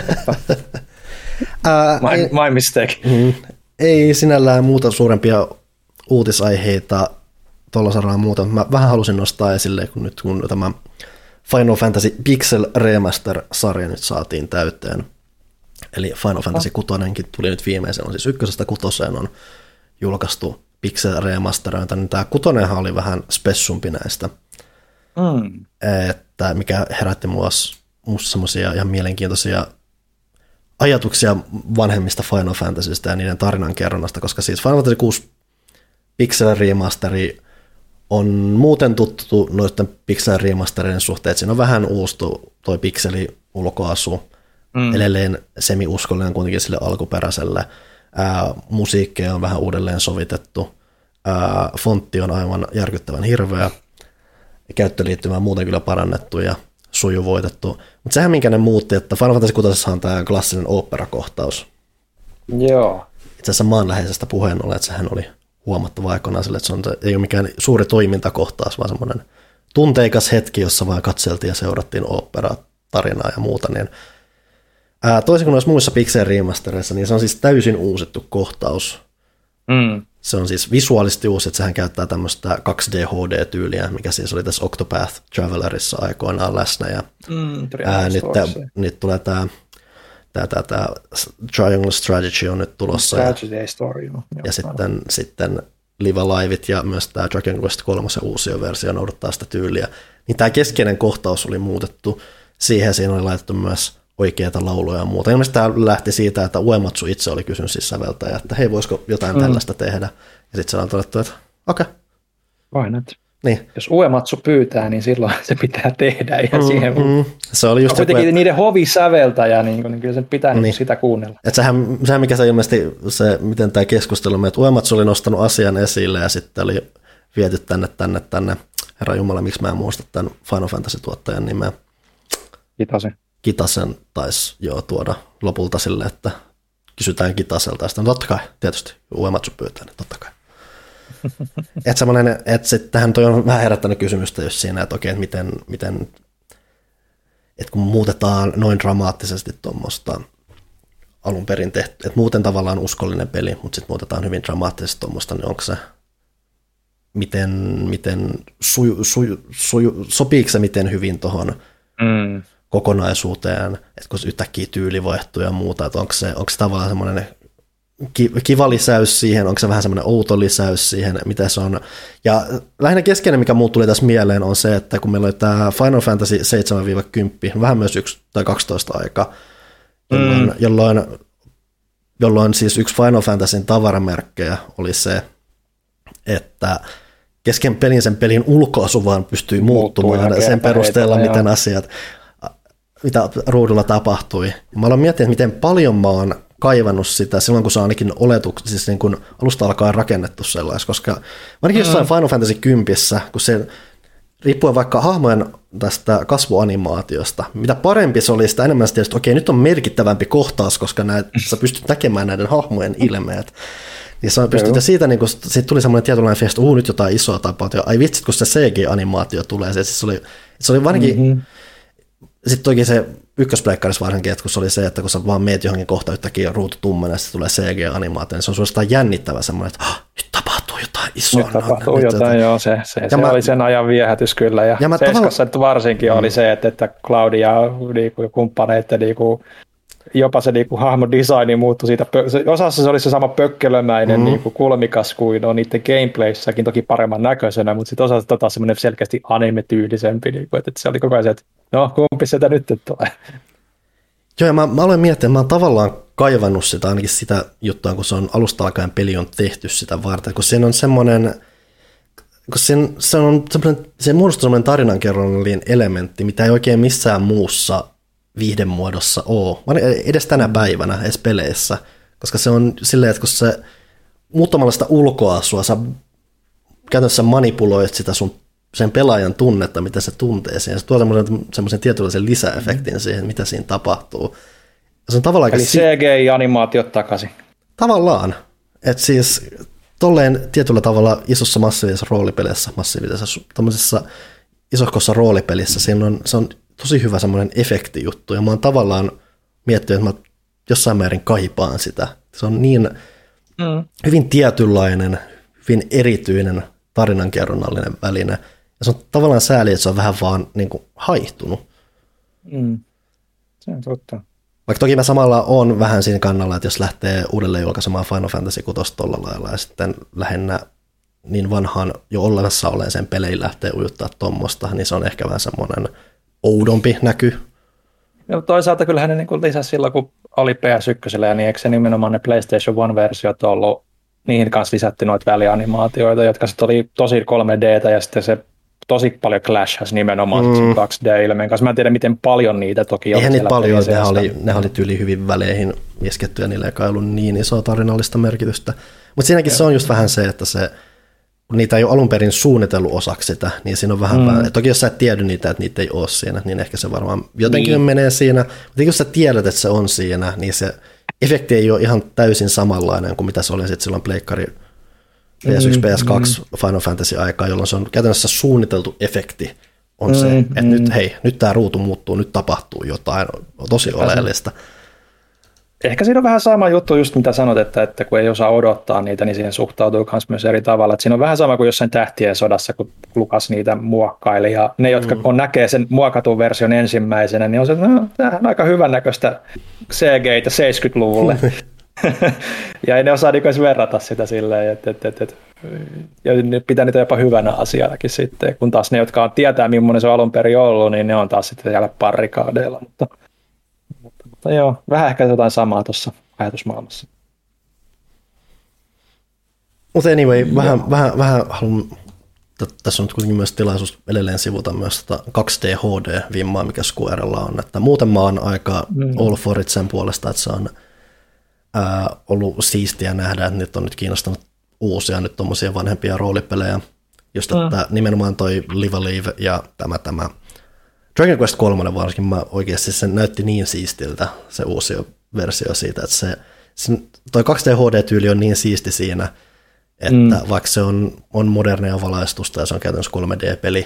uh, my, ei, my mistake. Mm, ei sinällään muuta suurempia uutisaiheita tuolla saralla muuta. Mä vähän halusin nostaa esille, kun nyt kun tämä Final Fantasy Pixel Remaster-sarja nyt saatiin täyteen. Eli Final Fantasy kuusi tuli nyt viimeisen, on siis ykkösestä kutoseen on julkaistu Pixel Remasterointa, niin tämä kutonenhan oli vähän spessumpi näistä, mm. että mikä herätti musta semmoisia ihan mielenkiintoisia ajatuksia vanhemmista Final Fantasystä ja niiden tarinan kerronnasta, koska siis Final Fantasy kuusi Pixel Remasteri on muuten tuttu noiden Pixel Remasterien suhteen, että siinä on vähän uustu toi pikseli ulkoasu, mm. edelleen semi-uskollinen kuitenkin sille alkuperäiselle. Ää, musiikkeja on vähän uudelleen sovitettu, ää, fontti on aivan järkyttävän hirveä, käyttöliittymä on muuten kyllä parannettu ja sujuvoitettu, mutta sehän minkä ne muutti, että Final Fantasy kuusi on tämä klassinen operakohtaus. Joo. Itse asiassa maanläheisestä puheen ollen, että sehän oli huomattava aikanaan sille, että se on, ei ole mikään suuri toimintakohtaus, vaan semmoinen tunteikas hetki, jossa vaan katseltiin ja seurattiin operaa, tarinaa ja muuta, niin Ää, toisin kuin noissa muissa Pixel Remastereissa, niin se on siis täysin uusittu kohtaus. Mm. Se on siis visuaalisesti uusi, että sehän käyttää tämmöistä kaksi D H D-tyyliä, mikä siis oli tässä Octopath Travelerissa aikoinaan läsnä. Ja, mm, ää, nyt, tää, nyt tulee tämä Tämä, tämä, tämä Triangle Strategy on nyt tulossa. Strategy story, no. Ja, ja sitten, sitten Live Aliveit ja myös tämä Dragon Quest kolme uusi versio noudattaa sitä tyyliä. Niin tämä keskeinen kohtaus oli muutettu. Siihen siinä oli laitettu myös oikeita lauluja ja muuta. Ilmeisesti tämä lähti siitä, että Uematsu itse oli kysynyt siis säveltäjä, että hei, voisiko jotain mm. tällaista tehdä. Ja sitten se on todettu, että okei. Okay. Why not? Niin. Jos Uematsu pyytää, niin silloin se pitää tehdä. Ja mm, siihen, mm. Se oli just kuitenkin se, niiden hovisäveltäjä, niin, niin kyllä sen pitää niin. sitä kuunnella. Et sehän, sehän, mikä se ilmeisesti, se, miten tämä keskustelu, että Uematsu oli nostanut asian esille ja sitten oli viety tänne, tänne, tänne. Herra Jumala, miksi mä en muista tämän Final Fantasy-tuottajan nimeä? Kitasen. Kitasen taisi jo tuoda lopulta sille, että kysytään Kitaselta. Ja sitten totta kai, tietysti Uematsu pyytää, niin totta kai. Että semmoinen, että sittenhän toi on vähän herättänyt kysymystä just siinä, että okei, että miten, miten että kun muutetaan noin dramaattisesti tuommoista alun perin tehty, että muuten tavallaan uskollinen peli, mutta sitten muutetaan hyvin dramaattisesti tuommoista, niin onko se, miten, miten suju, suju, suju, sopiiko se miten hyvin tuohon mm. kokonaisuuteen, että kun yhtäkkiä tyyli vaihtuu ja muuta, että onko se, onko se tavallaan semmoinen kiva lisäys siihen, onko se vähän semmoinen outo lisäys siihen, mitä se on. Ja lähinnä keskeinen, mikä muut tuli tässä mieleen, on se, että kun meillä oli tämä Final Fantasy seitsemän kymmenen, vähän myös yksi tai kaksitoista aika, jolloin, mm. jolloin, jolloin siis yksi Final Fantasyn tavaramerkkejä oli se, että kesken pelin sen pelin ulkoasu vaan pystyi muuttumaan sen perusteella, heitä, miten joo. asiat, mitä ruudulla tapahtui. Ja mä aloin miettiä, että miten paljon mä oon kaivannut sitä silloin, kun se on ainakin oletuksessa, siis niin kuin alusta alkaen rakennettu sellaista, koska ainakin jossain mm. Final Fantasy kymmenen, kun se riippuen vaikka hahmojen tästä kasvuanimaatiosta, mitä parempi se oli, sitä enemmän se tietysti, okei, nyt on merkittävämpi kohtaus, koska näet, sä pystyt näkemään näiden hahmojen ilmeet. Niin se pystyt, ja siitä, niin kun, siitä tuli semmoinen tietynlainen fiesta, uu, nyt jotain isoa tapahtuu, ai vitsit, kun se C G-animaatio tulee, se, siis oli, se oli varsinkin, mm-hmm. sitten toki se ykköspleikkarissa varsinkin, että kun se oli se, että kun sä vaan meet johonkin kohta yhtäkkiä ruutu tummena, ja sitten tulee C G-animaatio, niin se on suorastaan jännittävä semmoinen, että oh, nyt tapahtuu jotain isoa. Nyt tapahtuu no, jotain, nyt, joo, se, se, se mä, oli sen ajan viehätys kyllä, ja, ja Seiskassa tavalla varsinkin mm. oli se, että, että Claudia niinku, ja kumppaneiden niinku, jopa se niinku, hahmodesigni muuttui siitä, osassa se oli se sama pökkelömäinen mm. niinku, kulmikas kuin on niiden gameplayssakin toki paremman näköisenä, mutta sitten osassa tota semmoinen selkeästi anime-tyylisempi, niinku, että, että se oli koko ajan se, että no kumpi sitä nyt tulee. Joo, ja mä, mä aloin miettiä, että mä oon tavallaan kaivannut sitä, ainakin sitä juttua, kun se on alusta alkaen peli on tehty sitä varten, kun siinä on semmoinen, kun sen, se on semmoinen, se muodostuu semmoinen tarinankerronnallinen elementti, mitä ei oikein missään muussa viihdemuodossa ole, edes tänä päivänä, edes peleissä, koska se on silleen, että kun se muuttamalla sitä ulkoasua, sä käytännössä manipuloit sitä sun sen pelaajan tunnetta, mitä se tuntee siihen. Se tuo semmoisen, semmoisen tietynlaisen lisäefektin mm-hmm. siihen, mitä siinä tapahtuu. Se on tavallaan eli C G I-animaatiot takaisin. Tavallaan. Että siis tolleen tietyllä tavalla isossa massiivisessa roolipelissä, massiivisessa tommosessa isohkossa roolipelissä, siinä on, se on tosi hyvä semmoinen efektijuttu. Ja mä oon tavallaan miettinyt, että mä jossain määrin kaipaan sitä. Se on niin mm. hyvin tietynlainen, hyvin erityinen tarinankerronnallinen väline. Ja se on tavallaan sääli, että se on vähän vaan niin kuin haihtunut. Mm. Se on totta. Vaikka toki mä samalla on vähän siinä kannalla, että jos lähtee uudelleen julkaisemaan Final Fantasy kuusi tolla lailla ja sitten lähinnä niin vanhaan jo olemassa olleen sen pelein lähtee ujuttaa tuommoista, niin se on ehkä vähän semmoinen oudompi näky. No, toisaalta kyllähän ne niin lisäsi silloin, kun oli P S yksi, ja niin eikö se nimenomaan ne PlayStation One-versiot ollut, niihin kanssa lisättiin noita välianimaatioita, jotka sitten oli tosi kolme D:tä ja sitten se tosi paljon clashasi nimenomaan mm. kaksi D-ilmeen kanssa. Mä en tiedä, miten paljon niitä toki oli. Eihän niitä paljon, ne oli, ne oli tyyli hyvin väleihin isketty ja niillä ei kai ollut niin isoa tarinallista merkitystä. Mutta siinäkin ja. se on just vähän se, että se, kun niitä ei ole alun perin suunnitellut osaksi sitä, niin siinä on vähän, mm. vähän toki jos sä et tiedä niitä, että niitä ei ole siinä, niin ehkä se varmaan jotenkin niin. menee siinä. Mutta jos sä tiedät, että se on siinä, niin se efekti ei ole ihan täysin samanlainen kuin mitä se oli sitten silloin pleikkari P S yksi, P S kaksi, mm. Final Fantasy-aikaa, jolloin se on käytännössä suunniteltu efekti on se, mm. että mm. nyt hei, nyt tämä ruutu muuttuu, nyt tapahtuu jotain, on tosi oleellista. Ehkä siinä on vähän sama juttu, just mitä sanot, että, että kun ei osaa odottaa niitä, niin siihen suhtautuu myös eri tavalla. Että siinä on vähän sama kuin jossain Tähtien sodassa, kun Lukas niitä muokkaili. Ja ne, jotka mm. on, näkee sen muokatun version ensimmäisenä, niin on se, että no, tämähän on aika hyvän näköistä C G:tä seitsemänkymmentäluvulle. Ja ei ne osaa niin verrata sitä silleen, että, että, että, että ja pitää niitä jopa hyvänä asianakin sitten. Kun taas ne, jotka on, tietää, millainen se on alun perin ollut, niin ne on taas sitten siellä barrikaadeilla. Mutta Mutta joo, vähän ehkä jotain samaa tuossa ajatusmaailmassa. Mutta anyway, vähän, vähän, vähän haluan, tässä on nyt kuitenkin myös tilaisuus edelleen sivuta myös tota kaksi D H D-vimmaa, mikä Squarella on. Että muuten mä oon aika mm. all for it sen puolesta, että se on ää, ollut siistiä nähdä, että nyt on nyt kiinnostanut uusia nyt tommosia vanhempia roolipelejä. Just että mm. nimenomaan toi Live Alive ja tämä tämä Dragon Quest kolme varsinkin mä oikeasti se näytti niin siistiltä, se uusi versio siitä, että se, se toi kaksi D H D-tyyli on niin siisti siinä, että mm. vaikka se on, on modernia valaistusta ja se on käytännössä kolme D-peli,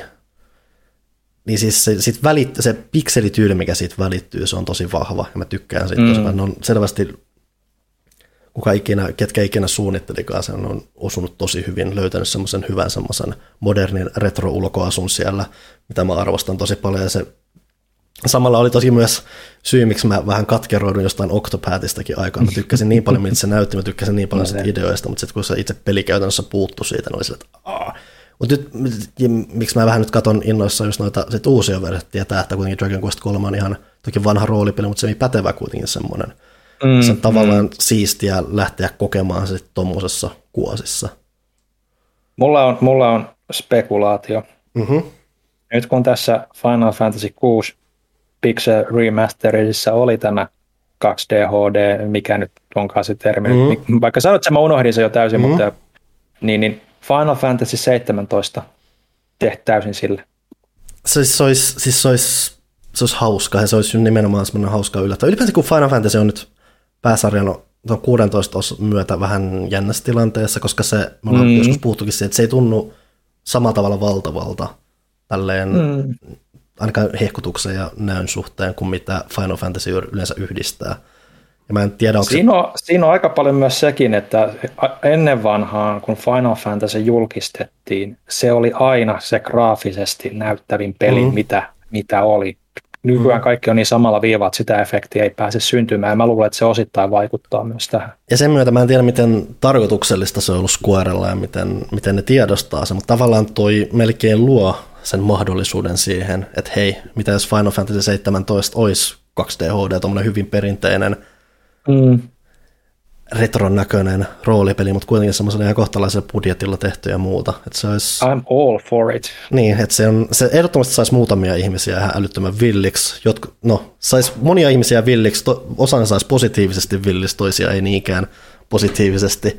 niin siis se, sit välit, se pikselityyli, mikä siitä välittyy, se on tosi vahva ja mä tykkään siitä mm. tosi paljon. Ne on selvästi, kuka ikinä, ketkä ikinä suunnittelikaan, se on osunut tosi hyvin, löytänyt semmoisen hyvän semmoisen modernin retro-ulkoasun siellä, mitä mä arvostan tosi paljon. Ja se samalla oli tosi myös syy, miksi mä vähän katkeroidun jostain Octopaathistakin aikaan. Mä tykkäsin niin paljon, miltä se näytti, mä tykkäsin niin paljon siitä ideoista, mutta sitten kun se itse peli käytännössä puuttui siitä, niin oli sille, että aah. Mutta nyt, miksi mä vähän nyt katon innoissa just noita sit uusia versioita, tietää, että kuitenkin Dragon Quest kolme on ihan toki vanha roolipeli, mutta se ei pätevä kuitenkin semmoinen. Mm, se on tavallaan mm. siistiä lähteä kokemaan se tuommoisessa kuosissa. Mulla on, mulla on spekulaatio. Mm-hmm. Nyt kun tässä Final Fantasy kuusi Pixel Remasteredissa oli tämä kaksi D H D, mikä nyt onkaan se termi, mm-hmm. vaikka sanot, että mä unohdin se jo täysin, mm-hmm. mutta niin, niin Final Fantasy seitsemäntoista tehty täysin sille. Se, se, olisi, siis se, olisi, se olisi hauska ja se olisi nimenomaan semmoinen hauska yllättävä. Ylipäänsä kun Final Fantasy on nyt pääsarjan on kuusitoista myötä vähän jännässä tilanteessa, koska se, me ollaan mm. joskus puhuttukin siitä, että se ei tunnu samalla tavalla valtavalta tälleen mm. ainakaan hehkutuksen ja näön suhteen kuin mitä Final Fantasy yleensä yhdistää. Ja mä en tiedä, onko siinä, on, se... siinä on aika paljon myös sekin, että ennen vanhaan, kun Final Fantasy julkistettiin, se oli aina se graafisesti näyttävin peli, mm. mitä, mitä oli. Nykyään mm. kaikki on niin samalla viivalla, että sitä efektiä ei pääse syntymään. Mä luulen, että se osittain vaikuttaa myös tähän. Ja sen myötä mä en tiedä, miten tarkoituksellista se on ollut Squarella ja miten, miten ne tiedostaa se, mutta tavallaan toi melkein luo sen mahdollisuuden siihen, että hei, mitä jos Final Fantasy seitsemäntoista olisi kaksi D H D, tommoinen hyvin perinteinen mm. retron näköinen roolipeli, mutta kuitenkin semmoisella ihan kohtalaisella budjetilla tehty ja muuta. Että se olisi... I'm all for it. Niin, että se, on, se ehdottomasti saisi muutamia ihmisiä ihan älyttömän villiksi. Jotkut, no, saisi monia ihmisiä villiksi, to, osan saisi positiivisesti villiksi, toisia ei niinkään positiivisesti.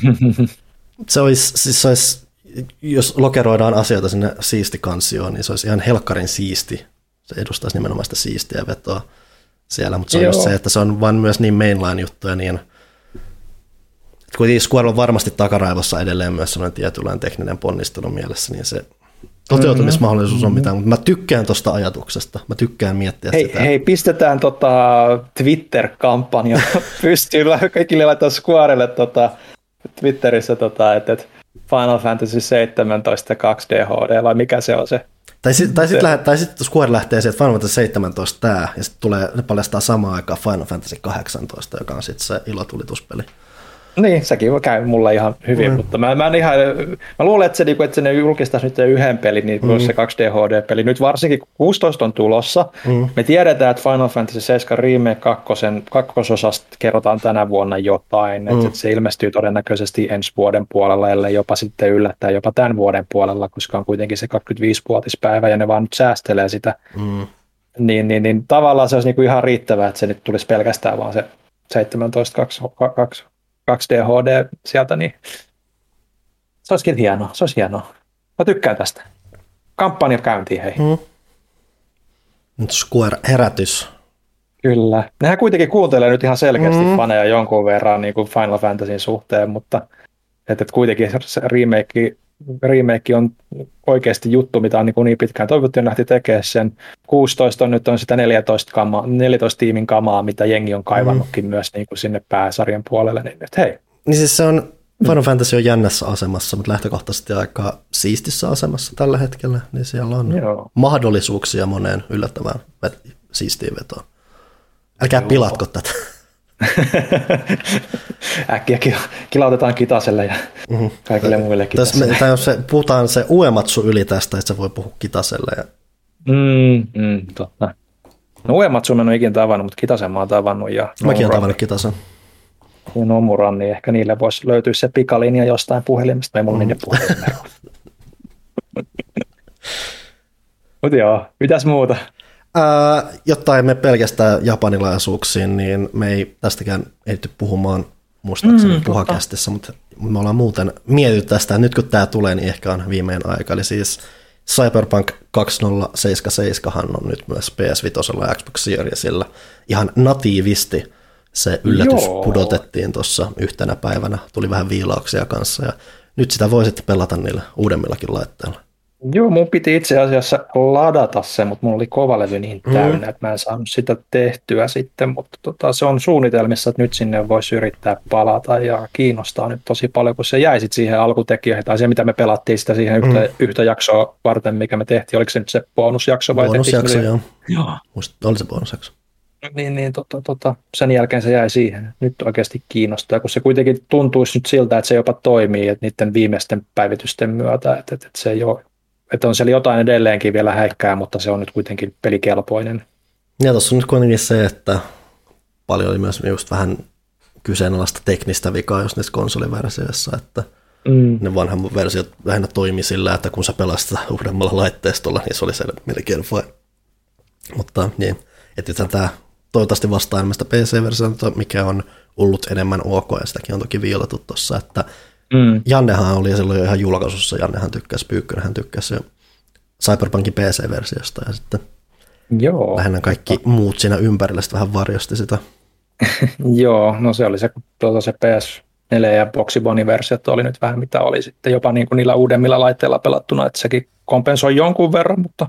se olisi, siis se olisi, jos lokeroidaan asioita sinne siistikansioon, niin se olisi ihan helkkarin siisti. Se edustaisi nimenomaan sitä siistiä vetoa siellä, mutta se on Joo. just se, että se on vain myös niin mainline juttuja, niin kuitenkin Square on varmasti takaraivossa edelleen myös sellainen tietynlainen tekninen ponnistelu mielessä, niin se toteutumismahdollisuus on mitään, mutta mä tykkään tuosta ajatuksesta, mä tykkään miettiä hei, sitä. Hei, pistetään tota Twitter-kampanja pystyyn, kaikille laittaa Squarelle tota, Twitterissä, tota, että et Final Fantasy seitsemäntoista kaksi D H D, vai mikä se on se? Tai sitten sit lähe, sit Square lähtee sieltä Final Fantasy seitsemäntoista tää, ja sitten tulee, ne paljastaa samaan aikaan Final Fantasy kahdeksantoista, joka on sitten se ilotulituspeli. Niin, sekin käy mulla ihan hyvin, mm. mutta mä, mä, en ihan, mä luulen, että se, että se ne julkistaisi nyt yhden pelin, niin mm. se kaksi D H D-peli. Nyt varsinkin kun kuusitoista on tulossa, mm. me tiedetään, että Final Fantasy seitsemän Remake kakkososasta kerrotaan tänä vuonna jotain, mm. että se ilmestyy todennäköisesti ensi vuoden puolella, ellei jopa sitten yllättää jopa tämän vuoden puolella, koska on kuitenkin se kaksikymmentäviisivuotispäivä ja ne vaan nyt säästelee sitä. Mm. Niin, niin, niin tavallaan se olisi niinku ihan riittävää, että se nyt tulisi pelkästään vaan se seitsemäntoista kaksi kaksi D H D sieltä, niin se olisikin hienoa, se olisi hienoa. Mä tykkään tästä. Kampanja käyntiin, hei. Mm. Nyt Square-herätys. Kyllä. Nehän kuitenkin kuuntelee nyt ihan selkeästi mm. faneja jonkun verran niin kuin Final Fantasyn suhteen, mutta että et kuitenkin se remake remake on oikeasti juttu, mitä on niin, niin pitkään toivottu ja nähty tekemään sen. kuusitoista on nyt on sitä neljätoista, kamaa, neljätoista tiimin kamaa, mitä jengi on kaivannutkin mm. myös niin kuin sinne pääsarjan puolelle, niin nyt hei. Niin siis se on, Final mm. Fantasy on jännässä asemassa, mutta lähtökohtaisesti aika siistissä asemassa tällä hetkellä, niin siellä on Joo. mahdollisuuksia moneen yllättävään siistiin vetoon. Älkää Joo. pilatko tätä. Äkkiä kilautetaan Kitaselle ja mm-hmm. kaikille muillekin. Me, tai jos se, puhutaan se Uematsu yli tästä, että se voi puhua Kitaselle. Ja... Mm, mm, totta. No Uematsu mä en ole ikinä tavannut, mutta Kitasen mä oon tavannut. Ja Mäkin olen tavannut Kitasen. Ja Nomuran, niin ehkä niille voisi löytyä se pikalinja jostain puhelimesta. Ei mulla mm. niiden puhelimia. Mutta joo, mitäs muuta? Ää, jotta emme pelkästään japanilaisuuksiin, niin me ei tästäkään ehditty puhumaan muistaakseni mm, puhakästissä, mutta me ollaan muuten mietitty tästä, nyt kun tämä tulee, niin ehkä on viimein aika. Eli siis Cyberpunk kaksituhattaseitsemänkymmentäseitsemän on nyt myös P S viisi ja Xbox Seriesillä ihan natiivisti. Se yllätys Joo. pudotettiin tuossa yhtenä päivänä, tuli vähän viilauksia kanssa ja nyt sitä voi sitten pelata niillä uudemmillakin laitteilla. Joo, mun piti itse asiassa ladata se, mutta mulla oli kovalevy niin täynnä, mm. että mä en saanut sitä tehtyä sitten, mutta tota, se on suunnitelmissa, että nyt sinne voisi yrittää palata ja kiinnostaa nyt tosi paljon, kun se jäi sitten siihen alkutekijöihin tai se, mitä me pelattiin sitä siihen mm. yhtä, yhtä jaksoa varten, mikä me tehtiin. Oliko se nyt se bonusjakso vai? Bonusjakso, joo. joo. Musta, oli se bonusjakso. Niin, niin tota, tota, sen jälkeen se jäi siihen. Nyt oikeasti kiinnostaa, kun se kuitenkin tuntuisi nyt siltä, että se jopa toimii, että niiden viimeisten päivitysten myötä, että, että, että se ei ole, että on siellä jotain edelleenkin vielä häikkää, mutta se on nyt kuitenkin pelikelpoinen. Ja tuossa on nyt kuitenkin se, että paljon oli myös just vähän kyseenalaista teknistä vikaa just niissä konsoliversioissa, että mm. ne vanhemmat versiot lähinnä toimi sillä, että kun sä pelasit sitä uudemmalla laitteistolla, niin se oli se melkein fine. Mutta niin, että nythän tämä toivottavasti vastaa enemmän sitä P C-versiota, mikä on ollut enemmän ok, ja sitäkin on toki viilattu tuossa, että mm. Jannehan oli silloin jo ihan julkaisussa, Jannehan tykkäsi, Pyykkönenhän tykkäsi Cyberpunkin P C-versiosta, ja sitten Joo, lähinnä kaikki mutta... muut siinä ympärillä sitten vähän varjosti sitä. Joo, no se oli se, tuota se P S neljä ja Boxy One-versiot oli nyt vähän mitä oli sitten jopa niin kuin niillä uudemmilla laitteilla pelattuna, että sekin kompensoi jonkun verran, mutta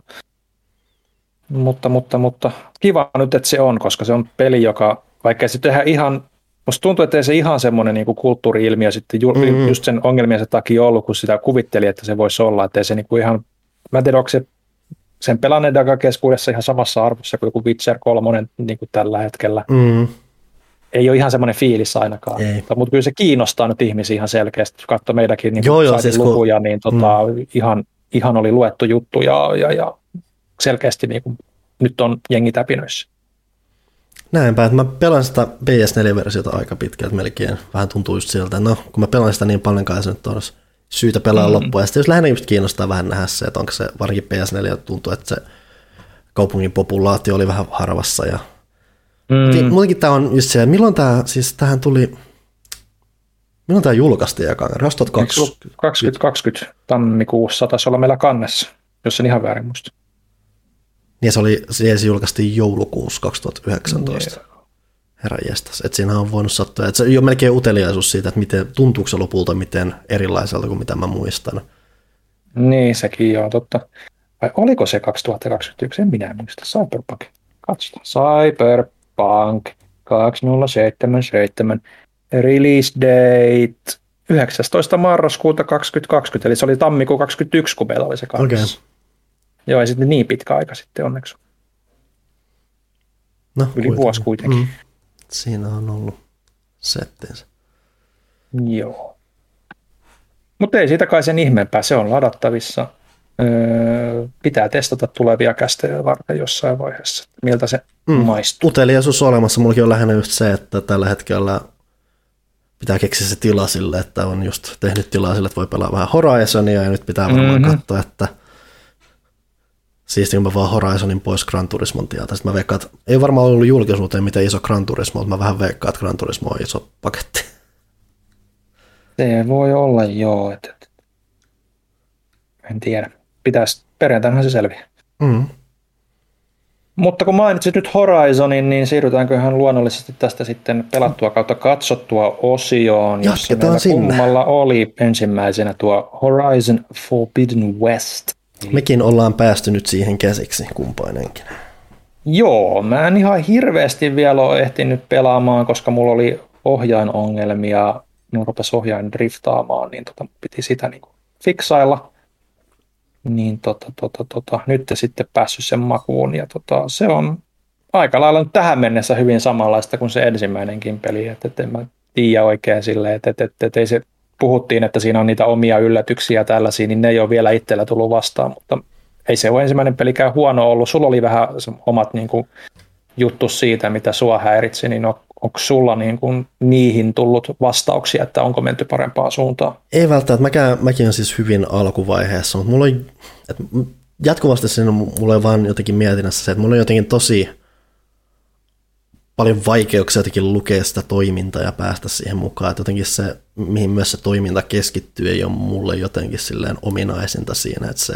Mutta, mutta, mutta kiva nyt, että se on, koska se on peli, joka, vaikka se tehdään ihan, musta tuntuu, että ei se ihan semmoinen niin kuin kulttuuri-ilmiö sitten ju, mm-hmm. just sen ongelmien takia ollut, kun sitä kuvitteli, että se voisi olla, että ei se niin kuin ihan, mä en tiedä, onko se sen pelanneiden keskuudessa ihan samassa arvossa kuin joku Witcher kolme niin kuin tällä hetkellä. Mm-hmm. Ei ole ihan semmoinen fiilis ainakaan, mutta kyllä se kiinnostaa nyt ihmisiä ihan selkeästi, jos katsoo meidänkin niin joo, joo, siis lukuja, kun... niin tota, mm. ihan, ihan oli luettu juttu ja, ja, ja selkeästi niin kuin nyt on jengi täpinöissä. Näinpä, että mä pelaan sitä P S neljä-versiota aika pitkälti melkein. Vähän tuntuu just siltä, no kun mä pelaan sitä niin paljon, kai se nyt olisi syytä pelaa mm. loppuun. Ja sitten jos lähinnä just kiinnostaa vähän nähdä se, että onko se varsinkin P S neljä tuntuu, että se kaupungin populaatio oli vähän harvassa. Ja... Mm. Muutenkin tämä on just se, milloin tämä, siis tähän tuli, milloin tämä julkaistiin ekaan? kaksituhattakaksikymmentä kaksituhattakaksikymmentä tammikuussa taisi olla meillä kannessa, jos en ihan väärin muista. Niin se oli, se julkaistiin joulukuussa kaksituhattayhdeksäntoista. Yeah. Herra jestas, että siinä on voinut sattua. Että se ei ole melkein uteliaisuus siitä, että miten, tuntuuko se lopulta miten erilaiselta kuin mitä mä muistan. Niin, sekin on totta. Vai oliko se kaksituhattakaksikymmentäyksi? En minä muista. Cyberpunk. Katsotaan. Cyberpunk kaksituhattaseitsemänkymmentäseitsemän. Release date yhdeksästoista marraskuuta kaksituhattakaksikymmentä. Eli se oli tammikuun kaksikymmentäyksi, kun meillä oli se kanssa. Okay. Joo, ei sitten niin pitkä aika sitten onneksi. No, Yli kuitenkin. vuosi kuitenkin. Mm. Siinä on ollut settinsä. Joo. Mutta ei siitä kai sen ihmeempää, se on ladattavissa. Öö, pitää testata tulevia kästejä varten jossain vaiheessa, miltä se mm. maistuu. Uteliaisuus on olemassa. Mullakin on lähinnä just se, että tällä hetkellä pitää keksiä se tila sille, että on just tehnyt tilaa sille, että voi pelaa vähän Horizonia ja nyt pitää varmaan mm-hmm. katsoa, että siisti, kun mä vaan Horizonin pois Gran Turismon tieltä. Sitten mä veikkaan, että ei varmaan ollut julkisuuteen miten iso Gran Turismo, mutta mä vähän veikkaan, että Gran Turismo on iso paketti. Se voi olla joo. Että... En tiedä. Pitäisi, perjantainahan se selviää. Mm. Mutta kun mainitsit nyt Horizonin, niin siirrytäänköhän luonnollisesti tästä sitten pelattua kautta katsottua osioon, jossa Jatketaan meillä sinne. kummalla oli ensimmäisenä tuo Horizon Forbidden West. Mekin ollaan päästy nyt siihen käsiksi kumpainenkin. Joo, mä en ihan hirveästi vielä ole ehtinyt pelaamaan, koska mulla oli ohjainongelmia, minun rupesi ohjain driftaamaan, niin tota, piti sitä niin kuin fiksailla. Niin tota, tota, tota, nyt sitten päässyt sen makuun, ja tota, se on aika lailla nyt tähän mennessä hyvin samanlaista kuin se ensimmäinenkin peli, että et en mä tiedä oikein silleen, että et, et, et ei se, puhuttiin, että siinä on niitä omia yllätyksiä tällaisia, niin ne ei ole vielä itsellä tullut vastaan, mutta ei se ole ensimmäinen pelikään huono ollut. Sulla oli vähän omat niin kuin, juttu siitä, mitä sua häiritsi, niin on, onko sulla niin kuin, niihin tullut vastauksia, että onko menty parempaan suuntaan? Ei välttämättä, mäkään, mäkin on siis hyvin alkuvaiheessa, mutta mulla on, että jatkuvasti siinä mulla on vaan jotenkin mietinnässä se, että mulla on jotenkin tosi paljon vaikeuksia jotenkin lukea sitä toimintaa ja päästä siihen mukaan, että jotenkin se, mihin myös se toiminta keskittyy, ei ole mulle jotenkin silleen ominaisinta siinä, että se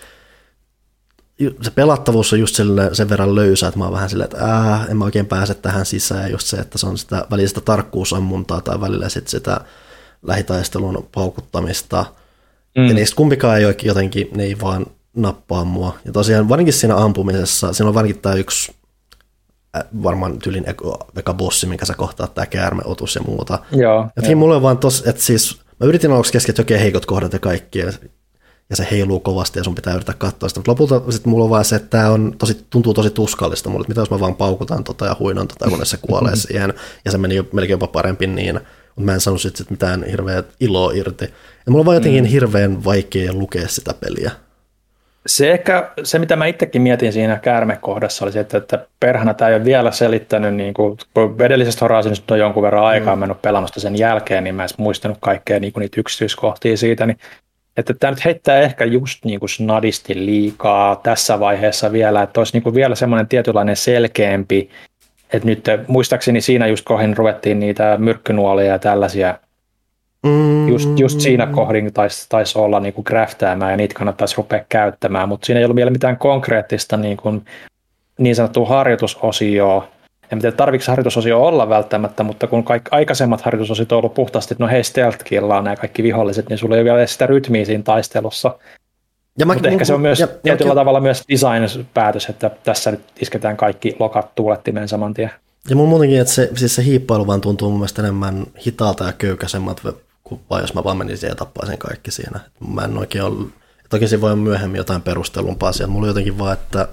se pelattavuus on just sen verran löysä, että mä oon vähän silleen, että ää, en mä oikein pääse tähän sisään, just se, että se on sitä välillä sitä tarkkuusammuntaa tai välillä sit sitä lähitaistelun paukuttamista. Mm. Ja niistä kumpikaan ei oikein jotenkin, ne ei vaan nappaa mua. Ja tosiaan varsinkin siinä ampumisessa, siinä on varsinkin tämä yksi varmaan tyylin eka bossi, minkä sä kohtaat, tämä käärmeotus ja muuta. Joo. Ja mulla on vaan tos, että siis mä yritin aluksi keskittyä oikein heikot kohdat ja kaikki, ja se heiluu kovasti ja sun pitää yrittää katsoa sitä. Mutta lopulta sit mulla on vaan se, että tämä on tosi, tuntuu tosi tuskallista mulle, että mitä jos mä vaan paukutan tota ja huinon tota, kunnes se kuolee siihen. Ja se meni jo melkein jopa parempi niin, mutta mä en saanut sit, sit mitään hirveä iloa irti. Ja mulla on vaan jotenkin mm. hirveän vaikea lukea sitä peliä. Se ehkä, se mitä mä itsekin mietin siinä käärmekohdassa oli se, että, että perhana tämä ei ole vielä selittänyt, niin kuin, kun edellisestä Horizonista on jonkun verran aikaa mm. mennyt pelannut sen jälkeen, niin mä en muistanut kaikkea niin kuin niitä yksityiskohtia siitä, niin että tämä nyt heittää ehkä just niin kuin snadisti liikaa tässä vaiheessa vielä, että olisi niin kuin vielä semmoinen tietynlainen selkeämpi, että nyt muistaakseni siinä just kohdin ruvettiin niitä myrkkynuolia ja tällaisia, mm. just, just siinä kohdin taisi, taisi olla niin kuin craftaamään ja niitä kannattaisi rupea käyttämään, mutta siinä ei ollut vielä mitään konkreettista niin, kuin, niin sanottua harjoitusosioa. En tiedä, tarvitseeko harjoitusosio olla välttämättä, mutta kun kaikki aikaisemmat harjoitusosiot on ollut puhtaasti, että no hei, stealth-killaa nämä kaikki viholliset, niin sulla ei ole vielä sitä rytmiä siinä taistelussa. Ja mutta mä, ehkä se on myös ja, tietyllä ja, tavalla myös design-päätös, että tässä nyt isketään kaikki lokat tuulettimeen saman tien. Ja mun muutenkin, että se, siis se hiippailu vaan tuntuu mun mielestä enemmän hitaalta ja köykäisemmat, kuin vaan jos mä vaan menisin ja tappaisin kaikki siinä. Mä en oikein ole, toki se voi olla myöhemmin jotain perustelumpaa asiaa, mulla on jotenkin vaan, että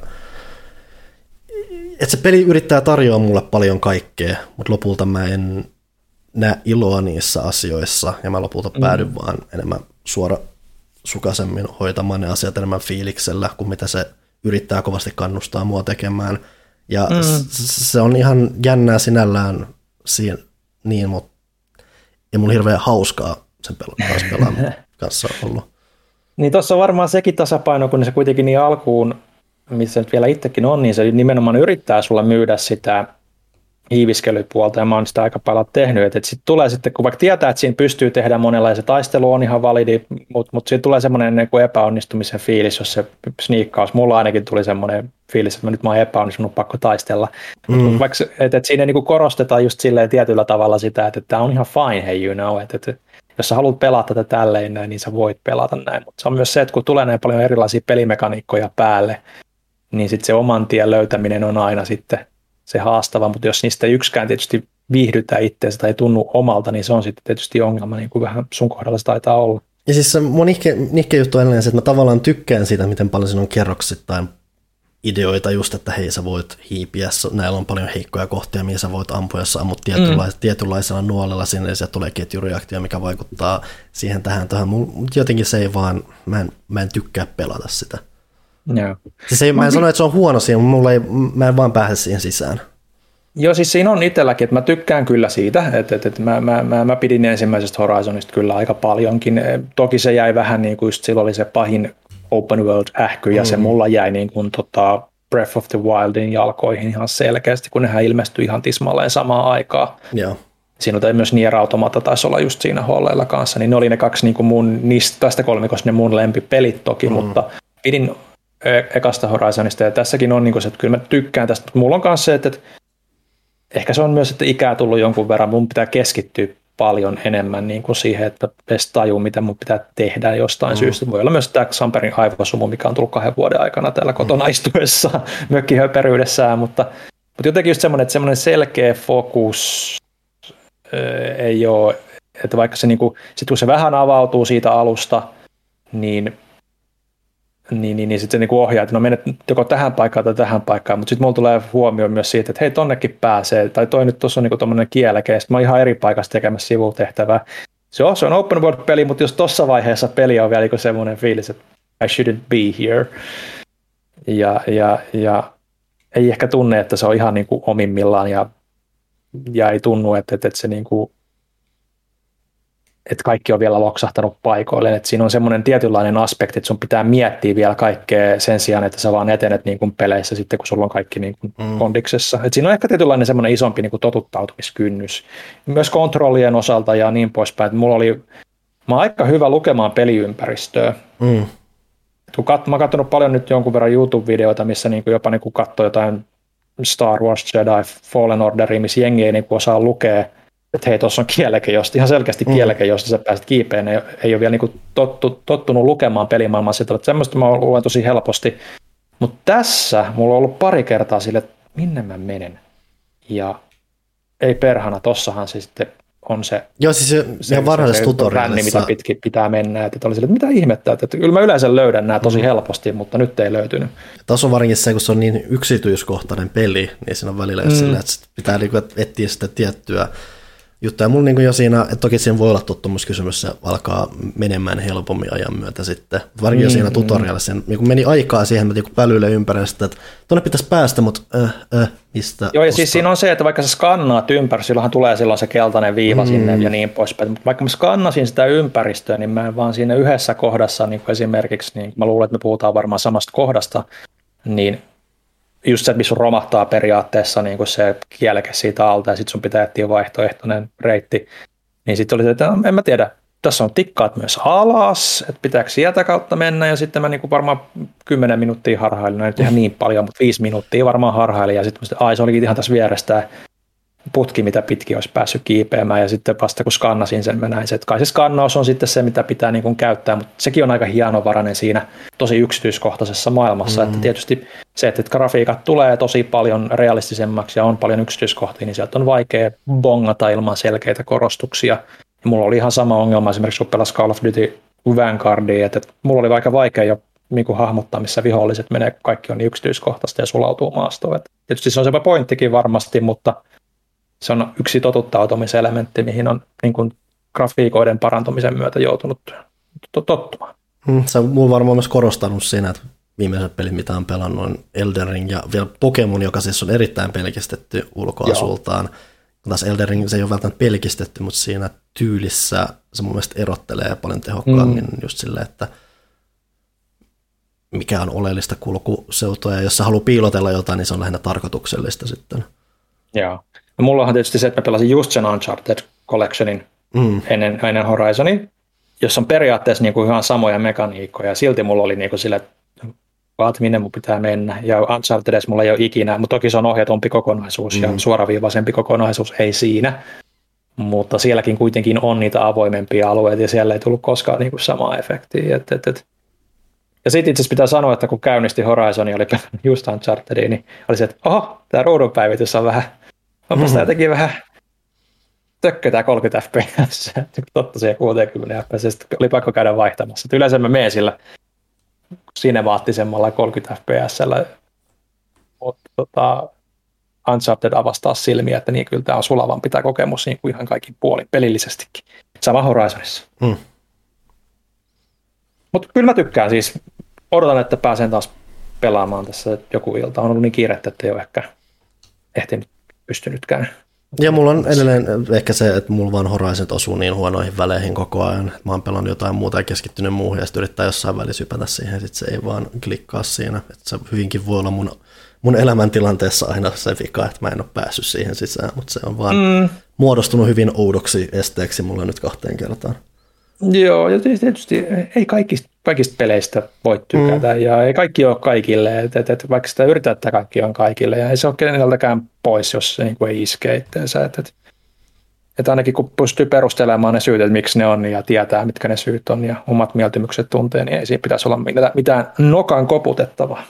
että se peli yrittää tarjoa mulle paljon kaikkea, mutta lopulta mä en näe iloa niissä asioissa, ja mä lopulta päädyn mm. vaan enemmän suora sukaisemmin hoitamaan ne asiat enemmän fiiliksellä, kuin mitä se yrittää kovasti kannustaa mua tekemään. Ja mm. se on ihan jännää sinällään siinä, niin, mutta ei mun hirveän hauskaa sen kanssa pelaan kanssa ollut. Niin tuossa on varmaan sekin tasapaino, kun se kuitenkin niin alkuun, missä nyt vielä itsekin on, niin se nimenomaan yrittää sulla myydä sitä hiiviskelypuolta, ja mä oon sitä aika paljon tehnyt, että et sitten tulee sitten, kun vaikka tietää, että siinä pystyy tehdä monenlaisia, taistelu on ihan validi, mutta mut siinä tulee semmoinen niin kuin epäonnistumisen fiilis, jos se sniikkaus, mulla ainakin tuli semmoinen fiilis, että mä nyt mä oon epäonnistunut, pakko taistella, mm. mutta vaikka, että et siinä niin kuin korostetaan just silleen tietyllä tavalla sitä, että tämä on ihan fine, hey you know, että et, jos sä haluat pelata tätä tälleen näin, niin sä voit pelata näin, mutta se on myös se, että kun tulee näin paljon erilaisia pelimekaniikkoja päälle, niin sitten se oman tien löytäminen on aina sitten se haastava, mutta jos niistä yksikään tietysti viihdytä itseensä tai ei tunnu omalta, niin se on sitten tietysti ongelma, niin kuin vähän sun kohdalla se taitaa olla. Ja siis se mun nihke, nihke juttu on edelleen se, että mä tavallaan tykkään siitä, miten paljon siinä on kerroksittain ideoita just, että hei sä voit hiipiä, näillä on paljon heikkoja kohtia, mihin sä voit ampua, jos sä ammut tietynlais, mm. tietynlaisella nuolella sinne, ja sieltä tulee ketjureaktio, mikä vaikuttaa siihen tähän tähän, mutta jotenkin se ei vaan, mä en, mä en tykkää pelata sitä. Joo. Siis ei, mä en sano, että se on huono siinä, mutta mulla ei, mä en vaan pääse siihen sisään. Joo, siis siinä on itselläkin, että mä tykkään kyllä siitä, että, että, että mä, mä, mä, mä pidin ensimmäisestä Horizonista kyllä aika paljonkin. Toki se jäi vähän niin kuin just silloin oli se pahin open world ähky, ja mm. se mulla jäi niin kuin tota Breath of the Wildin jalkoihin ihan selkeästi, kun nehän ilmestyi ihan tismalleen samaan aikaan. Joo. Siinä oli myös Nier Automata taisi olla just siinä holleilla kanssa, niin ne oli ne kaksi niin kuin mun, niistä tästä kolmikosta ne mun lempipelit toki, mm. mutta pidin e- ekasta Horizonista, ja tässäkin on niin kuin se, että kyllä mä tykkään tästä, mutta mulla on myös se, että, että ehkä se on myös, että ikää tullut jonkun verran, mun pitää keskittyä paljon enemmän niin kuin siihen, että edes tajuu, mitä mun pitää tehdä jostain mm. syystä. Voi olla myös tämä Xamperin aivosumu, mikä on tullut kahden vuoden aikana täällä kotona mm. istuessa mökkihöperyydessään, mutta, mutta jotenkin just semmoinen, että semmoinen selkeä fokus ää, ei ole, että vaikka se, niin kuin, sit kun se vähän avautuu siitä alusta, niin niin, niin, niin sitten se niinku ohjaa, että no menet joko tähän paikkaan tai tähän paikkaan, mutta sitten mulla tulee huomioon myös siitä, että hei, tonnekin pääsee, tai toi nyt tuossa on niinku tommoinen kieleke, ja sitten mä oon ihan eri paikassa tekemässä sivutehtävää. Se on, se on open world-peli, mutta jos tuossa vaiheessa peli on vielä semmoinen fiilis, että I shouldn't be here, ja, ja, ja ei ehkä tunne, että se on ihan niinku omimmillaan, ja, ja ei tunnu, että, että, että se niinku että kaikki on vielä loksahtanut paikoilleen, että siinä on semmoinen tietynlainen aspekti, että sun pitää miettiä vielä kaikkea sen sijaan, että sä vaan etenet niin kuin peleissä sitten, kun sulla on kaikki niin kuin mm. kondiksessa. Että siinä on ehkä tietynlainen semmoinen isompi niin kuin totuttautumiskynnys. Myös kontrollien osalta ja niin poispäin. Että mulla oli, mä oon aika hyvä lukemaan peliympäristöä. Mm. Kun kat, mä oon katsonut paljon nyt jonkun verran YouTube-videoita, missä niin kuin jopa niin kuin katsoo jotain Star Wars Jedi Fallen Orderia, missä jengi ei niin kuin osaa lukea, että hei, tuossa on kieleke, josta ihan selkeästi kieleke, josta sä pääset kiipeen, ei, ei ole vielä niin tottu, tottunut lukemaan pelimaailmaa sitä, että semmoista mä luen tosi helposti, mutta tässä mulla on ollut pari kertaa sille, että minne mä menen, ja ei perhana, tossahan se sitten on se, Joo, siis se, se, ihan varhaisessa tutorialissa, mitä pitkin pitää mennä, että oli sille, että mitä ihmettä, että kyllä mä yleensä löydän nämä tosi helposti, mutta nyt ei löytynyt. Tässä on varsinkin se, kun se on niin yksityiskohtainen peli, niin siinä on välillä mm. sillä, että pitää etsiä sitä tiettyä juttuja. Mulla niin jo siinä, että toki siinä voi olla tottumuskysymys, se alkaa menemään helpommin ajan myötä sitten. Varsinkin mm, siinä tutorialissa, mm. niin meni aikaa siihen, että pälyille ympäri sitä, että tuonne pitäisi päästä, mutta äh, äh, mistä Joo, ja ostaa? siis siinä on se, että vaikka sä skannaat ympäri, silloinhan tulee silloin se keltainen viiva mm. sinne ja niin poispäin, mutta vaikka mä skannasin sitä ympäristöä, niin mä en vaan siinä yhdessä kohdassa, niin kuin esimerkiksi, niin mä luulen, että me puhutaan varmaan samasta kohdasta, niin just se, että missä romahtaa periaatteessa niin kuin se kieleke siitä alta ja sitten sun pitää etsiä vaihtoehtoinen reitti, niin sitten oli se, että en mä tiedä, tässä on tikkaat myös alas, että pitääkö sieltä kautta mennä ja sitten mä niin kuin varmaan kymmenen minuuttia harhailin, no nyt ihan niin paljon, mutta viisi minuuttia varmaan harhailin ja sitten ai se olikin ihan tässä vieressä putki, mitä pitkin olisi päässyt kiipeämään ja sitten vasta kun skannasin sen, mä näin se, että kai se skannaus on sitten se, mitä pitää niin kuin käyttää, mutta sekin on aika hienovarainen siinä tosi yksityiskohtaisessa maailmassa, mm. että tietysti se, että grafiikat tulee tosi paljon realistisemmaksi ja on paljon yksityiskohtia, niin sieltä on vaikea bongata ilman selkeitä korostuksia. Ja mulla oli ihan sama ongelma esimerkiksi, kun pelasi Call of Duty Vanguardia, että mulla oli aika vaikea jo niin kuin hahmottaa, missä viholliset menee, kun kaikki on niin yksityiskohtaista ja sulautuu maastoon. Että tietysti se on se pointtikin varmasti, mutta se on yksi totuttautumiselementti, mihin on niin kuin grafiikoiden parantumisen myötä joutunut tottumaan. Hmm, se on mulla varmaan myös korostanut siinä, että viimeiset pelit, mitä on pelannut, on Elden Ring ja vielä Pokemon, joka siis on erittäin pelkistetty ulkoasultaan. Taas Elden Ring se ei ole välttämättä pelkistetty, mutta siinä tyylissä se mun mielestä erottelee paljon tehokkaammin mm. just silleen, että mikä on oleellista kulkuseutua, ja jos sä haluaa piilotella jotain, niin se on lähinnä tarkoituksellista sitten. Joo. No, mulla on tietysti se, että mä pelasin just sen Uncharted Collectionin mm. ennen, ennen Horizonia, jossa on periaatteessa niinku ihan samoja mekaniikkoja, ja silti mulla oli niinku sille, että minne mun pitää mennä, ja Unchartedessa mulla ei ole ikinä, mutta toki se on ohjatumpi kokonaisuus mm. ja suoraviivaisempi kokonaisuus, ei siinä, mutta sielläkin kuitenkin on niitä avoimempia alueita, ja siellä ei tullut koskaan niinku samaa efektiä. Et, et, et. Ja sitten itse asiassa pitää sanoa, että kun käynnisti Horizon ja oli just Unchartedia, niin oli se, että oho, tämä ruudunpäivitys on vähän, onpas mm-hmm. tämä jotenkin vähän tökkö tämä kolmekymmentä F P S, totta siihen kuusikymmentä F P S, ja sitten oli pakko käydä vaihtamassa. Et yleensä mä menen sillä sinevaattisemmalla kolmekymmentä F P S:llä, mutta tota, Uncharted avastaa silmiä, että niin kyllä tämä on sulavampi tämä kokemus niin kuin ihan kaikin puolin pelillisestikin. Sama Horizonissa. Mm. Mutta kyllä mä tykkään siis. Odotan, että pääsen taas pelaamaan tässä joku ilta. On ollut niin kiirettä, että ei ole ehkä ehtinyt pystynytkään. Ja mulla on edelleen ehkä se, että mulla vaan Horizon osuu niin huonoihin väleihin koko ajan. Mä oon pelannut jotain muuta ja keskittynyt muuhun ja sitten yrittää jossain välissä hypätä siihen. Sitten se ei vaan klikkaa siinä. Että se hyvinkin voi olla mun, mun elämäntilanteessa aina se vika, että mä en ole päässyt siihen sisään. Mutta se on vaan mm. muodostunut hyvin oudoksi esteeksi mulle nyt kahteen kertaan. Joo, ja tietysti ei kaikista kaikista peleistä voit tykätä, mm. ja ei kaikki ole kaikille, et, et, et, vaikka sitä yritetään, että kaikki on kaikille, ja ei se ole keneltäkään pois, jos se niin kuin ei iske itseensä. Et, et, et ainakin kun pystyy perustelemaan ne syyt, että miksi ne on, ja tietää, mitkä ne syyt on, ja omat mieltymykset tuntee, niin ei siinä pitäisi olla mitään, mitään nokan koputettavaa.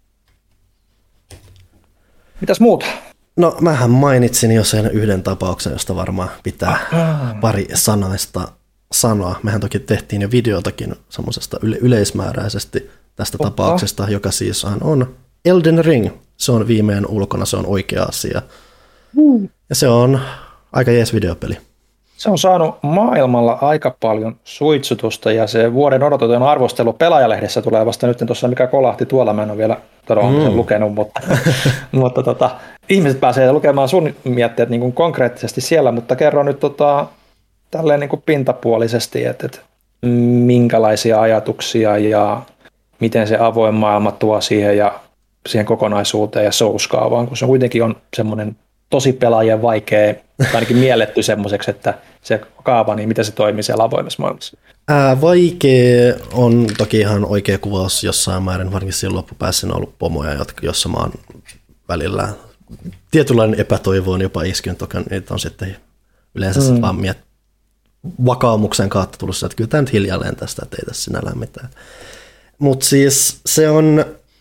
Mitäs muuta? No, mähän mainitsin jo sen yhden tapauksen, josta varmaan pitää ah. pari sanaista sanoa. Mehän toki tehtiin jo videotakin semmoisesta yle- yleismääräisesti tästä Opa. tapauksesta, joka siis on Elden Ring. Se on viimein ulkona, se on oikea asia. Mm. Ja se on aika jees videopeli. Se on saanut maailmalla aika paljon suitsutusta, ja se vuoden odotetun arvostelu Pelaajalehdessä tulee vasta nyt tuossa, mikä kolahti tuolla. Mä en ole vielä todella mm. sen lukenut, mutta, mutta tota, ihmiset pääsee lukemaan sun mietteet niin kuin konkreettisesti siellä, mutta kerro nyt tota, tälleen niin kuin pintapuolisesti, että, että minkälaisia ajatuksia ja miten se avoin maailma tuo siihen ja siihen kokonaisuuteen ja Souls-kaavaan, kun se kuitenkin on semmoinen tosi pelaajien vaikea, tai ainakin mielletty semmoiseksi, että se kaava, niin miten se toimii siellä avoimessa maailmassa? Ää, vaikea on toki ihan oikea kuvaus jossain määrin, varsinkin siinä loppupäässä on ollut pomoja, jotka, jossa mä oon välillä tietynlainen epätoivo on jopa iskenyt, toki niitä on sitten yleensä mm. vaan miet, vakaumuksen kautta tullut, että kyllä tämä nyt hiljalleen tästä, että ei tässä sinällään mitään. Mutta siis se on,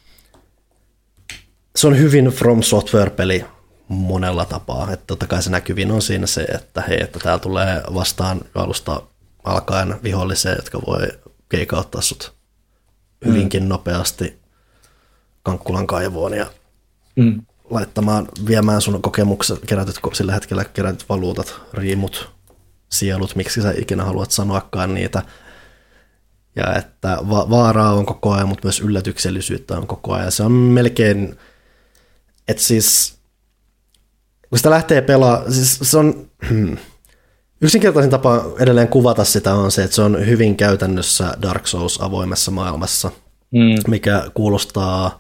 se on hyvin From Software-peli monella tapaa, että totta kai se näkyvin on siinä se, että hei, että täällä tulee vastaan alusta alkaen vihollisia, jotka voi keikauttaa sut hyvinkin mm. nopeasti Kankkulan kaivoon ja mm. laittamaan, viemään sun kokemukset, kerätyt, sillä hetkellä kerätyt valuutat, riimut, sielut, miksi sä ikinä haluat sanoakaan niitä. Ja että va- vaaraa on koko ajan, mutta myös yllätyksellisyyttä on koko ajan. Se on melkein, että siis kun sitä lähtee pelaamaan, siis se on hmm, yksinkertaisin tapa edelleen kuvata sitä on se, että se on hyvin käytännössä Dark Souls avoimessa maailmassa, mm. mikä kuulostaa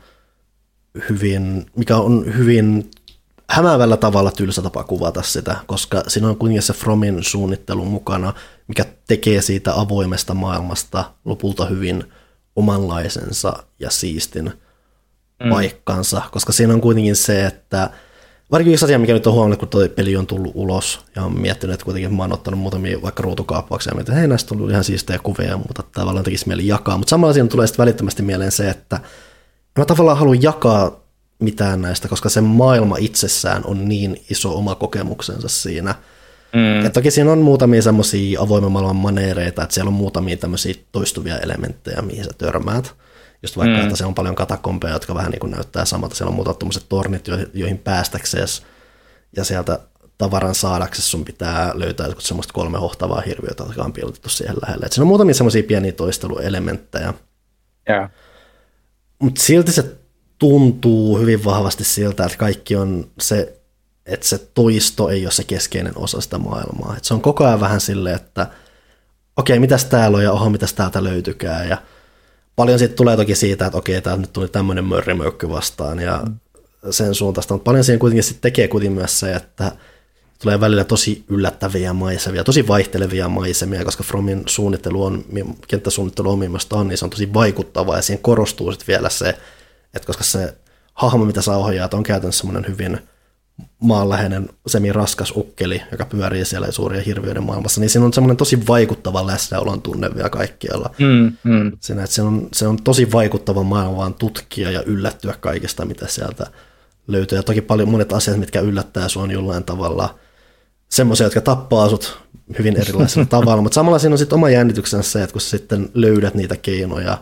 hyvin, mikä on hyvin hämäävällä tavalla tylsä tapa kuvata sitä, koska siinä on kuitenkin se Fromin suunnittelu mukana, mikä tekee siitä avoimesta maailmasta lopulta hyvin omanlaisensa ja siistin mm. paikkansa, koska siinä on kuitenkin se, että varsinkin yksi asia, mikä nyt on huomannut, kun tuo peli on tullut ulos ja on miettinyt, että kuitenkin mä oon ottanut muutamia vaikka ruutukaappauksia ja mietin, että hei, näistä on tullut ihan siistejä kuvia, mutta tavallaan tekisi mieli jakaa. Mutta samalla siinä tulee sitten välittömästi mieleen se, että mä tavallaan haluan jakaa mitään näistä, koska se maailma itsessään on niin iso oma kokemuksensa siinä. Mm. Ja toki siinä on muutamia semmoisia avoimen maailman maneereita, että siellä on muutamia tämmöisiä toistuvia elementtejä, mihin sä törmäät. Just vaikka, mm. että siellä on paljon katakompeja, jotka vähän niin kuin näyttää samalta. Siellä on muutamat tommoset tornit, joihin päästäksesi ja sieltä tavaran saadaksesi sun pitää löytää semmoista kolme hohtavaa hirviötä, jotka on piilotettu siihen lähelle. Et siinä on muutamia semmoisia pieniä toisteluelementtejä. Yeah. Mutta silti se tuntuu hyvin vahvasti siltä, että kaikki on se, että se toisto ei ole se keskeinen osa sitä maailmaa. Et se on koko ajan vähän silleen, että okei, mitäs täällä on ja oho, mitäs täältä löytykää ja paljon sitten tulee toki siitä, että okei, täältä nyt tuli tämmöinen mörrimöykky vastaan ja mm. sen suuntaista, mutta paljon siinä kuitenkin sit tekee kuitenkin myös se, että tulee välillä tosi yllättäviä maisemia, tosi vaihtelevia maisemia, koska Fromin suunnittelu on, kenttäsuunnittelu on millaista on, niin se on tosi vaikuttavaa ja siinä korostuu sitten vielä se, että koska se hahmo, mitä sä ohjaat, on käytännössä semmoinen hyvin maanläheinen semi-raskas ukkeli, joka pyörii siellä suuria hirviöiden maailmassa, niin siinä on semmoinen tosi vaikuttava läsnäolon tunne vielä kaikkialla. Mm, mm. Siinä, että se, on, se on tosi vaikuttava maailma vaan tutkia ja yllättyä kaikesta, mitä sieltä löytyy. Ja toki paljon monet asiat, mitkä yllättää sua on jollain tavalla semmoisia, jotka tappaa sut hyvin erilaisella tavalla, mutta samalla siinä on sitten oma jännityksensä se, että kun sä sitten löydät niitä keinoja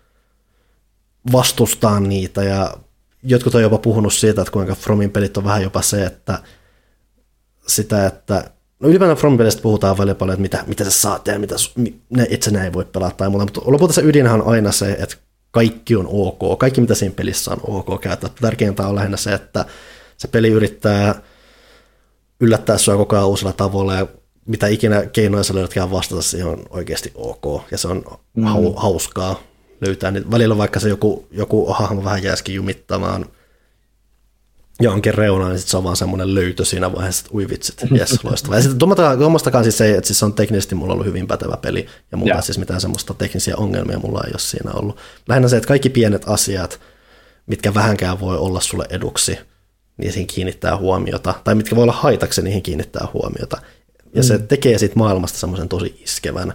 vastustaa niitä ja jotkut on jopa puhunut siitä, että kuinka Fromin pelit on vähän jopa se, että sitä, että no ylipäätään Fromin pelistä puhutaan välillä paljon, että mitä, mitä sä saat ja mitä ne itse ei voi pelata tai muuta, mutta lopulta se ydinhän on aina se, että kaikki on ok, kaikki mitä siinä pelissä on ok käyttää. Tärkeintä on lähinnä se, että se peli yrittää yllättää sua koko ajan uusilla tavoilla ja mitä ikinä keinoja sä löydätkään vastata, siihen on oikeasti ok ja se on mm. hauskaa löytää. Niin välillä vaikka se joku, joku hahmo vähän jääskin jumittamaan johonkin reunaan, niin sit se on vaan semmoinen löytö siinä vaiheessa, että ui vitsit, jes, loistavaa. Ja sitten tuommoistakaan siis ei, että siis se on teknisesti mulla ollut hyvin pätevä peli, ja mulla ei siis mitään semmoista teknisiä ongelmia mulla ei ole siinä ollut. Lähinnä se, että kaikki pienet asiat, mitkä vähänkään voi olla sulle eduksi, niin siihen kiinnittää huomiota, tai mitkä voi olla haitaksi, niihin kiinnittää huomiota. Ja mm. se tekee siitä maailmasta semmoisen tosi iskevän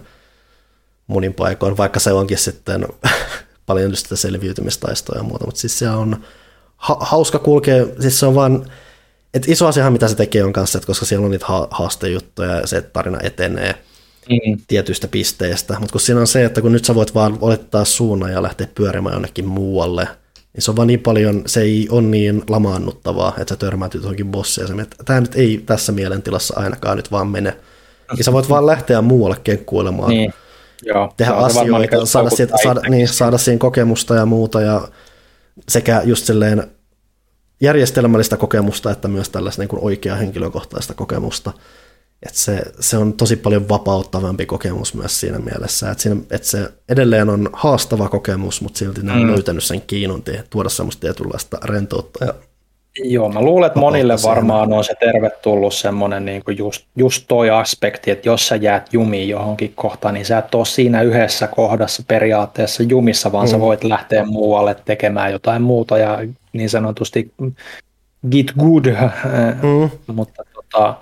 monin paikoin, vaikka se onkin sitten paljon sitä selviytymistaistoa ja muuta, mutta siis se on ha- hauska kulkea, siis se on vaan, että iso asiahan mitä se tekee on kanssa, että koska siellä on niitä ha- haastejuttuja ja se, että tarina etenee mm. tietyistä pisteistä, mutta kun siinä on se, että kun nyt sä voit vaan olettaa suunnan ja lähteä pyörimään jonnekin muualle, niin se on vaan niin paljon, se ei ole niin lamaannuttavaa, että sä törmäytyy johonkin bossiin ja se, että tämä nyt ei tässä mielentilassa ainakaan nyt vaan mene. Niin sä voit vaan lähteä muualle kenkkuilemaan, niin. Joo, tehdä asioita, saada, siitä, saada, niin, saada siinä kokemusta ja muuta ja sekä just silleen järjestelmällistä kokemusta, että myös tällaista niin kuin oikeaa henkilökohtaista kokemusta. Että se, se on tosi paljon vapauttavampi kokemus myös siinä mielessä, että, siinä, että se edelleen on haastava kokemus, mutta silti ne on mm. löytänyt sen kiinnon tuoda semmoista tietynlaista rentoutta. Ja joo, mä luulen, että monille varmaan on se tervetullut semmoinen niin kuin just, just toi aspekti, että jos sä jäät jumiin johonkin kohtaan, niin sä et ole siinä yhdessä kohdassa periaatteessa jumissa, vaan mm. sä voit lähteä muualle tekemään jotain muuta ja niin sanotusti get good, mm. mutta tota,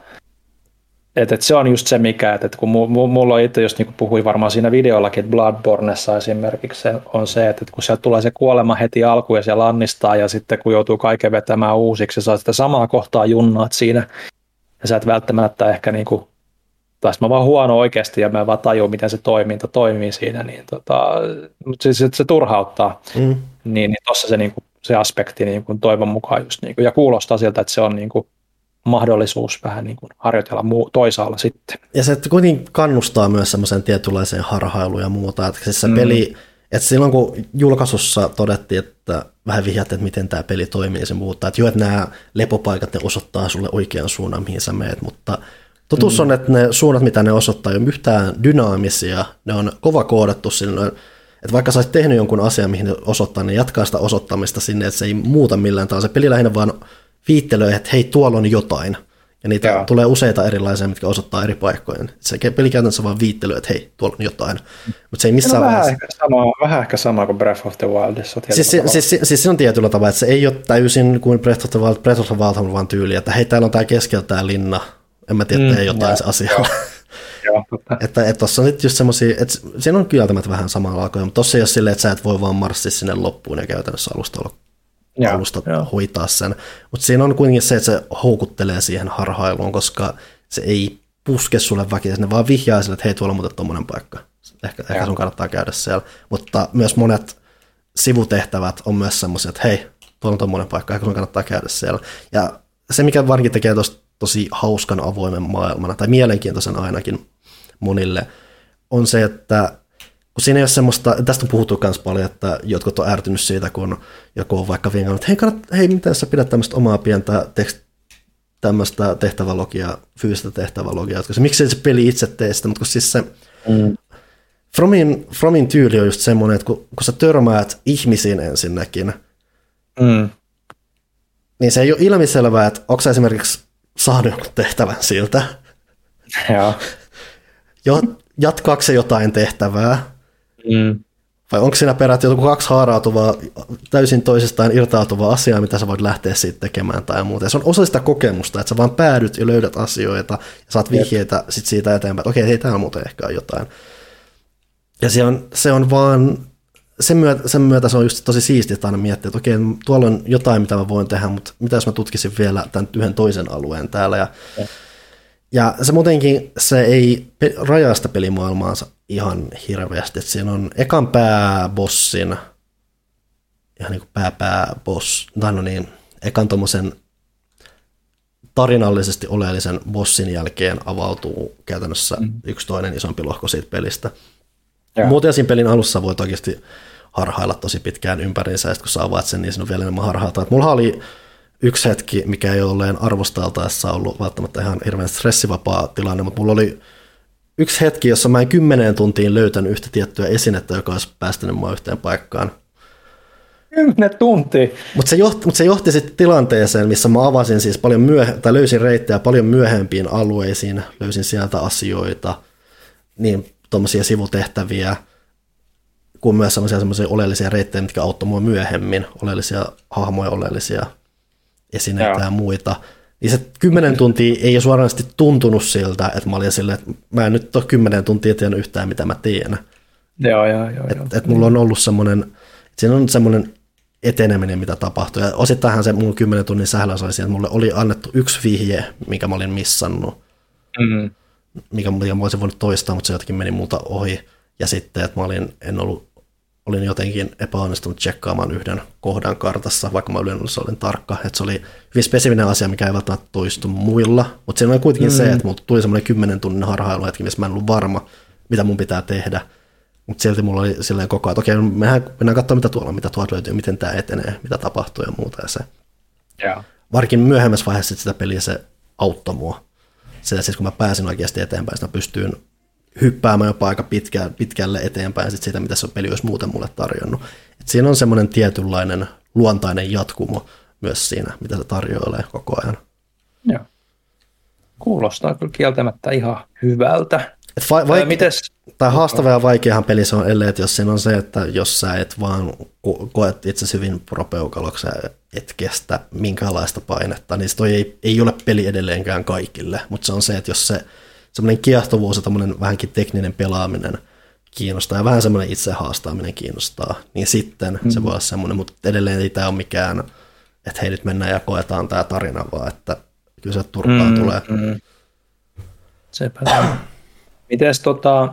et, et se on just se mikä, että et kun mulla on itse, jos niin puhuin varmaan siinä videollakin, että Bloodbornessa esimerkiksi se on se, että et kun sieltä tulee se kuolema heti alkuun ja se lannistaa ja sitten kun joutuu kaiken vetämään uusiksi ja saat sitä samaa kohtaa junnaat siinä ja sä et välttämättä ehkä niin kuin, taas mä vaan huono oikeasti ja mä vaan tajun miten se toiminta toimii siinä, niin tota, mutta siis se, se turhauttaa, mm. niin, niin tossa se, niin kuin, se aspekti niin kuin toivon mukaan just niin kuin, ja kuulostaa siltä, että se on niin kuin mahdollisuus vähän niin kuin harjoitella muu, toisaalla sitten. Ja se että kuitenkin kannustaa myös semmoiseen tietynlaiseen harhailuun ja muuta. Että siis se mm. peli, että silloin kun julkaisussa todettiin, että vähän vihjaatte, että miten tämä peli toimii ja se muuta, että jo, että nämä lepopaikat ne osoittaa sulle oikean suunnan, mihin sä meet, mutta totuus mm. on, että ne suunnat, mitä ne osoittaa, ei ole yhtään dynaamisia, ne on kova koodattu silloin, että vaikka sä olisit tehnyt jonkun asian, mihin ne osoittaa, niin jatkaa sitä osoittamista sinne, että se ei muuta millään tavalla. Se peli lähinnä vaan viittelee, että hei, tuolla on jotain. Ja niitä Joo. tulee useita erilaisia, mitkä osoittaa eri paikkoja. Se peli käytännössä vaan viittelyy, että hei, tuolla on jotain. Mutta se ei missään no, vähän, vaiheessa ehkä sama, vähän ehkä sama kuin Breath of the Wildissa. Siis, siis, siis, siis se on tietyllä tavalla, että se ei ole täysin kuin Breath of the Wild, Breath of the Wild on vaan tyyli, että hei, täällä on tää keskellä tää linna. En mä tiedä, että ei mm, jotain se asialla. Joo, että että tossa on nyt just semmosia, että siinä on kieltämättä vähän samalla alkoja, mutta tossa ei ole silleen, että sä et voi vaan marssia sinne loppuun ja käytännössä alusta olla ja, alusta ja. hoitaa sen. Mutta siinä on kuitenkin se, että se houkuttelee siihen harhailuun, koska se ei puske sulle väkisin, ne vaan vihjaa sille, että hei, tuolla on muuten tommonen paikka. Ehkä, ehkä sun kannattaa käydä siellä. Mutta myös monet sivutehtävät on myös semmoisia, että hei, tuolla on tommonen paikka, ehkä sun kannattaa käydä siellä. Ja se, mikä varsinkin tekee tosta tosi hauskan avoimen maailmana, tai mielenkiintoisen ainakin monille, on se, että kun siinä ei ole semmoista, tästä on puhuttu myös paljon, että jotkut on ärtynyt siitä, kun joku on vaikka vinkannut, että hei, kannat, hei miten sä pidät tämmöistä omaa pientä tekst, tämmöistä tehtävälogia, fyysistä tehtävälogia, koska miksi se peli itse tee sitä, mutta kun siis se mm. Fromin, Fromin tyyli on just semmoinen, että kun, kun sä törmäät ihmisiin ensinnäkin, mm. niin se ei ole ilmiselvää, että onko sä esimerkiksi saanut jonkun tehtävän siltä. Joo. Jo, jatkaako se jotain tehtävää? Mm. Vai onko siinä peräti joku kaksi haarautuvaa, täysin toisistaan irtautuvaa asiaa, mitä sä voit lähteä siitä tekemään tai muuta. Ja se on osa sitä kokemusta, että sä vaan päädyt ja löydät asioita ja saat vihjeitä sit siitä eteenpäin, että okei, hei, täällä muuten ehkä on jotain. Ja se on, se on vaan, sen myötä, sen myötä se on just tosi siistiä, että aina miettiä, että okei, tuolla on jotain, mitä mä voin tehdä, mutta mitä jos mä tutkisin vielä tämän yhden toisen alueen täällä. Ja, ja. ja se muutenkin, se ei rajaa sitä pelimaailmaansa ihan hirveästi, että siinä on ekan pääbossin, ihan niin kuin pääpääboss, tai no niin, ekan tommosen tarinallisesti oleellisen bossin jälkeen avautuu käytännössä mm. yksi toinen isompi lohko siitä pelistä. Ja. Muuten siinä pelin alussa voit oikeasti harhailla tosi pitkään ympäriinsä, ja kun sä avaat sen, niin siinä on vielä enemmän harhailta. Mulla oli yksi hetki, mikä ei olleen arvosteltaessa ollut välttämättä ihan hirveän stressivapaa tilanne, mutta mulla oli yksi hetki, jossa mä en kymmeneen tuntiin löytänyt yhtä tiettyä esinettä, joka olisi päästänyt mua yhteen paikkaan. Kymmenen tuntia. Mutta se, johti, mut se johti sitten tilanteeseen, missä mä avasin siis paljon myöhe- tai löysin reittejä paljon myöhempiin alueisiin, löysin sieltä asioita, niin tuommoisia sivutehtäviä, kuin myös semmoisia oleellisia reittejä, mitkä auttoi mua myöhemmin, oleellisia hahmoja, oleellisia esineitä Joo. ja muita. Niin se kymmenen tuntia ei suoranaisesti tuntunut siltä, että mä olin silleen, että mä en nyt ole kymmenen tuntia tiennyt yhtään, mitä mä teen. Joo, joo, joo. Että et mulla on ollut semmoinen, että siinä on semmoinen eteneminen, mitä tapahtuu. Ja osittainhan se mun kymmenen tunnin sähläys oli siinä, että mulle oli annettu yksi vihje, minkä mä olin missannut, mm. mikä mä olisin voinut toistaa, mutta se jotenkin meni multa ohi. Ja sitten, että mä olin, en ollut, olin jotenkin epäonnistunut tsekkaamaan yhden kohdan kartassa, vaikka mä yleensä olin tarkka. Että se oli hyvin spesifinen asia, mikä ei välttämättä toistu muilla. Mutta siinä oli kuitenkin mm. se, että mulla tuli semmoinen kymmenen tunnin harhailu hetki, missä mä en ollut varma, mitä mun pitää tehdä. Mutta silti mulla oli silleen koko ajan, että okei, mennään, mennään katsomaan, mitä tuolla, mitä tuolta löytyy, miten tämä etenee, mitä tapahtuu ja muuta. Ja se. Yeah. Varsinkin myöhemmässä vaiheessa sitä peliä se auttoi mua. Sitä siis kun mä pääsin oikeasti eteenpäin, sitä pystyin hyppäämään jopa aika pitkä, pitkälle eteenpäin sit siitä, mitä se peli olisi muuten mulle tarjonnut. Et siinä on semmoinen tietynlainen luontainen jatkumo myös siinä, mitä se tarjoilee koko ajan. Joo. Kuulostaa kyllä kieltämättä ihan hyvältä. Et va- vaike- Mites? Tai haastava ja vaikeahan peli se on, ellei, että jos siinä on se, että jos sä et vaan ko- koet itse hyvin propeukaloksi ja et kestä minkäänlaista painetta, niin toi ei, ei ole peli edelleenkään kaikille, mutta se on se, että jos se semmoinen kiehtovuus ja tämmöinen vähänkin tekninen pelaaminen kiinnostaa ja vähän semmoinen itse haastaminen kiinnostaa, niin sitten mm. se voi olla semmoinen, mutta edelleen ei tämä ole mikään, että hei nyt mennään ja koetaan tämä tarina, vaan että kyllä se turpaan mm, tulee. Mm. Sepä. Mites tota,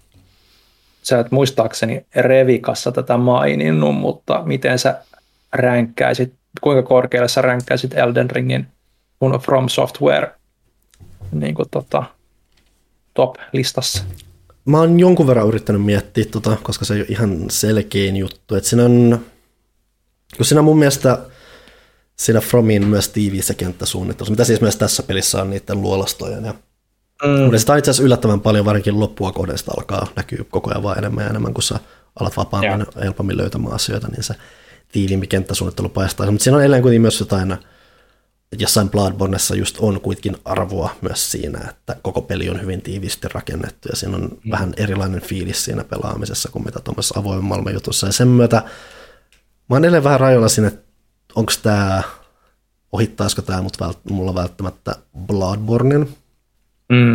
sä et muistaakseni Revikassa tätä maininnut, mutta miten sä ränkkäisit, kuinka korkealle sä ränkkäisit Elden Ringin From Software niin kuin tota, top-listassa? Mä oon jonkun verran yrittänyt miettiä, tota, koska se ei ole ihan selkein juttu. Et siinä on, kun siinä mun mielestä siinä Fromin myös tiiviissä kenttäsuunnittelussa, mitä siis myös tässä pelissä on niiden luolastojen. Ja mm. sitä on itse asiassa yllättävän paljon, varsinkin loppua kohdasta alkaa näkyy koko ajan vaan enemmän ja enemmän, kun sä alat vapaammin ja helpommin löytämään asioita, niin se tiiviimpi kenttäsuunnittelu paistaa. Mutta siinä on edelleen kuitenkin myös jotain, jossain Bloodbornessa just on kuitenkin arvoa myös siinä, että koko peli on hyvin tiiviisti rakennettu ja siinä on mm. vähän erilainen fiilis siinä pelaamisessa kuin mitä tuommoisessa avoimen maailman jutussa. Ja sen myötä mä oon edelleen vähän rajoilla siinä, että onko tämä, ohittaisiko tämä mut vält- mulla välttämättä Bloodbornen. Mm.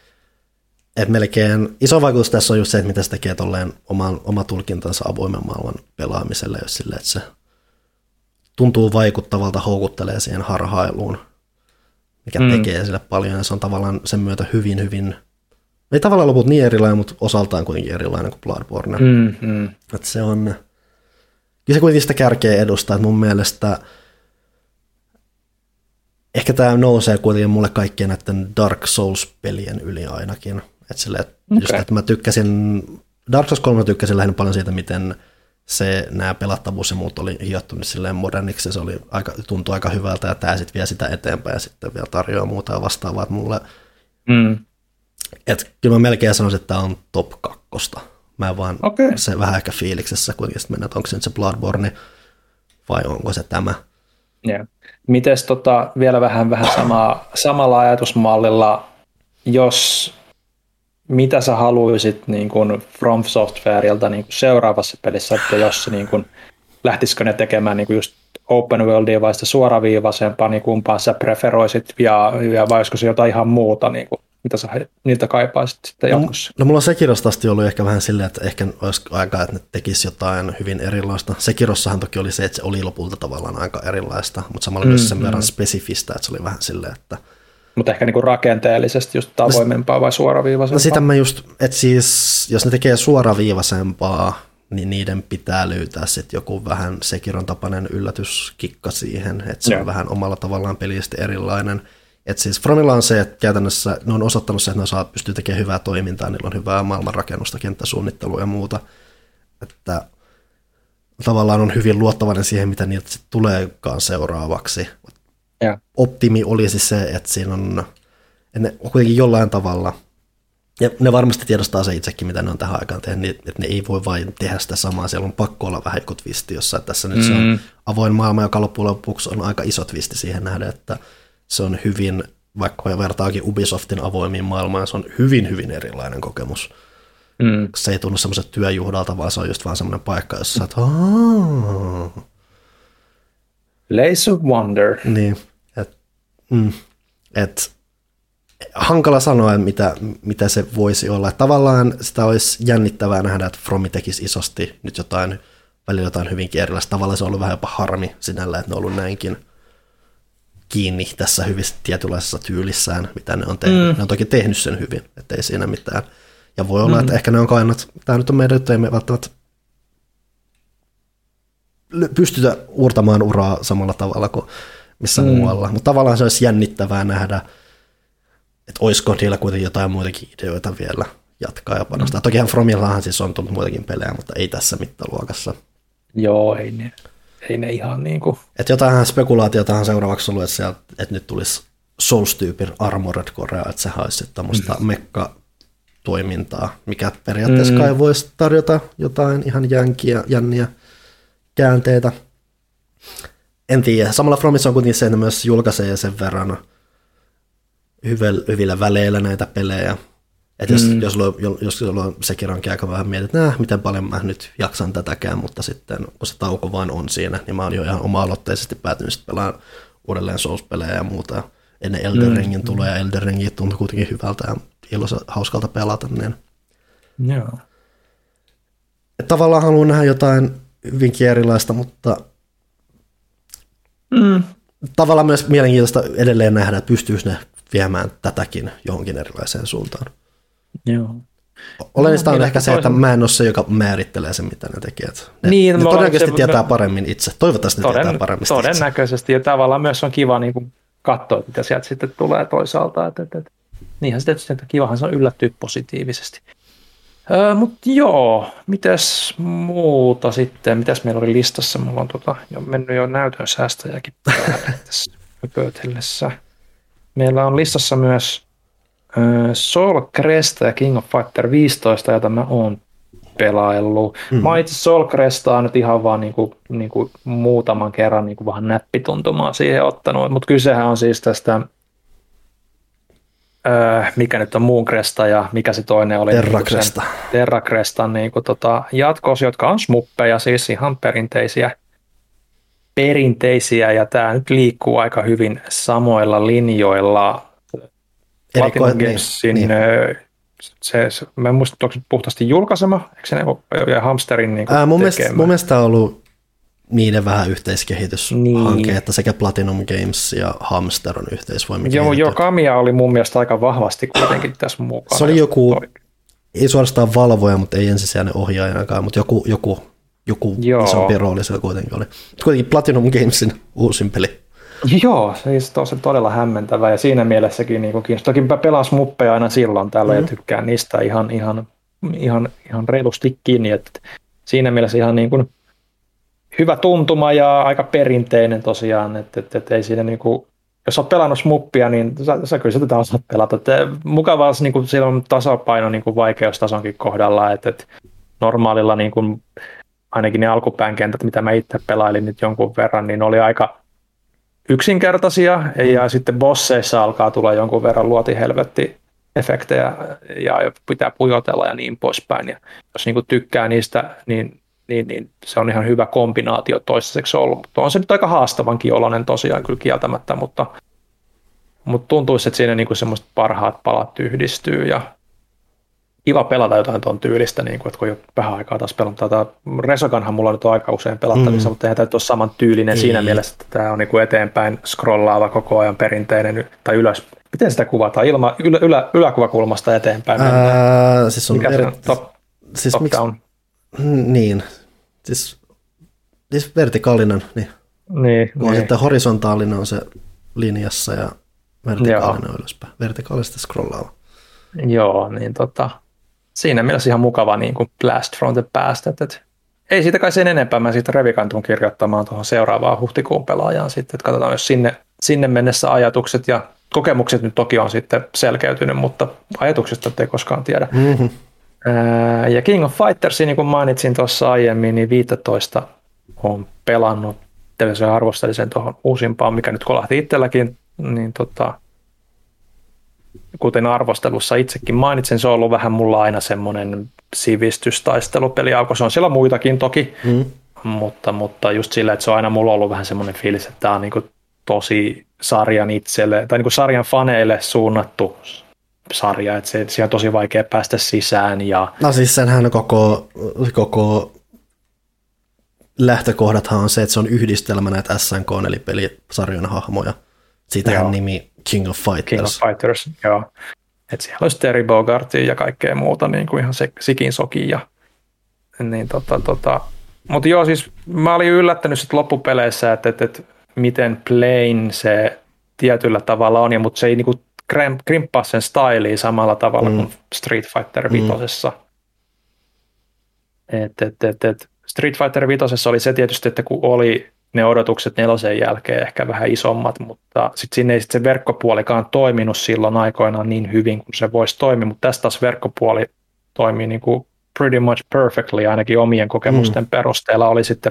Et melkein iso vaikutus tässä on just se, että mitä se tekee tolleen oman, oma tulkintansa avoimen maailman pelaamiselle, jos silleen, että se tuntuu vaikuttavalta, houkuttelee siihen harhailuun, mikä mm. tekee sille paljon, ja se on tavallaan sen myötä hyvin, hyvin, ei tavallaan loput niin erilainen, mutta osaltaan kuitenkin erilainen kuin Bloodborne. Mm, mm. Että se on, kyllä se kuitenkin sitä kärkeä edustaa, että mun mielestä ehkä tämä nousee kuitenkin mulle kaikkien näiden Dark Souls-pelien yli ainakin. Että silleen, että okay. just, että mä tykkäsin, Dark Souls kolme tykkäsin lähinnä paljon siitä, miten se, nämä pelattavuus ja muut oli hiottu nyt silleen moderniksi, se oli aika, tuntui aika hyvältä, ja tämä sitten vie sitä eteenpäin, ja sitten vielä tarjoaa muuta ja vastaavaa mulle. Mm. Että kyllä mä melkein sanoisin, että tämä on top kakkosta. Mä en vaan okay. se vähän ehkä fiiliksessä kuitenkin sitten mennä, että onko se nyt se Bloodborne, vai onko se tämä. Yeah. Mites tota, vielä vähän, vähän samaa, samalla ajatusmallilla, jos mitä sä haluaisit niin kuin From Softwareilta niin kuin seuraavassa pelissä, että jos se, niin kuin, lähtisikö ne tekemään niin kuin just open worldia vai sitä suoraviivaisempaa, niin kumpaa sä preferoisit ja, ja vai olisiko se jotain ihan muuta, niin kuin, mitä sä niiltä kaipaisit sitten jatkossa? No, no mulla on Sekirosta asti ollut ehkä vähän silleen, että ehkä olisi aikaa, että ne tekisi jotain hyvin erilaista. Sekirossahan toki oli se, että se oli lopulta tavallaan aika erilaista, mutta samalla mm, myös sen mm. verran spesifistä, että se oli vähän silleen, että mutta ehkä niinku rakenteellisesti just avoimempaa vai suoraviivaisempaa? No sitä mä just, että siis jos ne tekee suoraviivaisempaa, niin niiden pitää löytää sitten joku vähän Sekiron tapainen yllätyskikka siihen, että se Joo. on vähän omalla tavallaan pelistä erilainen. Että siis Fromilla on se, että käytännössä ne on osoittanut se, että ne osaa pystyy tekemään hyvää toimintaa, niillä on hyvää maailmanrakennusta, kenttäsuunnittelua ja muuta. Että tavallaan on hyvin luottavainen siihen, mitä niiltä sitten tuleekaan seuraavaksi. Ja. Optimi olisi se, että siinä on, että ne kuitenkin jollain tavalla Ja ne varmasti tiedostaa se itsekin, mitä ne on tähän aikaan tehnyt, että ne ei voi vain tehdä sitä samaa. Siellä on pakko olla vähän joku twisti jossain. Tässä nyt mm. se on avoin maailma, joka loppujen lopuksi on aika iso twisti siihen nähdä, että se on hyvin, vaikka vertaakin Ubisoftin avoimiin maailmaan, se on hyvin, hyvin erilainen kokemus. Mm. Se ei tunnu semmoiset työjuhdalta, vaan se on just vaan semmoinen paikka, jossa että Place of Wonder. Niin, että mm, et, hankala sanoa, mitä, mitä se voisi olla. Että tavallaan sitä olisi jännittävää nähdä, että Fromi tekisi isosti nyt jotain, välillä jotain hyvinkin erilaista. Tavallaan se on ollut vähän jopa harmi sinällä, että ne on ollut näinkin kiinni tässä hyvissä tietynlaisessa tyylissään, mitä ne on tehnyt. Mm. Ne on toki tehnyt sen hyvin, ettei siinä mitään. Ja voi olla, mm. että ehkä ne on kainat, tämä nyt on meidän juttu, ei me välttämättä pystytä uurtamaan uraa samalla tavalla kuin missä mm. muualla. Mutta tavallaan se olisi jännittävää nähdä, että olisiko niillä kuitenkin jotain muitakin ideoita vielä jatkaa ja panostaa. Mm. Tokihan Fromillahan siis on tullut muitakin pelejä, mutta ei tässä mittaluokassa. Joo, ei ne, ei ne ihan niin kuin. Että jotain spekulaatiotahan seuraavaksi ollut, että, sieltä, että nyt tulisi Souls-tyypin Armored Core, että sehän olisi sitten tämmöistä mm. mekka-toimintaa, mikä periaatteessa mm. kai voisi tarjota jotain ihan jänkiä, jänniä käänteitä. En tiedä. Samalla Fromissa on kuitenkin se, että myös julkaisee sen verran hyvillä väleillä näitä pelejä. Että jos, mm. jos, jos, jos on Sekironkin aika vähän mietit, että äh, miten paljon mä nyt jaksan tätäkään, mutta sitten kun se tauko vaan on siinä, niin mä oon jo ihan oma-aloitteisesti päätynyt pelaamaan uudelleen Souls-pelejä ja muuta. Ennen Elden Ringin mm. tulee, ja Elden Ringin tuntuu kuitenkin hyvältä ja iloisa, hauskalta pelata. Niin. Joo. Et tavallaan haluan nähdä jotain hyvinkin erilaista, mutta mm. tavallaan myös mielenkiintoista edelleen nähdä, että pystyisi ne viemään tätäkin johonkin erilaiseen suuntaan. Joo. Oleellista on ehkä se, että mä en ole se, joka määrittelee sen, mitä ne tekijät. Ne, niin, ne todennäköisesti se, tietää paremmin itse. Toivottavasti ne toden, tietää paremmin Todennäköisesti, itse. Ja tavallaan myös on kiva niin kuin katsoa, mitä sieltä sitten tulee toisaalta. Että, että, että. Niinhän se tietysti, että kivahan se on yllättyä positiivisesti. Öö, Mutta joo, mitäs muuta sitten? Mitäs meillä oli listassa? Mulla on tota, jo mennyt jo näytön säästäjäkin tässä pöytellessä. Meillä on listassa myös äh, Soul Crest ja King of Fighter viisitoista, jota mä oon pelaillut. Mm. Mä itse Soul Crestaa nyt ihan vaan niinku, niinku muutaman kerran niinku vähän näppituntumaa siihen ottanut, mutta kysehän on siis tästä, äh, mikä nyt on Moon Cresta ja mikä se toinen oli? Terra Cresta. Terra Crestan niinku tota, jatkos, jotka on smuppeja, siis ihan perinteisiä. perinteisiä, ja tämä nyt liikkuu aika hyvin samoilla linjoilla. Platinum Gamesin, niin, niin. se, se, mä en muista, onko se puhtaasti julkaisema, eikö se ne ole, ja Hamsterin niin Ää, mun, mielestä, mun mielestä on ollut niiden vähän yhteiskehityshanke, niin. Että sekä Platinum Games ja Hamster on yhteisvoimia. Joo, jo, Kamiya oli mun mielestä aika vahvasti kuitenkin tässä mukana. Se oli joku, toi. Ei suorastaan valvoja, mutta ei ensisijainen ohjaajakaan, mutta joku, joku Joku Joo. isompi rooli se kuitenkin oli. Kuitenkin Platinum Gamesin uusin peli. Joo, se on todella hämmentävä ja siinä mielessäkin niin kiinnostaa. Toki mä pelaan smuppeja aina silloin tällä mm-hmm. ja tykkään niistä ihan, ihan, ihan, ihan reilusti kiinni. Että siinä mielessä ihan niin kuin hyvä tuntuma ja aika perinteinen tosiaan. Että, että, että ei siinä niin kuin, jos olet pelannut smuppia, niin sä, sä kyllä tätä osaat pelata. Että mukavaa, niin kuin, siellä on tasapaino niin kuin vaikeustasonkin kohdalla. Että, että normaalilla niin kuin, ainakin ne alkupään kentät, mitä mä itse pelailin nyt jonkun verran, niin oli aika yksinkertaisia, ja sitten bosseissa alkaa tulla jonkun verran luotihelvetti-efektejä, ja pitää pujotella ja niin poispäin. Ja jos niin kuin tykkää niistä, niin, niin, niin se on ihan hyvä kombinaatio toistaiseksi ollut. Mutta on se nyt aika haastavankin oloinen tosiaan kyllä kieltämättä, mutta, mutta tuntuisi, että siinä niin kuin semmoiset parhaat palat yhdistyy, ja kiva pelata jotain tuon tyylistä, niin kuin, että kun jo vähän aikaa taas pelata. Resoganhan mulla nyt on aika usein pelattavissa, mm. mutta eihän tämä ole saman tyylinen Ei. siinä mielessä, että tämä on niin kuin eteenpäin scrollaava koko ajan perinteinen, tai ylös. Miten sitä kuvataan? Ilma, ylä, ylä, yläkuvakulmasta eteenpäin. Ää, siis on Mikä eri... se on? Top, siis top miksi... down. Niin. Siis, siis vertikaalinen. Niin. Niin, kun niin. Sitten horisontaalinen on se linjassa ja vertikaalinen on ylöspäin. Vertikaalisesti scrollaava. Joo, niin tota... Siinä mielessä ihan mukava niin kuin blast from the past. Että, että ei siitä kai sen enempää. Mä siitä revikantuun kirjoittamaan tuohon seuraavaan huhtikuun pelaajaan sitten. Että katsotaan, jos sinne, sinne mennessä ajatukset ja kokemukset nyt toki on sitten selkeytynyt, mutta ajatuksesta ei koskaan tiedä. Mm-hmm. Ja King of Fightersia, niin kuin mainitsin tuossa aiemmin, niin viisitoista on pelannut. Se arvosteli sen tuohon uusimpaan, mikä nyt kolahti itselläkin, niin tota, kuten arvostelussa itsekin mainitsin, se on ollut vähän mulla aina semmoinen sivistystaistelupeliauko. Se on siellä muitakin toki, mm. mutta, mutta just sillä, että se on aina mulla ollut vähän semmoinen fiilis, että tämä on niin kuin tosi sarjan itselle, tai niin kuin sarjan faneille suunnattu sarja, että se, siellä on tosi vaikea päästä sisään. Ja no siis senhän koko, koko lähtökohdathan on se, että se on yhdistelmä näitä S N K eli pelisarjan hahmoja. Siitähän joo. Nimi King of Fighters. King of Fighters, joo. Että siellä olisi Terry Bogartia ja kaikkea muuta, niin kuin ihan se, sikin soki. Ja, niin tota, tota. Mutta joo, siis mä olin yllättänyt sit loppupeleissä, että, että, että miten plain se tietyllä tavalla on, ja, mutta se ei niinku krimppaa sen styliä samalla tavalla mm. kuin Street Fighter vitosessa. Mm. Et, et, et, et Street Fighter vitosessa oli se tietysti, että kun oli ne odotukset nelosen jälkeen ehkä vähän isommat, mutta sitten sinne ei sit se verkkopuolikaan toiminut silloin aikoinaan niin hyvin kuin se voisi toimia, mutta tässä taas verkkopuoli toimii niin kuin pretty much perfectly, ainakin omien kokemusten mm. perusteella oli sitten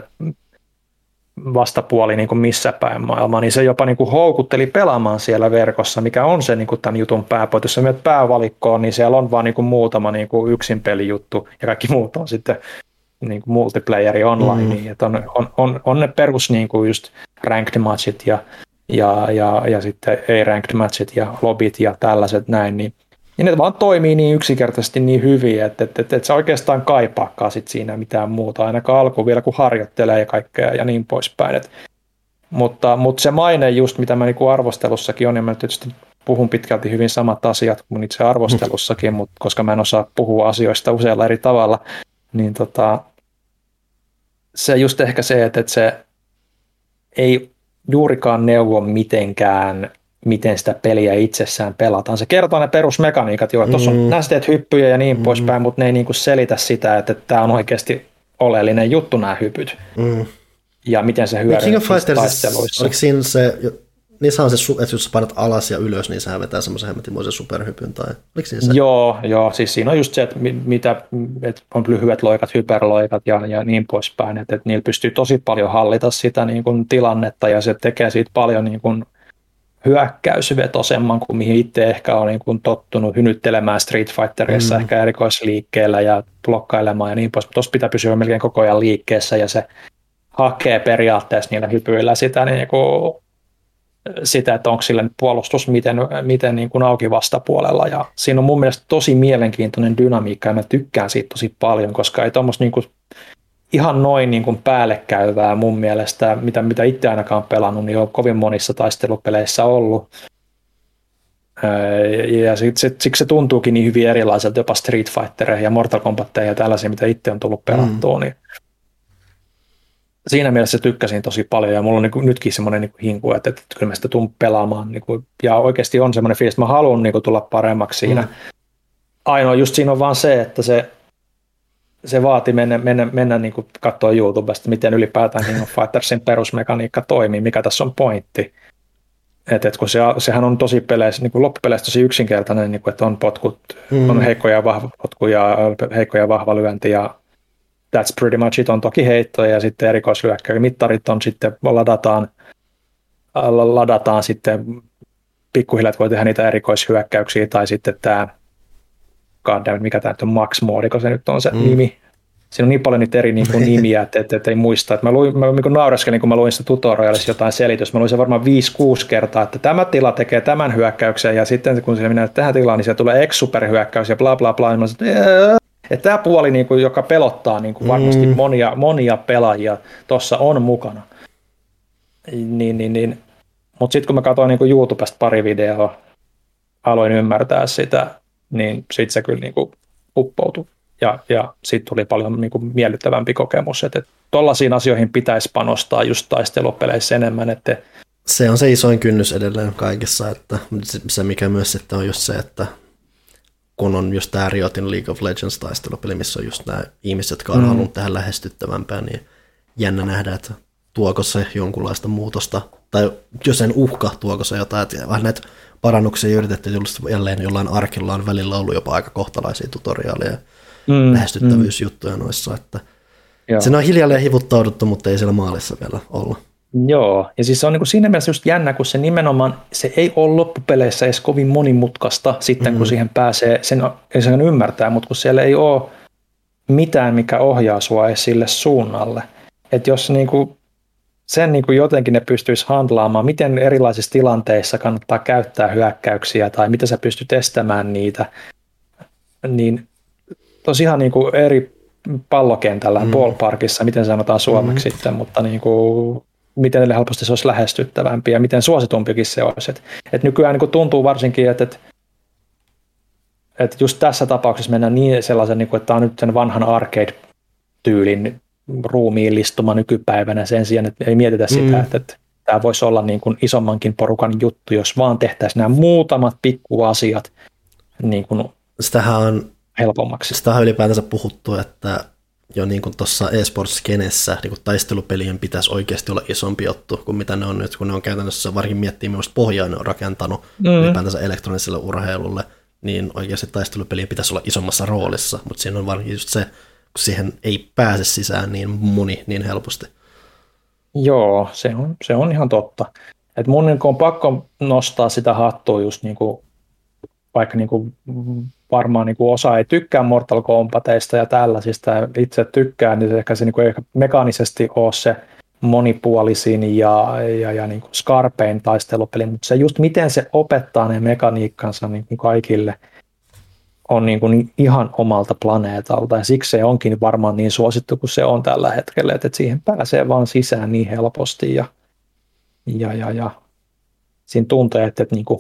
vastapuoli niin kuin missä päin maailmaa, niin se jopa niin kuin houkutteli pelaamaan siellä verkossa, mikä on se niin kuin tämän jutun pääpointti. Jos sä menet päävalikkoon, niin siellä on vaan niin kuin muutama niin kuin yksin pelijuttu ja kaikki muut on sitten niin kuin multiplayeri online. Mm. Että on, on, on, on ne perus niin kuin just ranked matchit ja, ja, ja, ja sitten ei-ranked matchit ja lobit ja tällaiset näin, niin ja ne vaan toimii niin yksinkertaisesti niin hyvin, että, että, että, että sä oikeastaan kaipaakaan sit siinä mitään muuta, ainakaan alkuun vielä kun harjoittelee ja kaikkea ja niin poispäin. Et, mutta, mutta se maine just, mitä mä niinku arvostelussakin on, ja mä tietysti puhun pitkälti hyvin samat asiat kuin itse arvostelussakin, mutta koska mä en osaa puhua asioista usealla eri tavalla, niin tota, se just ehkä se, että, että se ei juurikaan neuvo mitenkään miten sitä peliä itsessään pelataan. Se kertoo ne perusmekaniikat, jo, tuossa on nästeet, hyppyjä ja niin mm. poispäin, mutta ne ei niinku selitä sitä, että tämä on oikeasti oleellinen juttu nämä hypyt. Mm. Ja miten se hyödyntää King of Fighters, oliko siinä se, niissä on se, että jos sä painat alas ja ylös, niin sehän vetää semmoisen hemmetimoisen superhypyn, tai oliko siinä se? Joo, joo, siis siinä on just se, että, mitä, että on lyhyet loikat, hyperloikat ja, ja niin poispäin, että, että niillä pystyy tosi paljon hallita sitä niin kuin tilannetta, ja se tekee siitä paljon niin kuin hyökkäysvetosemman kuin mihin itse ehkä on niin kuin tottunut hynyttelemään Street Fighterissa mm. ehkä erikoisliikkeellä ja blokkailemaan ja niin pois. Tuossa pitää pysyä melkein koko ajan liikkeessä ja se hakee periaatteessa niillä hypyillä sitä, niin kuin, sitä että onko sillä puolustus miten, miten niin kuin auki vastapuolella. Ja siinä on mun mielestä tosi mielenkiintoinen dynamiikka ja mä tykkään siitä tosi paljon, koska ei tuommoista niin kuin ihan noin niin kuin päällekkäyvää mun mielestä, mitä, mitä itse ainakaan pelannut, niin on kovin monissa taistelupeleissä ollut. Ja siksi se tuntuukin niin hyvin erilaiselta jopa Street Fightereja ja Mortal Kombatia ja tällaisia, mitä itse on tullut pelattua. Mm. Niin siinä mielessä tykkäsin tosi paljon ja mulla on niin kuin nytkin semmoinen niin kuin hinku, että, että kyllä mä sitä tuun pelaamaan. Niin kuin, ja oikeasti on semmoinen fiilis, että mä haluan niin kuin tulla paremmaksi siinä. Mm. Ainoa just siinä on vaan se, että se Se vaati mennä, mennä, mennä niin kuin katsoa YouTubesta, miten ylipäätään King of Fightersin perusmekaniikka toimii, mikä tässä on pointti. Et, et kun se, sehän on tosi peleissä, niin kuin loppupeleissä tosi yksinkertainen, niin kuin, että on potkut, mm. on heikko ja vahva potku ja heikko ja vahva lyönti ja that's pretty much it, on toki heittoja ja sitten erikoislyökkäjä. Mittarit on sitten, ladataan, ladataan sitten pikkuhiljaa, että voi tehdä niitä erikoishyökkäyksiä tai sitten tämä goddammit, mikä tämä nyt on, Max-moodi, kun se nyt on se mm. nimi. Siinä on niin paljon niitä eri niin kuin, nimiä, että, että, että ei muista. Että mä luin, mä niin naureskelin, kun mä luin sitä tutorialissa jotain selitystä. Mä luin sen varmaan viisi kuusi kertaa, että tämä tila tekee tämän hyökkäyksen, ja sitten kun se minä tähän tilaan, niin siellä tulee X-superhyökkäys ja bla bla bla. Ja mä sanoin, että, että tämä puoli, niin kuin, joka pelottaa niin kuin varmasti mm. monia, monia pelaajia, tuossa on mukana. Niin, niin, niin. Mutta sitten kun mä katsoin niin kuin YouTubesta pari videoa, aloin ymmärtää sitä, niin sitten se kyllä niinku uppoutui. Ja, ja siitä tuli paljon niinku miellyttävämpi kokemus, että tuollaisiin asioihin pitäisi panostaa just taistelupeleissä enemmän. Että se on se isoin kynnys edelleen kaikessa, että se mikä myös sitten on just se, että kun on just tämä Riotin League of Legends taistelupeli, missä on just nämä ihmiset, jotka on mm. halunnut tähän lähestyttävämpää, niin jännä nähdä, että tuoko se jonkunlaista muutosta tai jos sen uhka, tuoko se jotain, että vähän näitä parannuksia yritetty julkaista jälleen jollain arkilla on välillä ollut jopa aika kohtalaisia tutoriaaleja mm, lähestyttävyysjuttuja mm. noissa, että joo. Siinä on hiljalleen hivuttauduttu, mutta ei siellä maalissa vielä olla. Joo, ja siis se on niin kuin siinä mielessä just jännä, kun se nimenomaan, se ei ole loppupeleissä edes kovin monimutkaista sitten, mm. kun siihen pääsee, sen, sen ymmärtää, mutta kun siellä ei ole mitään, mikä ohjaa sua edes sille suunnalle. Että jos niin kuin, sen niin kuin jotenkin ne pystyisi handlaamaan, miten erilaisissa tilanteissa kannattaa käyttää hyökkäyksiä tai miten sä pystyt estämään niitä, niin tosiaan niin kuin eri pallokentällä, mm. ballparkissa, miten sanotaan suomeksi mm. sitten, mutta niin kuin, miten helposti se olisi lähestyttävämpi ja miten suositumpikin se olisi. Et, et nykyään niin kuin tuntuu varsinkin, että et, et just tässä tapauksessa mennään niin sellaisen, niin kuin, että tämä on nyt sen vanhan arcade-tyylin ruumiillistuma nykypäivänä sen sijaan, että ei mietitä mm. sitä, että, että tämä voisi olla niin kuin isommankin porukan juttu, jos vaan tehtäisiin nämä muutamat pikkuasiat niin kuin Sitähän on helpommaksi. Sitä on ylipäätänsä puhuttu, että jo niin kuin tuossa e-sports-skenessä niin kuin taistelupelien pitäisi oikeasti olla isompi juttu kuin mitä ne on nyt, kun ne on käytännössä varsinkin miettii, millaista pohjaa ne on rakentanut mm. ylipäätänsä elektroniselle urheilulle, niin oikeasti taistelupelien pitäisi olla isommassa roolissa, mutta siinä on varsinkin just se, kun siihen ei pääse sisään niin moni niin helposti. Joo, se on, se on ihan totta. Et mun niin on pakko nostaa sitä hattua just niin kuin, vaikka niin kuin varmaan niin kuin osa ei tykkää Mortal Kombateista ja tällaisista, ja itse tykkää, niin se ehkä se niin kuin ei mekaanisesti ole se monipuolisin ja, ja, ja niin kuin skarpein taistelupeli, mutta se just miten se opettaa ne mekaniikkansa niin kuin kaikille on niin kuin ihan omalta planeetalta, ja siksi se onkin varmaan niin suosittu kuin se on tällä hetkellä, että siihen pääsee vaan sisään niin helposti, ja, ja, ja, ja siinä tuntee, että, että niin kuin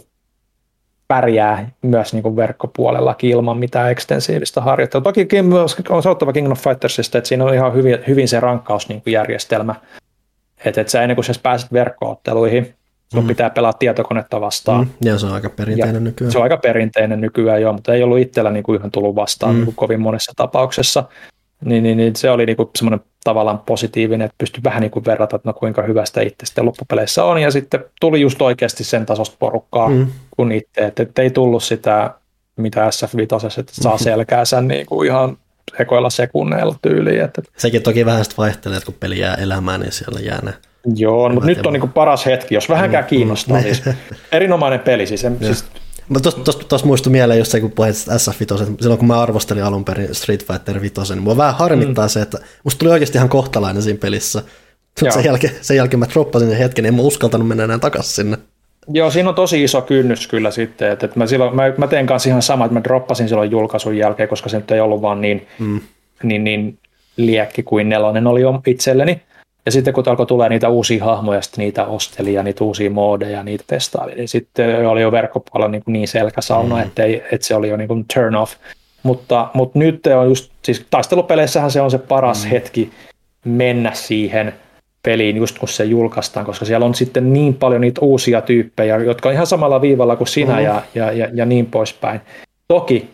pärjää myös niin kuin verkkopuolellakin ilman mitään ekstensiivistä harjoittelua. Toki on sanottava King of Fightersista, että siinä on ihan hyvin, hyvin se rankkausjärjestelmä, että, että sä ennen kuin sä pääset verkko-otteluihin, sun mm. pitää pelaa tietokonetta vastaan. Mm. Ja se on aika perinteinen ja nykyään. Se on aika perinteinen nykyään, joo, mutta ei ollut itsellä niin kuin ihan tullut vastaan mm. niin kuin kovin monessa tapauksessa. Niin, niin, niin se oli niin kuin semmoinen tavallaan positiivinen, että pystyi vähän niin kuin verrata, että no kuinka hyvästä itse sitten loppupeleissä on, ja sitten tuli just oikeasti sen tasosta porukkaa mm. kuin itse, että, että ei tullut sitä, mitä S F viisi, että saa selkäänsä niin kuin ihan ekoilla sekunneilla tyyliin. Että sekin toki vähän sitten vaihtelee, että kun peli jää elämään, niin siellä jää ne. Joo, mutta nyt on niin kuin paras hetki, jos vähänkään mm. kiinnostaa. Siis erinomainen peli. Siis, siis Tuossa muistui mieleen just se, kun puhuit S F viisi, silloin kun mä arvostelin alun perin Street Fighter viisi, niin mua vähän harmittaa mm. se, että musta tuli oikeasti ihan kohtalainen siinä pelissä. Sen jälkeen, sen jälkeen mä droppasin sen hetken, niin en mä uskaltanut mennä enää takaisin sinne. Joo, siinä on tosi iso kynnys kyllä sitten, että, että mä, silloin, mä, mä teen kanssa ihan sama, että mä droppasin silloin julkaisun jälkeen, koska se nyt ei ollut vaan niin, mm. niin, niin liekki kuin nelonen oli itselleni. Ja sitten kun alkoi tulee niitä uusia hahmoja, sitten niitä osteli ja niitä uusia moodeja, niitä testaili, niin sitten oli jo verkkopuolella niin, niin selkäsauna, mm. että, ei, että se oli jo niin kuin turn off. Mutta, mutta nyt on just, siis taistelupeleissähän se on se paras mm. hetki mennä siihen peliin just kun se julkaistaan, koska siellä on sitten niin paljon niitä uusia tyyppejä, jotka on ihan samalla viivalla kuin sinä mm. ja, ja, ja, ja niin poispäin. Toki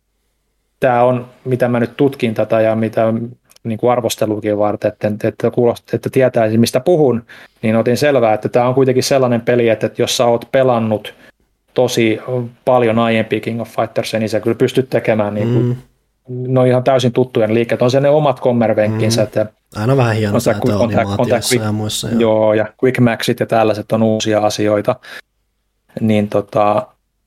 tämä on, mitä mä nyt tutkin tätä ja mitä niin kuin arvostelukin varten, että, että, kuulost, että tietäisi mistä puhun, niin otin selvää, että tämä on kuitenkin sellainen peli, että jos sä oot pelannut tosi paljon aiempia King of Fighters, niin sä kyllä pystyt tekemään niin kuin, mm. no ihan täysin tuttujen liikkeet. On se ne omat kommervenkkinsä. Mm. Aina vähän hienoa, että on animaatioissa ja muissa. Jo. Joo, ja quick maxit ja tällaiset on uusia asioita. Niin tota...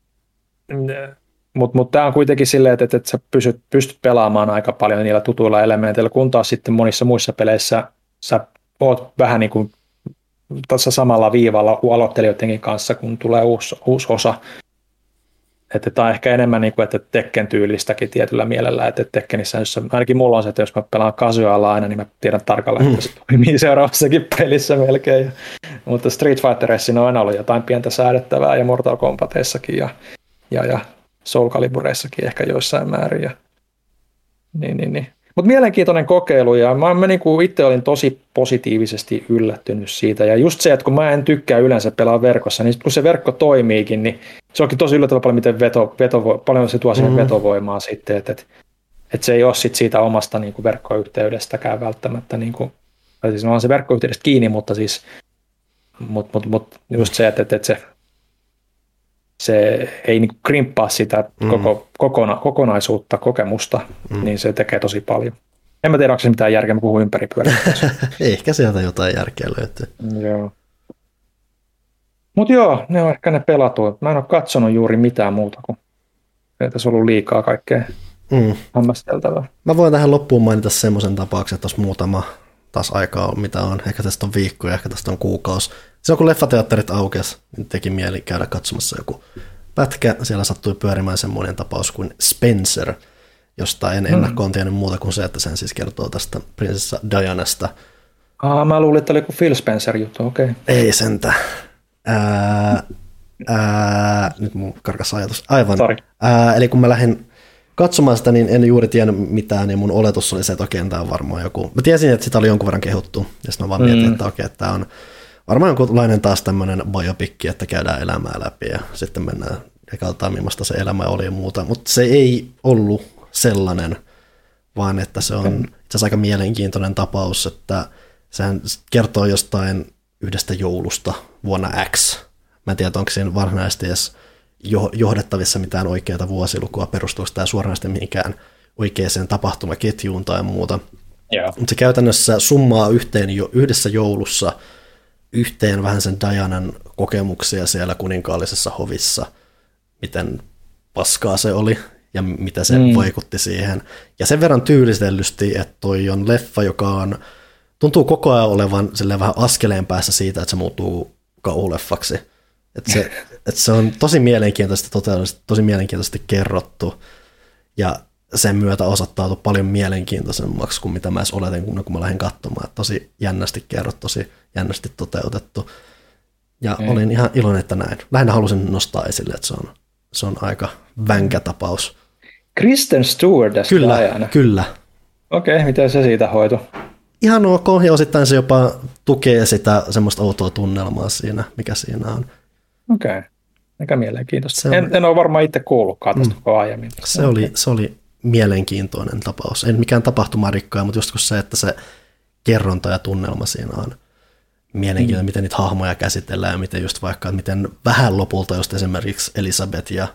Mutta mut tämä on kuitenkin silleen, että, että, että sä pystyt, pystyt pelaamaan aika paljon niillä tutuilla elementeillä, kun taas sitten monissa muissa peleissä sä oot vähän niin kuin tässä samalla viivalla aloittelijoidenkin kanssa, kun tulee uusi, uusi osa. Että tämä on ehkä enemmän niin kuin, että Tekken tyylistäkin tietyllä mielellä, että Tekkenissä, jos ainakin mulla on se, että jos mä pelaan casualaa aina, niin mä tiedän tarkalleen, että se toimii seuraavassakin pelissä melkein. Mutta Street Fighterissa on aina ollut jotain pientä säädettävää ja Mortal Kombateissakin ja, ja, ja Soul Calibureissakin ehkä joissain määrin. Ja, niin, niin, niin. Mutta mielenkiintoinen kokeilu ja mä, mä niinku itse olin tosi positiivisesti yllättynyt siitä. Ja just se, että kun mä en tykkää yleensä pelaa verkossa, niin kun se verkko toimiikin, niin se onkin tosi yllättävän paljon, miten veto, veto, paljon se tuo siihen mm. vetovoimaa sitten. Että et, et se ei ole sit siitä omasta niinku verkkoyhteydestäkään välttämättä. Niinku, tai siis on se verkkoyhteydestä kiinni, mutta siis Mutta mut, mut, just se, että, että se, se ei niinku krimppaa sitä mm. koko, kokona, kokonaisuutta, kokemusta, mm. niin se tekee tosi paljon. En mä tiedä, onko se mitään järkeä, mä puhun ympäripyöräilystä. Ehkä sieltä jotain järkeä löytyy. Joo. Mutta joo, ne on ehkä ne pelatut. Mä en ole katsonut juuri mitään muuta, kuin ei tässä ollut liikaa kaikkea mm. hämmästeltävää. Mä voin tähän loppuun mainita semmoisen tapauksen, että olisi muutama taas aikaa on, mitä on. Ehkä tästä on viikko ja ehkä tästä on kuukausi. Se on kun leffateatterit aukesi, niin teki mieli käydä katsomassa joku pätkä. Siellä sattui pyörimään semmoinen tapaus kuin Spencer, josta en ennakkoon tiennyt muuta kuin se, että sen siis kertoo tästä prinsessa Dianasta. Ah, mä luulin, että oli joku Phil Spencer juttu, okei. Okay. Ei sentä. Ää, ää, nyt mun karkas ajatus. Aivan. Ää, eli kun mä lähdin katsomaan sitä, niin en juuri tiennyt mitään, ja mun oletus oli se, että okei, tämä on varmaan joku. Mä tiesin, että sitä oli jonkun verran kehuttu, ja sitten mä vaan mietin, mm. että okei, että tämä on varmaan jonkunlainen taas tämmöinen biopikki, että käydään elämää läpi, ja sitten mennään ja katsotaan, millaista se elämä oli ja muuta. Mutta se ei ollut sellainen, vaan että se on itse asiassa aika mielenkiintoinen tapaus, että sehän kertoo jostain yhdestä joulusta vuonna X. Mä en tiedä, onko siinä varsinaisesti edes johdettavissa mitään oikeaa vuosilukua, perustuuko tämä suoranaisesti mihinkään oikeaan tapahtumaketjuun tai muuta. Yeah. Mutta se käytännössä summaa yhteen jo, yhdessä joulussa yhteen vähän sen Dianan kokemuksia siellä kuninkaallisessa hovissa, miten paskaa se oli ja mitä se mm. vaikutti siihen. Ja sen verran tyylistellysti, että toi on leffa, joka on, tuntuu koko ajan olevan vähän askeleen päässä siitä, että se muuttuu kauhuleffaksi. Että se, että se on tosi mielenkiintoisesti toteutettu, tosi mielenkiintoisesti kerrottu ja sen myötä osoittautui paljon mielenkiintoisemmaksi kuin mitä mä edes oletin, kun mä lähdin katsomaan. Että tosi jännästi kerrottu, tosi jännästi toteutettu. Ja mm. olin ihan iloinen, että näin. Lähinnä halusin nostaa esille, että se on, se on aika vänkä tapaus. Kristen Stewart tästä Kyllä, ajana. kyllä. Okei, okay, miten se siitä hoitui? Ihan ok, ja osittain se jopa tukee sitä semmoista outoa tunnelmaa siinä, mikä siinä on. Okei, okay. Aika mielenkiintoista. En, en ole varmaan itse kuullutkaan tästä mm. koko aiemmin. Se oli, se oli mielenkiintoinen tapaus. Ei mikään tapahtumarikkoja, mutta just se, että se kerronta ja tunnelma siinä on mielenkiintoinen, mm. miten niitä hahmoja käsitellään ja miten just vaikka, miten vähän lopulta just esimerkiksi Elisabeth ja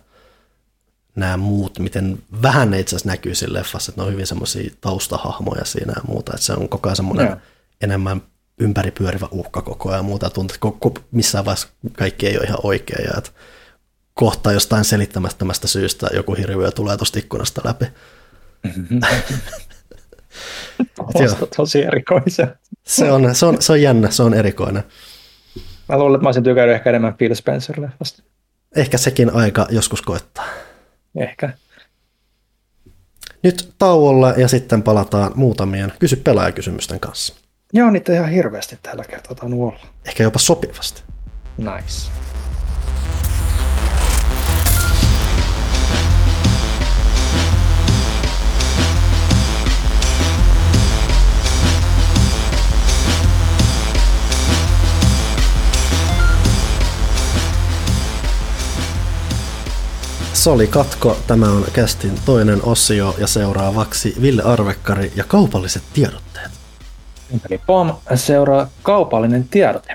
nämä muut, miten vähän ne itse asiassa näkyy siinä leffassa, että ne on hyvin semmoisia taustahahmoja siinä ja muuta, että se on koko ajan semmoinen yeah. enemmän ympäripyörivä uhka koko ajan ja muuta, tuntuu, että koko, missään vaiheessa kaikki ei ole ihan oikein ja että kohta jostain selittämättömästä syystä joku hirviö tulee tuosta ikkunasta läpi. Tuosta tosi erikoisen. Se on, se, on, se on jännä, se on erikoinen. Mä luulen, että mä olisin tykännyt ehkä enemmän Phil Spencer-leffasta. Ehkä sekin aika joskus koittaa. Ehkä. Nyt tauolla ja sitten palataan muutamien kysy pelaajakysymysten kanssa. Joo, niitä ihan hirveästi tällä kertaa tainnut olla. Ehkä jopa sopivasti. Nice. Se oli katko. Tämä on kästin toinen osio ja seuraavaksi Ville Arvekkari ja kaupalliset tiedotteet. Eli pom, seuraa kaupallinen tiedote.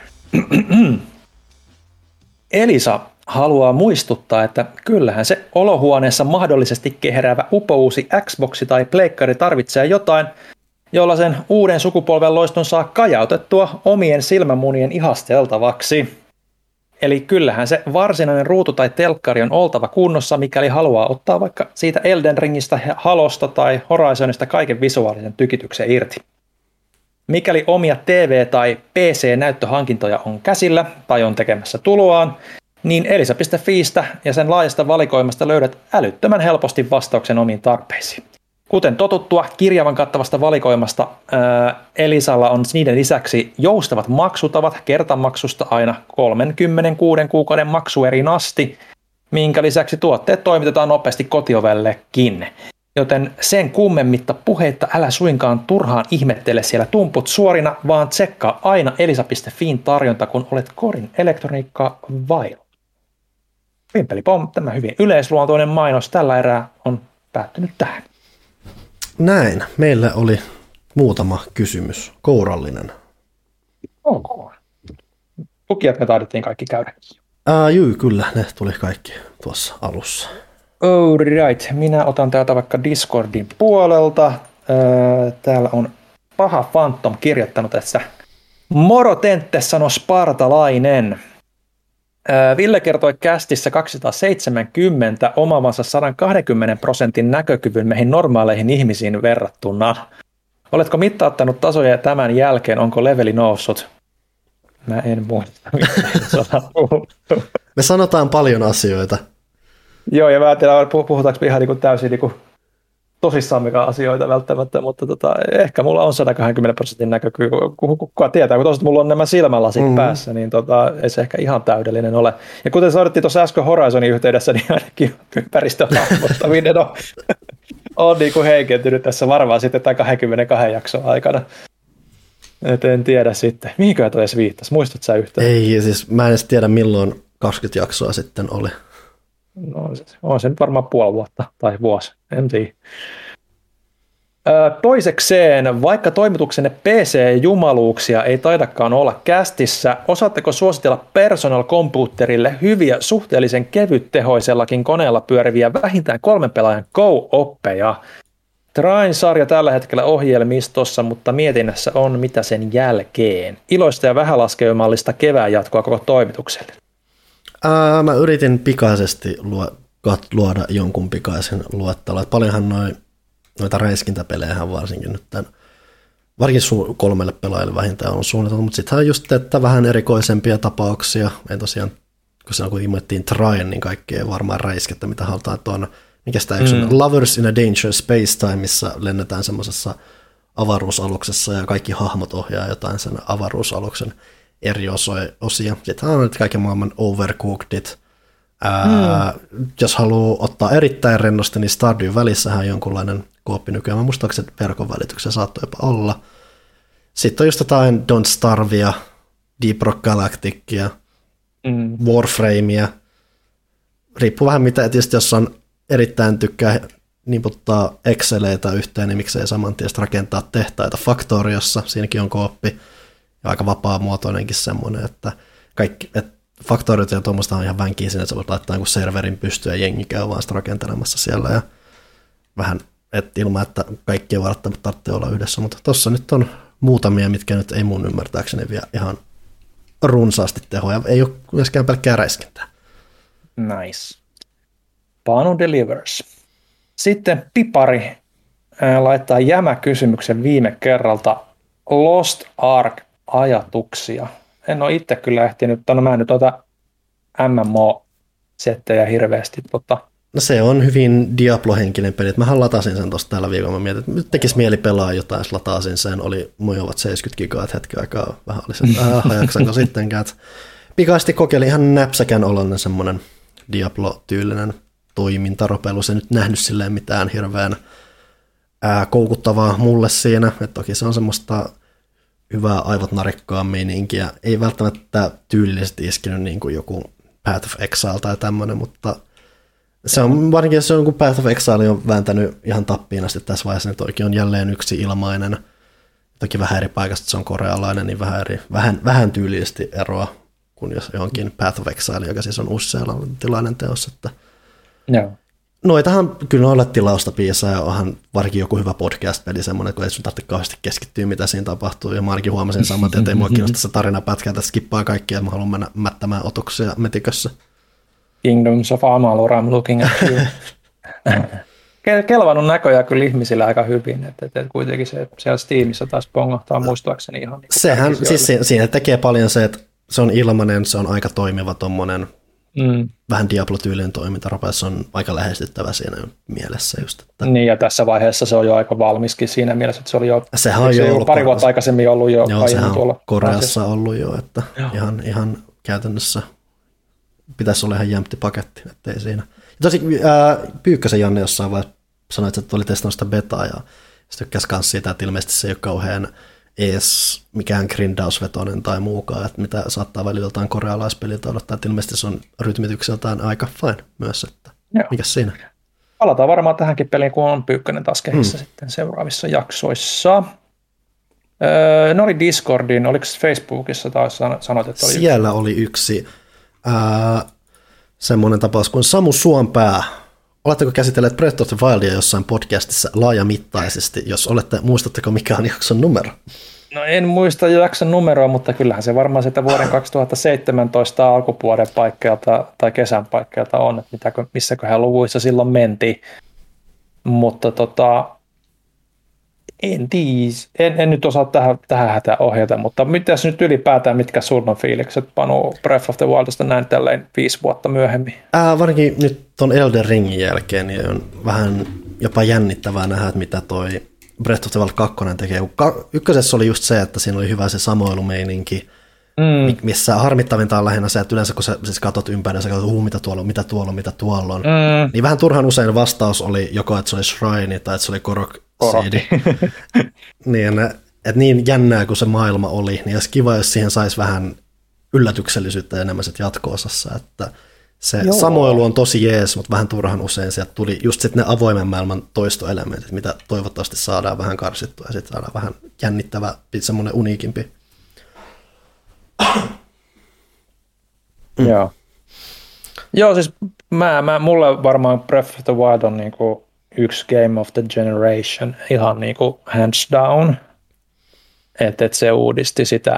Elisa haluaa muistuttaa, että kyllähän se olohuoneessa mahdollisesti kehräävä upouusi Xbox tai pleikkari tarvitsee jotain, jolla sen uuden sukupolven loiston saa kajautettua omien silmämunien ihasteltavaksi. Eli kyllähän se varsinainen ruutu tai telkkari on oltava kunnossa, mikäli haluaa ottaa vaikka siitä Elden Ringistä, Halosta tai Horizonista kaiken visuaalisen tykityksen irti. Mikäli omia T V- tai P C-näyttöhankintoja on käsillä tai on tekemässä tuloaan, niin elisa piste fiistä ja sen laajasta valikoimasta löydät älyttömän helposti vastauksen omiin tarpeisiin. Kuten totuttua, kirjavan kattavasta valikoimasta ää, Elisalla on niiden lisäksi joustavat maksutavat kertamaksusta aina kolmekymmentäkuuden kuukauden maksuerin asti, minkä lisäksi tuotteet toimitetaan nopeasti kotiovellekin. Joten sen kummemmitta puheitta älä suinkaan turhaan ihmettele siellä tumput suorina, vaan tsekkaa aina elisa piste fiin tarjonta, kun olet korin elektroniikkaa vailla. Pimpelipom, tämä hyvin yleisluontoinen mainos tällä erää on päättynyt tähän. Näin. Meillä oli muutama kysymys. Kourallinen. Ok. Lukijat me taidettiin kaikki käydä. Uh, juu, kyllä, ne tuli kaikki tuossa alussa. All right, minä otan täältä vaikka Discordin puolelta. Täällä on Paha Phantom kirjoittanut tässä. Moro Tentte, sano spartalainen. Ville kertoi kästissä kaksisataaseitsemänkymmentä omaavansa sata kaksikymmentä prosentin näkökyvyn meihin normaaleihin ihmisiin verrattuna. Oletko mittauttanut tasoja ja tämän jälkeen onko leveli noussut? Mä en muista, mitä me sanotaan paljon asioita. Joo, ja mä en tiedä, puhutaanko ihan niin täysin niin tosissaan mikä asioita välttämättä, mutta tota, ehkä mulla on sata kaksikymmentä prosentin näkökyky. Kuka tietää, kun toisaalta mulla on nämä silmälasit mm-hmm. päässä, niin tota, ei se ehkä ihan täydellinen ole. Ja kuten sanottiin tuossa äsken Horizonin yhteydessä, niin ainakin ympäristön hahmottaminen on, on niin kuin heikentynyt tässä varmaan sitten tämän kaksikymmentäkaksi jakson aikana. Et en tiedä sitten. Mihinköhän toi edes viittasi? Muistatko sä yhtään? Ei, siis mä en edes tiedä milloin kaksikymmentä jaksoa sitten oli. No, on se nyt varmaan puoli vuotta tai vuosi, en tiedä. Toisekseen, vaikka toimituksenne P C-jumaluuksia ei taidakaan olla kästissä, osaatteko suositella personal computerille hyviä suhteellisen kevyttehoisellakin koneella pyöriviä vähintään kolmen pelaajan go-oppeja? Train-sarja tällä hetkellä ohjelmistossa, mutta mietinnässä on mitä sen jälkeen. Iloista ja vähälaskeumallista kevään jatkoa koko toimitukselle. Ää, mä yritin pikaisesti luoda jonkun pikaisen luettelon. Paljonhan noi, noita räiskintäpelejä varsinkin nyt tämän, varsinkin su- kolmelle pelaajalle vähintään on suunniteltu, mutta sittenhän on just että vähän erikoisempia tapauksia. En tosiaan, kun silloin kun ilmoittiin Trine, niin kaikki ei varmaan räiskettä, mitä halutaan tuon. Mikä sitä mm. Lovers in a Dangerous Space-Time, missä lennetään semmoisessa avaruusaluksessa ja kaikki hahmot ohjaa jotain sen avaruusaluksen eri osia. Sitten on nyt kaiken maailman overcookedit. Ää, mm. Jos haluaa ottaa erittäin rennosti, niin Stardew välissähän on jonkunlainen kooppi nykyään. Mä muistaakseni verkon välityksen saattoi jopa olla. Sitten on just jotain Don't Starvea, Deep Rock Galacticia, mm. Warframea. Riippuu vähän mitä, tietysti jos on erittäin tykkää niputtaa Exceleitä yhteen, niin miksei saman tien rakentaa tehtaita Factoriossa, siinäkin on kooppi, ja aika vapaa-muotoinenkin semmoinen, että kaikki, että Factoriot ja tuommoista on ihan vänkiä siinä, että sä voit laittaa jonkun serverin pystyyn ja jengi käy vaan sitä rakentelemassa siellä, ja vähän, että ilman, että kaikki ei välttämättä tarvitse olla yhdessä, mutta tuossa nyt on muutamia, mitkä nyt ei mun ymmärtääkseni vielä ihan runsaasti tehoja, ei ole myöskään pelkkää räiskintää. Nice. Panu delivers. Sitten Pipari ää, laittaa jämäkysymyksen viime kerralta. Lost Ark-ajatuksia. En ole itse kyllä ehtinyt, no mä en nyt ota M M O-settejä hirveästi. Tota. No se on hyvin Diablo-henkinen peli. Mähän latasin sen tuossa tällä viikolla. Mä mietin, että nyt tekisi mieli pelaa jotain, jos latasin sen. Oli muivat seitsemänkymmentä gigaa hetken aikaa. Vähän oli se, että äh, jaksanko sittenkään. Pikaisesti kokeilin ihan näpsäkän oloinen semmoinen Diablo-tyylinen toimintaropelu. Se nyt nähnyt silleen mitään hirveän ää, koukuttavaa mulle siinä. Et toki se on semmoista hyvää aivot narikkaa meininkiä. Ei välttämättä tyylillisesti iskinyt niin kuin joku Path of Exile tai tämmöinen, mutta se on varsinkin se on, kun Path of Exile on vääntänyt ihan tappiin asti tässä vaiheessa, niin toikin on jälleen yksi ilmainen. Toki vähän eri paikasta se on korealainen, niin vähän, eri, vähän, vähän tyylillisesti eroa kuin jos johonkin Path of Exile, joka siis on uusseelantilainen teos. Että no. Noitahan kyllä noilla tilausta piisaa ja onhan varsinkin joku hyvä podcast-peli semmoinen, kun ei sun tarvitse kauheasti keskittyä, mitä siinä tapahtuu. Ja mä ainakin huomasin saman, että ei mua kiinnosta se tarinapätkä, että skippaa kaikkia, että mä haluan mennä mättämään otuksia metikössä. Kingdoms of Amalur, I'm looking at you. Kelvannut näköjä kyllä ihmisillä aika hyvin, että, että kuitenkin se siellä Steamissa taas pongahtaa muistaakseni ihan. Niin sehän, siis siinä tekee paljon se, että se on ilmainen, se on aika toimiva tommonen, mm. vähän Diablo-tyylinen toiminta, se on aika lähestyttävä siinä mielessä just. Että niin ja tässä vaiheessa se on jo aika valmiskin siinä mielessä, että se oli jo, sehän on jo ollut pari vuotta Koreassa. Aikaisemmin ollut jo. Joo, sehän on Koreassa ollut jo, että ihan, ihan käytännössä pitäisi olla ihan jämpti paketti, ettei siinä. Ja tosi ää, Pyykkösen Janne jossain vaiheessa sanoi, että oli testannut sitä betaa ja sitten tykkäsi myös siitä, että ilmeisesti se ei ole kauhean ees mikään grindausvetoinen tai muukaan, että mitä saattaa välillä jotain korealaispeliltä odottaa, että ilmeisesti se on rytmitykseltään aika fine myös, että mikäs siinä? Palataan varmaan tähänkin peliin, kun on Pyykkönen taas kehissä hmm. sitten seuraavissa jaksoissa. Öö, ne oli Discordin, oliko Facebookissa taas sanot, että oli Siellä yksi? oli yksi ää, semmoinen tapaus kuin Samu Suompää. Oletteko käsitelleet Breath of the Wildia jossain podcastissa laajamittaisesti, jos olette, muistatteko mikä on jakson numero? No en muista jakson numeroa, mutta kyllähän se varmaan sitä vuoden kaksituhattaseitsemäntoista alkuvuoden paikkeelta tai kesän paikkeelta on, että missäköhän luvuissa silloin mentiin. Mutta tota, en tiedä, en, en nyt osaa tähän, tähän hätään ohjata, mutta mitäs nyt ylipäätään, mitkä sun on fiilikset Panu Breath of the Wildista näin tälleen viisi vuotta myöhemmin? Ää, varsinkin nyt ton Elden Ringin jälkeen niin on vähän jopa jännittävää nähdä, että mitä toi Breath of the Wild kaksi tekee. Ykkösessä oli just se, että siinä oli hyvä se samoilumeininki, mm. missä harmittavinta on lähinnä se, että yleensä kun sä siis katot ympäri ja sä katsot, mitä tuolla on, mitä tuolla on, mitä tuolla on, mm. niin vähän turhan usein vastaus oli joko, että se oli Shrine tai että se oli Korok Seedi. niin, että niin jännää kuin se maailma oli, niin olisi kiva, jos siihen saisi vähän yllätyksellisyyttä enemmän sit jatko-osassa, että se Joo. samoilu on tosi jees, mutta vähän turhan usein sieltä tuli just sitten ne avoimen maailman toistoelementit, mitä toivottavasti saadaan vähän karsittua ja sitten saadaan vähän jännittävä, semmoinen uniikimpi. Mm. Joo. Joo, siis mä, mä, mulle varmaan Breath of the Wild on niinku yksi Game of the Generation, ihan niinku hands down, että et se uudisti sitä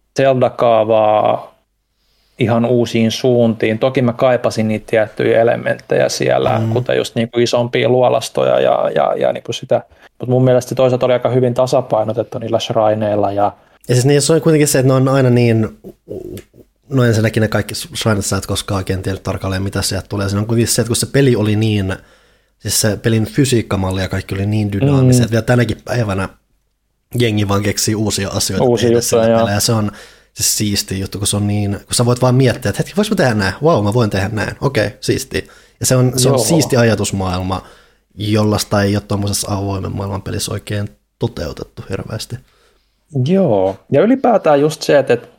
Zelda-kaavaa ihan uusiin suuntiin. Toki mä kaipasin niitä tiettyjä elementtejä siellä, mm. kuten just niinku isompia luolastoja ja, ja, ja niinku sitä, mutta mun mielestä se toisaalta oli aika hyvin tasapainotettu niillä shrineilla. Ja, ja siis niissä on kuitenkin se, että ne on aina niin, no ensinnäkin ne kaikki shrineit sä et koskaan oikein tiedä tarkalleen mitä sieltä tulee. Se on kuitenkin se, että kun se peli oli niin, siis se pelin fysiikkamalli ja kaikki oli niin dynaamisia, mm. että vielä tänäkin päivänä jengi vaan keksii uusia asioita. Uusia juttuja, joo. Ja se on se siistiä juttu, kun se on niin, kun sä voit vaan miettiä, että hetki, vois mä tehdä näin? Vau, wow, mä voin tehdä näin. Okei, okay, siistiä. Ja se on, se on siisti ajatusmaailma, jollaista ei ole tuommoisessa avoimen maailman pelissä oikein toteutettu hirveästi. Joo, ja ylipäätään just se, että, että,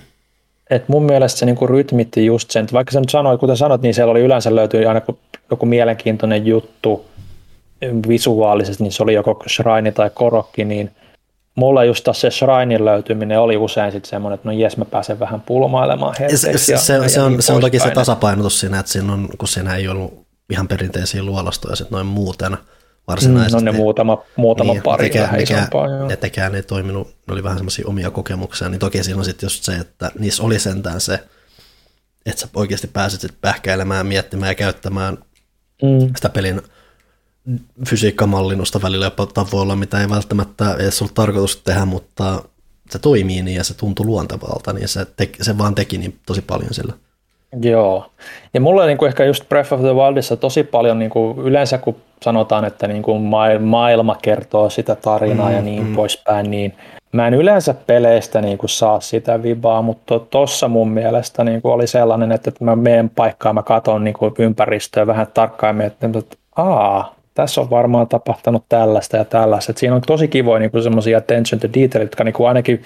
että mun mielestä se niinku rytmitti just sen, että vaikka sä nyt sanoit, kuten sanot, niin siellä oli yleensä löytyi aina joku mielenkiintoinen juttu visuaalisesti, niin se oli joko shrine tai korokki, niin mulla just taas se shrinin löytyminen oli usein sitten semmoinen, että no jes, mä pääsen vähän pulmailemaan hetkeksi. Se, se, ja, se, ja on, niin se on toki se tasapainotus siinä, että siinä on, kun siinä ei ollut ihan perinteisiä luolastoja sitten noin muuten varsinaisesti. Mm, no ne muutama, muutama niin, pari tekään, vähän isompaa. Ja tekään ei toiminut, ne oli vähän semmoisia omia kokemuksia, niin toki siinä on sitten just se, että niissä oli sentään se, että sä oikeasti pääsit sitten pähkäilemään, miettimään ja käyttämään mm. sitä pelin fysiikkamallinnusta välillä jopa tavoilla, mitä ei välttämättä edes ollut tarkoitus tehdä, mutta se toimii niin ja se tuntui luontevalta, niin se, te, se vaan teki niin tosi paljon sillä. Joo, ja mulla niin kuin ehkä just Breath of the Wildissa tosi paljon niin kuin yleensä kun sanotaan, että niin kuin maailma kertoo sitä tarinaa mm, ja niin mm. poispäin, niin mä en yleensä peleistä niin kuin saa sitä vibaa, mutta tossa mun mielestä niin kuin oli sellainen, että mä menen paikkaan, mä katson niin kuin ympäristöä vähän tarkkaan, että aah, tässä on varmaan tapahtunut tällaista ja tällaista. Et siinä on tosi kivoja niin semmoisia attention to detail, jotka niin kuin ainakin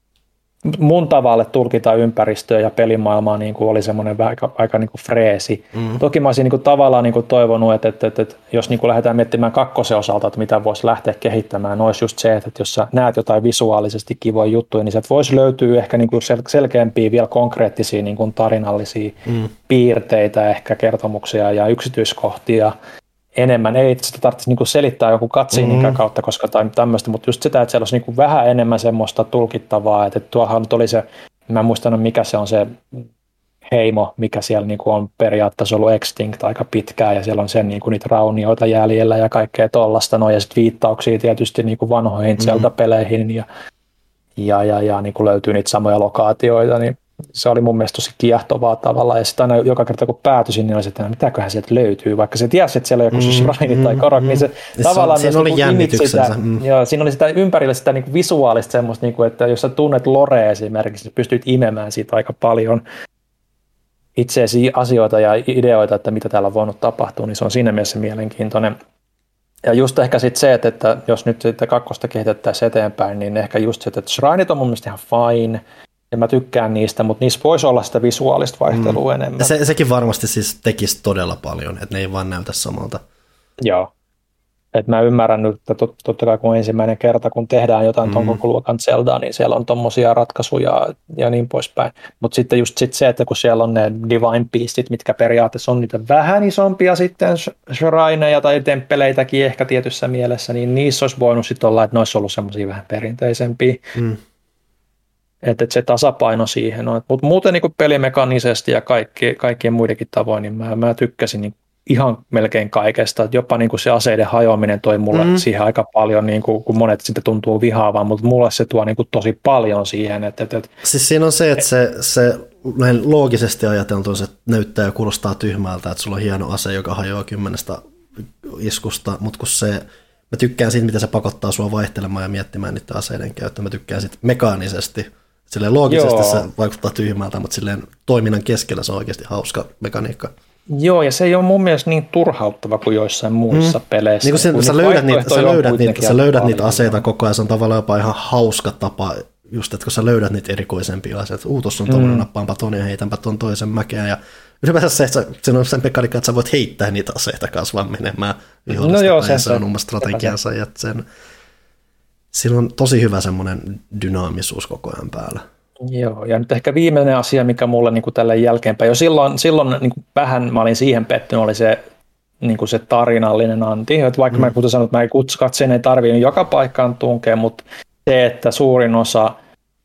mun tavalle tulkita ympäristöä ja pelimaailmaa niin kuin oli semmoinen aika, aika niin kuin freesi. Mm. Toki mä olisin niin kuin tavallaan niin kuin toivonut, että, että, että, että jos niin kuin lähdetään miettimään kakkosen osalta, että mitä voisi lähteä kehittämään, olisi just se, että jos sä näet jotain visuaalisesti kivoja juttuja, niin sieltä voisi löytyä ehkä niin kuin selkeämpiä, vielä konkreettisia niin kuin tarinallisia mm. piirteitä, ehkä kertomuksia ja yksityiskohtia enemmän. Ei sitä tarvitsisi niinku selittää joku katsiinikään mm-hmm. kautta, koska tai tämmöistä, mutta just sitä, että siellä olisi niinku vähän enemmän semmoista tulkittavaa, että tuohan nyt oli se, mä en muistanut mikä se on se heimo, mikä siellä niinku on periaatteessa ollut extinct aika pitkään, ja siellä on sen niinku niitä raunioita jäljellä ja kaikkea tollasta, no, ja sitten viittauksia tietysti niinku vanhoihin mm-hmm. Zelda-peleihin, ja, ja, ja, ja niinku löytyy niitä samoja lokaatioita, niin se oli mun mielestä tosi kiehtovaa tavalla, ja sitten aina joka kerta kun päätyisin, niin oli se, että mitäköhän sieltä löytyy, vaikka se tiesi, että siellä on joku mm, shrine mm, tai korok, mm, niin se mm. tavallaan se, oli jännityksensä. Mm. Joo, siinä oli sitä ympärillä sitä niinku visuaalista semmoista, niinku, että jos sä tunnet Lorea esimerkiksi, niin pystyt imemään siitä aika paljon itseesi asioita ja ideoita, että mitä täällä on voinut tapahtua, niin se on siinä mielessä mielenkiintoinen. Ja just ehkä sitten se, että, että jos nyt sitten kakkosta kehitettäisiin eteenpäin, niin ehkä just se, että shrineit on mun mielestä ihan fine, ja mä tykkään niistä, mutta niissä voisi olla sitä visuaalista vaihtelua mm. enemmän. Se, sekin varmasti siis tekisi todella paljon, että ne ei vaan näytä samalta. Joo. Et mä ymmärrän nyt, että tot, totta kai kun ensimmäinen kerta, kun tehdään jotain mm. ton koko luokan Zeldaa, niin siellä on tommosia ratkaisuja ja niin poispäin. Mutta sitten just sit se, että kun siellä on ne Divine Beastit, mitkä periaatteessa on niitä vähän isompia sitten shrineja tai temppeleitäkin ehkä tietyssä mielessä, niin niissä olisi voinut sitten olla, että ne olisi ollut semmoisia vähän perinteisempiä. Mm. Että et se tasapaino siihen on. Mutta muuten niin pelimekanisesti ja kaikki, kaikkien muidenkin tavoin, niin mä, mä tykkäsin niin ihan melkein kaikesta. Et jopa niin kuin se aseiden hajoaminen toi mulle mm. siihen aika paljon, niin kuin, kun monet sitten tuntuu vihaavaan, mutta mulle se tuo niin kuin tosi paljon siihen. Et, et, et, siis siinä on se, että se, se näin loogisesti ajateltu, se näyttää ja kuulostaa tyhmältä, että sulla on hieno ase, joka hajoaa kymmenestä iskusta, mutta kun se, mä tykkään siitä, miten se pakottaa sua vaihtelemaan ja miettimään niiden aseiden käyttöä. Mä tykkään siitä mekaanisesti. Silleen loogisesti Joo. se vaikuttaa tyhmältä, mutta silleen toiminnan keskellä se on oikeasti hauska mekaniikka. Joo, ja se ei ole mun mielestä niin turhauttava kuin joissain muissa mm. peleissä. Niin kun sen, sä, löydät niitä, sä löydät, niitä, sä löydät niitä aseita koko ajan, se on tavallaan jopa ihan hauska tapa, just että kun sä löydät niitä erikoisempia aseita, uu, tuossa on tommoinen, mm. nappaanpa ton ja heitänpä ton toisen mäkeä, ja ylipäänsä se, että se on sen mekaniikka, että sä voit heittää niitä aseita kanssa vaan menemään vihollista no joo, päin, se on oma strategiansa, ja sen, siinä on tosi hyvä semmoinen dynaamisuus koko ajan päällä. Joo, ja nyt ehkä viimeinen asia, mikä mulle niin kuin tälle jälkeenpäin, jo silloin, silloin niin kuin vähän mä olin siihen pettynyt, oli se, niin kuin se tarinallinen anti, että vaikka mm. mä kuten sanoin, että mä katsoin, ei tarvinnut joka paikkaan tunkea, mutta se, että suurin osa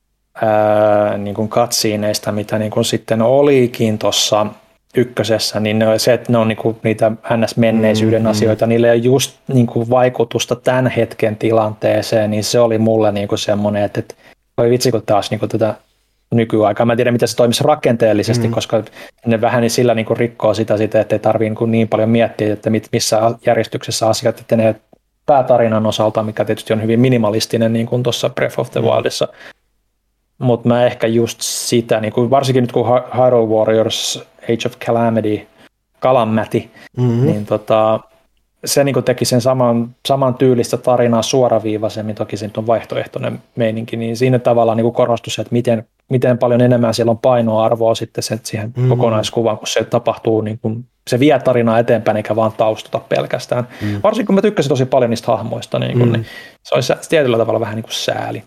ää, niin kuin cutsceneista, mitä niin kuin sitten olikin tuossa ykkösessä, niin se, että ne on niin kuin niitä ns. Menneisyyden mm, asioita, niillä ei ole just niin kuin vaikutusta tämän hetken tilanteeseen, niin se oli mulle niin kuin semmoinen, että, että oi vitsi, kun taas niin kuin tätä nykyaikaa. Mä en tiedä, miten se toimisi rakenteellisesti, mm. koska ne vähän niin sillä niin kuin rikkoo sitä, sitä että ei tarvitse niin, niin paljon miettiä, että missä järjestyksessä asiat etenee päätarinan osalta, mikä tietysti on hyvin minimalistinen niin kuin tuossa Breath of the Wildissa. Mutta mä ehkä just sitä, niin kuin varsinkin nyt kun Hyrule Warriors Age of Calamity, Calamity, mm-hmm. niin tota, se niin kuin teki sen saman, saman tyylistä tarinaa suoraviivaisemmin, toki se nyt on vaihtoehtoinen meininki, niin siinä tavallaan niin kuin korostui se, että miten, miten paljon enemmän siellä on painoarvoa sitten se, siihen mm-hmm. kokonaiskuvaan, kun se tapahtuu, niin kuin, se vie tarinaa eteenpäin eikä vaan taustata pelkästään. Mm-hmm. Varsinkin kun mä tykkäsin tosi paljon niistä hahmoista, niin, kuin, mm-hmm. niin se olisi tietyllä tavalla vähän niin kuin sääli.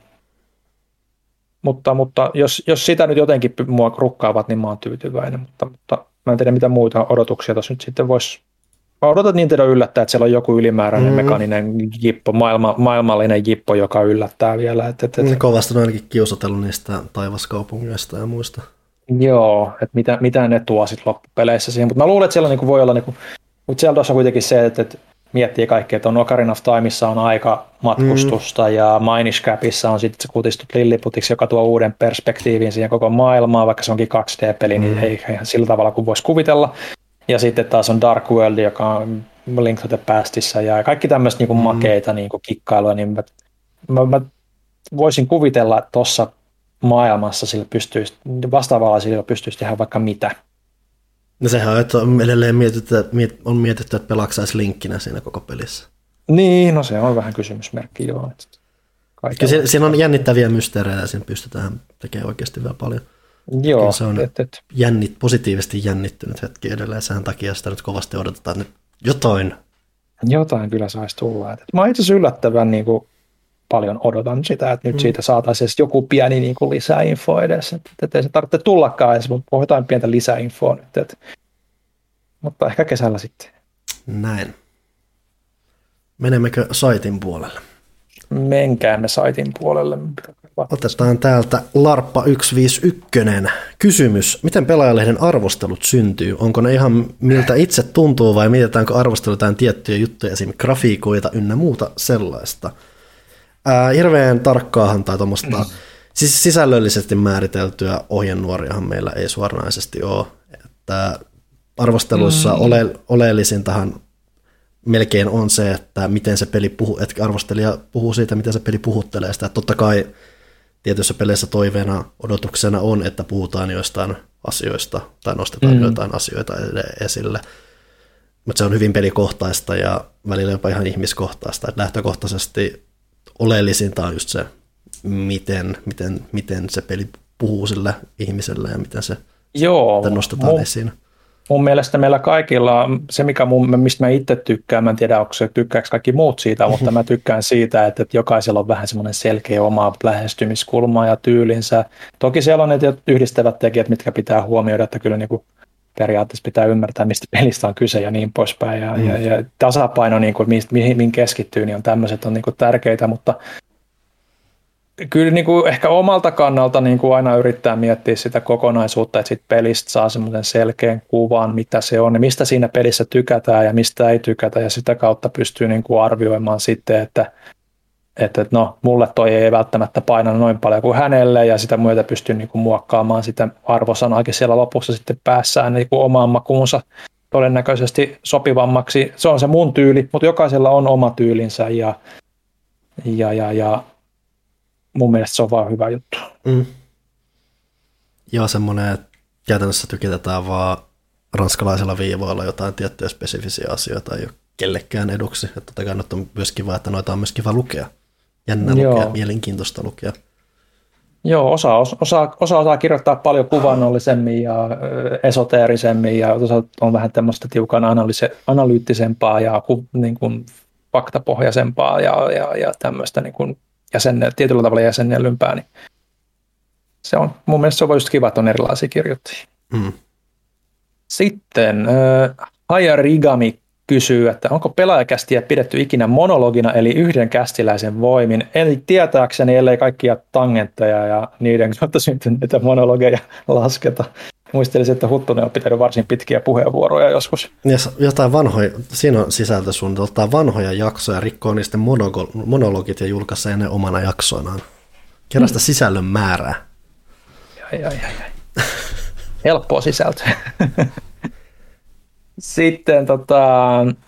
Mutta, mutta jos, jos sitä nyt jotenkin mua rukkaavat, niin mä oon tyytyväinen, mutta, mutta mä en tiedä mitä muita odotuksia tuossa nyt sitten voisi. Mä odotan, että Nintendo yllättää, että siellä on joku ylimääräinen mm. mekaninen jippo, maailma, maailmallinen jippo, joka yllättää vielä. Et, et, et. Kovasti on ainakin kiusatellut niistä taivaskaupungeista ja muista. Joo, että mitä, mitä ne tuo sitten loppupeleissä siihen, mutta mä luulen, että siellä niinku voi olla, niinku, mutta siellä tuossa kuitenkin se, että, että miettii kaikkea, että on Ocarina of Timeissa on aika matkustusta mm. ja Minish Capissa on sitten se kutistut Lilliputiksi, joka tuo uuden perspektiivin siihen koko maailmaan, vaikka se onkin kaksi D-peli, mm. niin ei ihan sillä tavalla kuin voisi kuvitella. Ja sitten taas on Dark World, joka on Link to the Pastissa ja kaikki tämmöistä niinku mm. makeita niinku kikkailuja, niin mä, mä, mä voisin kuvitella, että tuossa maailmassa sillä pystyisi, vastaavalla sillä pystyisi tehdä vaikka mitä. No sehän on, että on edelleen mietitty, on mietitty, että pelaksaisi linkkinä siinä koko pelissä. Niin, no se on vähän kysymysmerkki, joo. Kyllä siinä, siinä on jännittäviä mysteerejä ja siinä pystytään tekemään oikeasti vielä paljon. Joo. Kyllä se on et, et. Jännit, positiivisesti jännittynyt hetki edelleen. Sehän takia sitä nyt kovasti odotetaan nyt jotain. Jotain kyllä saisi tulla. Et, mä itse asiassa yllättävän niin kuin, paljon odotan sitä, että nyt mm. siitä saataisiin joku pieni niin kuin lisäinfo edes. Että et ei se tarvitse tullakaan edes, mutta jotain pientä lisäinfoa nyt. Et, mutta ehkä kesällä sitten. Näin. Menemmekö saitin puolelle? Menkäämme saitin puolelle. Otetaan täältä Larppa yksi viisi yksi. Kysymys, miten Pelaajalehden arvostelut syntyy? Onko ne ihan miltä itse tuntuu vai mietitäänkö arvostelutaan tiettyjä juttuja, esimerkiksi grafiikoita ynnä muuta sellaista? Ää, hirveän tarkkaahan tai tuommoista mm. siis sisällöllisesti määriteltyä ohjenuoriahan meillä ei suoranaisesti ole. Että arvosteluissa mm. ole, oleellisintahan melkein on se, että miten se peli puhuu, että arvostelija puhuu siitä, miten se peli puhuttelee sitä. Että totta kai tietyissä peleissä toiveena, odotuksena on, että puhutaan joistain asioista tai nostetaan mm. jotain asioita esille. Mutta se on hyvin pelikohtaista ja välillä jopa ihan ihmiskohtaista. Että lähtökohtaisesti oleellisinta on just se, miten, miten, miten se peli puhuu sille ihmiselle ja miten se Joo, nostetaan mun, esiin. mun mielestä meillä kaikilla, se mikä mun, mistä mä itse tykkään, mä en tiedä, onko se tykkääkö kaikki muut siitä, mutta mä tykkään siitä, että, että jokaisella on vähän semmoinen selkeä oma lähestymiskulma ja tyylinsä. Toki siellä on ne yhdistävät tekijät, mitkä pitää huomioida, että kyllä niin kuin periaatteessa pitää ymmärtää, mistä pelistä on kyse ja niin poispäin. Ja, mm. ja, ja tasapaino, niin kuin, mihin, mihin keskittyy, niin on tämmöiset on niin kuin tärkeitä, mutta kyllä niin kuin ehkä omalta kannalta niin kuin aina yrittää miettiä sitä kokonaisuutta, että siitä pelistä saa semmoisen selkeän kuvan, mitä se on ja mistä siinä pelissä tykätään ja mistä ei tykätä ja sitä kautta pystyy niin kuin arvioimaan sitten, että, että no mulle toi ei välttämättä paina noin paljon kuin hänelle ja sitä myötä pystyy niin kuin muokkaamaan sitä arvosanaakin siellä lopussa sitten päässään niin kuin omaan makuunsa todennäköisesti sopivammaksi. Se on se mun tyyli, mutta jokaisella on oma tyylinsä ja, ja, ja, ja mun mielestä se on vaan hyvä juttu. Mm. Joo, semmoinen, että käytännössä tykitetään vaan ranskalaisilla viivoilla jotain tiettyjä spesifisiä asioita, ei ole kellekään eduksi. Että totta kai nyt on myös kiva, että noita on myös kiva lukea. Jännä Joo. lukea, mielenkiintoista lukea. Joo, osa, osa, osa osaa kirjoittaa paljon kuvannollisemmin ja esoteerisemmin ja osa on vähän tämmöistä tiukan analyyttisempaa ja niin kuin faktapohjaisempaa ja, ja, ja tämmöistä niin kuin jäsenne, tietyllä tavalla jäsennellympää, niin se on, mun mielestä se on just kiva, että on erilaisia kirjoittajia. Mm. Sitten äh, Hayarigami kysyy, että onko pelaajakästiä pidetty ikinä monologina, eli yhden kästiläisen voimin, eli tietääkseni, ellei kaikkia tangentteja ja niiden kautta syntyneitä monologeja lasketa. Muistelisin, että Huttunen on pitänyt varsin pitkiä puheenvuoroja joskus. Ja jotain vanhoja, siinä on sisältösuunnitelma, ottaa vanhoja jaksoja, rikkoo niistä monologit ja julkaisee ne omana jaksoinaan. Kerran sitä hmm. sisällön määrää. Ai, ai, ai, ai. Helppoa sisältöä. Sitten tota,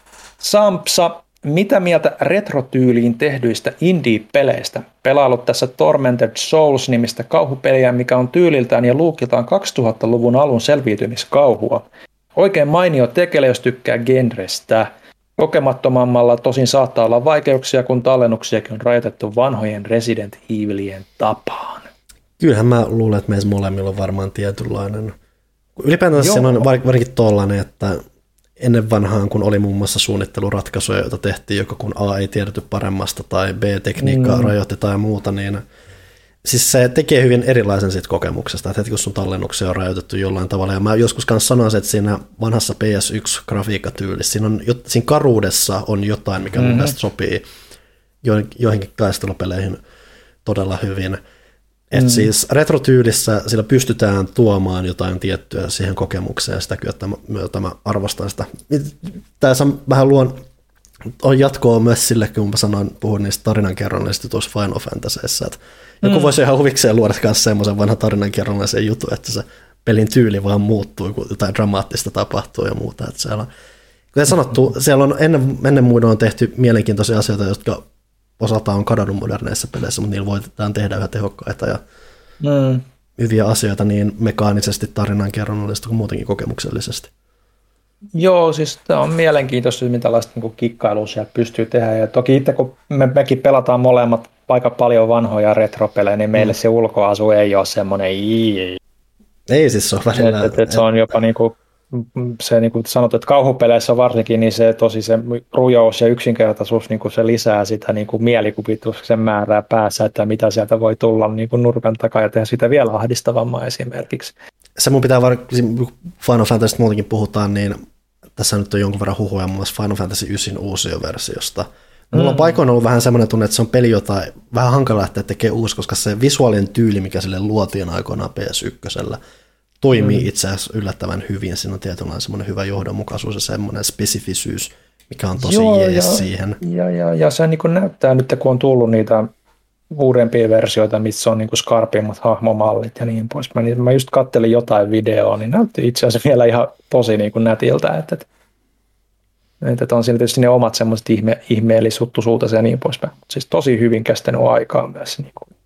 Sampsa, mitä mieltä retrotyyliin tehdyistä indie-peleistä? Pelaillut tässä Tormented Souls-nimistä kauhupeliä, mikä on tyyliltään ja luukiltaan kaksituhattaluvun alun selviytymiskauhua. Oikein mainio tekele, jos tykkää genrestä. Kokemattomammalla tosin saattaa olla vaikeuksia, kun tallennuksiakin on rajoitettu vanhojen Resident Evilien tapaan. Kyllähän mä luulen, että meissä molemmilla on varmaan tietynlainen. Ylipäätään siinä on varsinkin tollainen, että ennen vanhaan, kun oli muun muassa suunnitteluratkaisuja, joita tehtiin, joko kun A ei tiedetty paremmasta tai B-tekniikkaa mm. rajoitetaan ja muuta, niin siis se tekee hyvin erilaisen siitä kokemuksesta, että heti kun sun tallennuksia on rajoitettu jollain tavalla, ja mä joskus kanssa sanoisin, että siinä vanhassa P S yksi-grafiikkatyylissä, siinä, on, siinä karuudessa on jotain, mikä mm-hmm. mun mielestä sopii joihinkin taistelupeleihin todella hyvin. Että mm. siis retrotyylissä sillä pystytään tuomaan jotain tiettyä siihen kokemukseen, sitä myötä mä arvostan sitä. Tässä vähän luon, on jatkoa myös sille, kun mä sanoin, puhun niistä tarinankerronnallisista tuossa Final Fantasyissa, että mm. joku voisi ihan huvikseen luoda myös semmoisen vanhan tarinankerronnallisen jutun, että se pelin tyyli vaan muuttuu, kun jotain dramaattista tapahtuu ja muuta. Että siellä on, kuten sanottu, siellä on ennen, ennen muiden on tehty mielenkiintoisia asioita, jotka osaltaan on kadonnut moderneissa peleissä, mutta niillä voitetaan tehdä yhä tehokkaita ja mm. hyviä asioita niin mekaanisesti, tarinankerronnallisesti kuin muutenkin kokemuksellisesti. Joo, siis tämä on mielenkiintoista, mitä tällaista niin kikkailua siellä pystyy tehdä. Ja toki itse, kun me, mekin pelataan molemmat aika paljon vanhoja retropelejä, niin meille mm. se ulkoasu ei ole semmoinen ii. Ei siis se on välillä. Et, et, et se on jopa niin kuin, se niin kuin sanot, että kauhupeleissä varsinkin, niin se tosi se rujous ja yksinkertaisuus, niin kuin se lisää sitä niin kuin mielikuvituksen määrää päässä, että mitä sieltä voi tulla niin kuin nurkan takaa ja tehdä sitä vielä ahdistavammaa esimerkiksi. Se mun pitää, var- Final Fantasysta muutenkin puhutaan, niin tässä nyt on jonkun verran huhuja muun muassa Final Fantasy yhdeksän uusioversiosta. Mulla on paikoin ollut vähän semmoinen tunne, että se on peli, jota vähän hankala lähteä tekemään uusi, koska se visuaalinen tyyli, mikä sille luotiin aikoinaan P S yksi, toimii mm. itse asiassa yllättävän hyvin. Siinä on tietynlainen semmoinen hyvä johdonmukaisuus ja semmoinen spesifisyys, mikä on tosi Joo, jees ja, siihen. Ja, ja, ja se niin kuin näyttää nyt, kun on tullut niitä uudempia versioita, missä on niin kuin skarpimmat hahmomallit ja niin pois. Mä, niin, mä just kattelin jotain videoa, niin näytti itse asiassa vielä ihan tosi niin kuin nätiltä. Että, että, että on siinä tietysti ne omat semmoiset ihme, ihmeellisuttuisuutensa ja niin poispäin. Mutta siis tosi hyvin kestänyt aikaa myös. Niin kuin.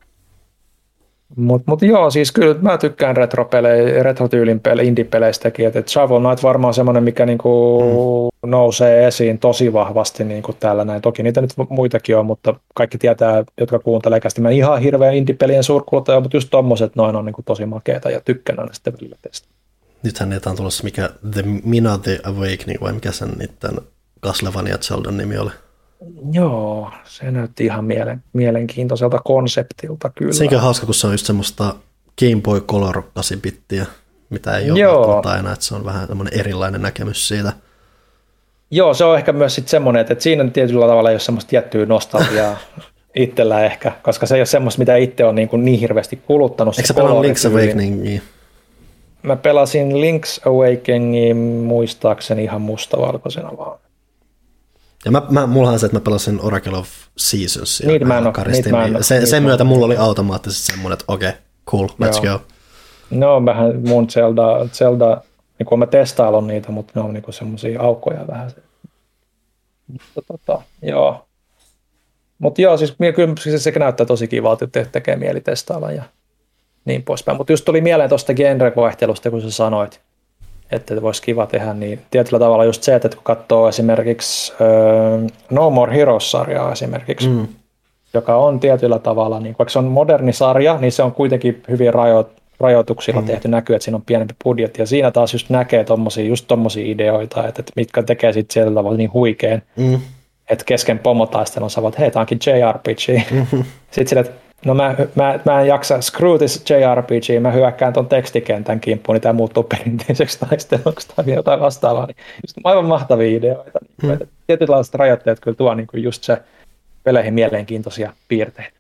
Mutta mut joo, siis kyllä mä tykkään retropelejä, retrotyylin pele, indie-peleistäkin, että Shovel Knight varmaan on semmoinen, mikä niinku mm. nousee esiin tosi vahvasti niinku täällä näin. Toki niitä nyt muitakin on, mutta kaikki tietää, jotka kuuntelee kästi. Mä ihan hirveän indie-pelien suurkuluttaja, mutta just tommoset noin on niinku tosi makeita ja tykkään aina sitten välillä testaa. Nythän niitä on tulossa mikä The Mina The Awakening, vai mikä sen niiden Castlevania Zeldan nimi oli. Joo, se näytti ihan mielen, mielenkiintoiselta konseptilta kyllä. Sekin on hauska, kun se on just semmoista Game Boy Color kahdeksan bittiä, mitä ei ole Joo. välttämättä aina, että se on vähän tämmöinen erilainen näkemys siitä. Joo, se on ehkä myös sitten semmoinen, että siinä tietyllä tavalla ei ole semmoista tiettyä nostalgiaa itsellä ehkä, koska se ei ole semmoista, mitä itse on niin, kuin niin hirveästi kuluttanut. Eikö sä pelannut Link's Awakeningia? Mä pelasin Link's Awakeningia muistaakseni ihan mustavalkoisena vaan. Ja mä, mä, mullahan se, että mä pelasin Oracle of Seasonsia. Niitä mä en ole. Niin se, sen myötä mulla oli automaattisesti semmoinen, että okei, okay, cool, let's Joo. go. No vähän mun Zelda, Zelda niin kuin mä testailun niitä, mutta ne on niin semmoisia aukkoja vähän. Mutta tota, joo. Mutta joo, siis kyllä se, se näyttää tosi kivalta, että tekee mieli testailla ja niin poispäin. Mutta just tuli mieleen tuosta genrevaihtelusta, kun sä sanoit, että voisi kiva tehdä, niin tietyllä tavalla just se, että kun katsoo esimerkiksi uh, No More Heroes-sarjaa esimerkiksi, mm. joka on tietyllä tavalla, niin vaikka se on moderni sarja, niin se on kuitenkin hyvin rajo, rajoituksilla mm. tehty, näkyy, että siinä on pienempi budjetti, ja siinä taas just näkee tommosia, just tommosia ideoita, että, että mitkä tekee sitten sieltä tavalla niin huikeen, mm. että kesken pomotaistelun sä voit, hei, tää onkin J R P G. Mm-hmm. Sitten sille, että no mä, mä, mä en jaksa screw this J R P G, mä hyökkään ton tekstikentän kimppuun, niin tää muuttuu perinteiseksi taisteluksi tai jotain vastaavaa. Niin just aivan mahtavia ideoita. Mm. Tietynlaiset rajoitteet kyllä tuo niin kuin just se peleihin mielenkiintoisia piirteitä.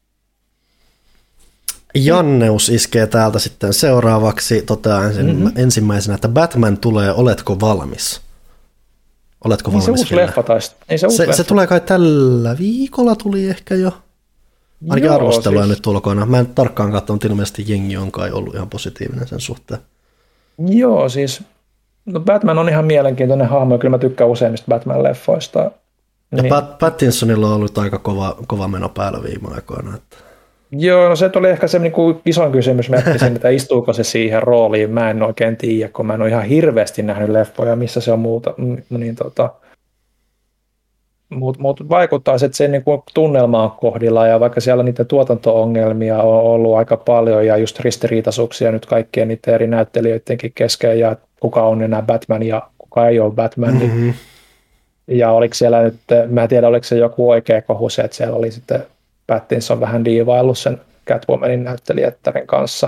Janneus iskee täältä sitten seuraavaksi toteaa ensin, mm-hmm. ensimmäisenä, että Batman tulee, oletko valmis? Oletko valmis? Ei se uusi leffa taisi. Ei se, se, se tulee kai tällä viikolla tuli ehkä jo. Ainakin Joo, arvostelua siis nyt ulkoina. Mä en tarkkaan katsonut, ilmeisesti jengi on kai ollut ihan positiivinen sen suhteen. Joo, siis no Batman on ihan mielenkiintoinen hahmo, ja kyllä mä tykkään useimmista Batman-leffoista. Ja niin. Pat- Pattinsonilla on ollut aika kova, kova meno päällä viime aikoina. Että... Joo, no se oli ehkä se niin kuin isoin kysymys, mä ajattelin, että istuuko se siihen rooliin, mä en oikein tiedä, kun mä en ole ihan hirveästi nähnyt leffoja, missä se on muuta, niin tota... Mutta mut vaikuttaa, että se niinku tunnelma on kohdilla ja vaikka siellä niitä tuotanto-ongelmia on ollut aika paljon ja just ristiriitaisuuksia nyt kaikkien niiden eri näyttelijöidenkin kesken ja kuka on enää Batman ja kuka ei ole Batman. Mm-hmm. Ja oliko siellä nyt, mä en tiedä oliko se joku oikea kohu se, että siellä oli sitten Pattinson vähän diivaillut sen Catwomanin näyttelijättären kanssa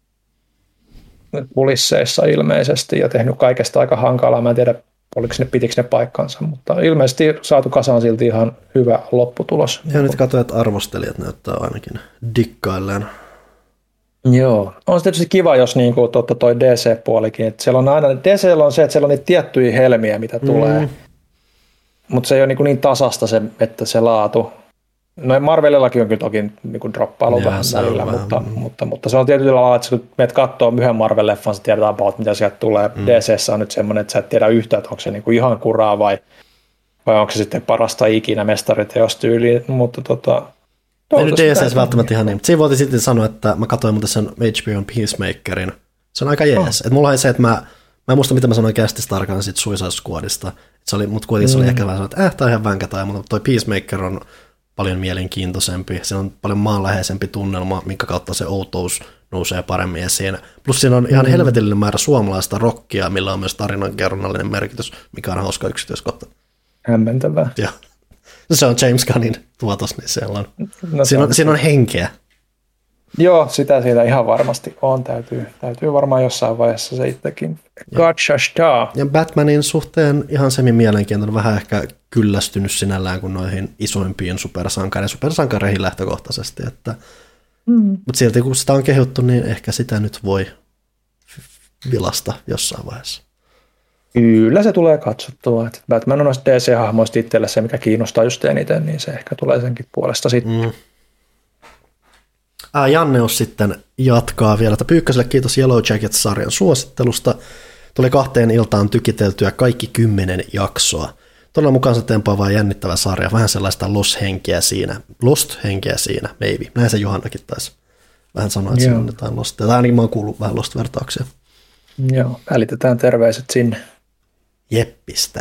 kulisseissa ilmeisesti ja tehnyt kaikesta aika hankalaa. Mä en tiedä, oliko ne, pitikö ne paikkansa, mutta ilmeisesti saatu kasaan silti ihan hyvä lopputulos. Ja nyt katsoin, että arvostelijat näyttää ainakin dikkailleen. Joo, on se tietysti kiva, jos niin kuin totta toi D C-puolikin, että siellä on aina, D C:llä on se, että siellä on niitä tiettyjä helmiä, mitä tulee, mm. mutta se ei ole niin, niin tasasta se, että se laatu. No Marvelillakin on kyllä toki niin kuin droppailu vähän välillä, mutta, mm. mutta, mutta se on tietyllä lailla, että kun menet katsoo yhden Marvel-leffan, sä tiedät about, mitä sieltä tulee. Mm. D C:ssä on nyt semmoinen, että sä et tiedä yhtään, että onko se niin kuin ihan kuraa vai, vai onko se sitten parasta ikinä mestariteosta tyyliin, mutta tota... Ei nyt D C:ssä välttämättä ihan niin, mutta siinä voitiin sitten sanoa, että mä katsoin muuten sen H B O:n Peacemakerin. Se on aika jees. Oh. Että mulla oli se, että mä, mä en muista, mitä mä sanoin kästissä tarkkaan siitä Suicide Squadista. Se oli, mutta kuitenkin se oli mm. ehkä vähän että äh, tää on ihan vänkätä, mutta toi Peacemaker on paljon mielenkiintoisempi. Se on paljon maanläheisempi tunnelma, minkä kautta se outous nousee paremmin esiin. Plus siinä on ihan mm. helvetillinen määrä suomalaista rockia, millä on myös tarinankerronnallinen merkitys, mikä on hauska yksityiskohta. Hämmentävää. Joo. Se on James Gunnin tuotos, niin siellä on, no, siinä, on, siinä on henkeä. Joo, sitä siitä ihan varmasti on. Täytyy, täytyy varmaan jossain vaiheessa se itsekin. Gotcha star. Ja Batmanin suhteen ihan semi-mielenkiintoinen, vähän ehkä kyllästynyt sinällään kuin noihin isoimpiin supersankareihin, supersankareihin lähtökohtaisesti. Että, mm. mutta silti kun sitä on kehuttu, niin ehkä sitä nyt voi vilasta jossain vaiheessa. Kyllä se tulee katsottua. Että Batman on noista D C-hahmoista itselle se, mikä kiinnostaa just eniten, niin se ehkä tulee senkin puolesta sitten. Mm. Ää, Janneus sitten jatkaa vielä, että Pyykköselle kiitos Yellow Jackets-sarjan suosittelusta. Tuli kahteen iltaan tykiteltyä kaikki kymmenen jaksoa. Todella mukaansa tempaava ja jännittävä sarja, vähän sellaista Lost-henkeä siinä. Lost-henkeä siinä, maybe. Näin se Johannakin taisi vähän sanoa, että siinä on jotain Lost. Tai ainakin mä oon kuullut vähän Lost-vertauksia. Joo, välitetään terveiset sinne. Jeppistä.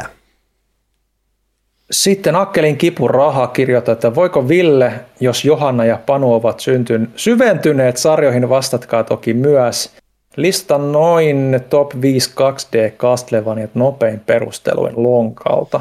Sitten Akkelin kipuraha kirjoittaa, että voiko Ville, jos Johanna ja Panu ovat syntyn, syventyneet sarjoihin, vastatkaa toki myös. Lista noin top viisi kaksi D Castlevaniat nopein perusteluin lonkalta.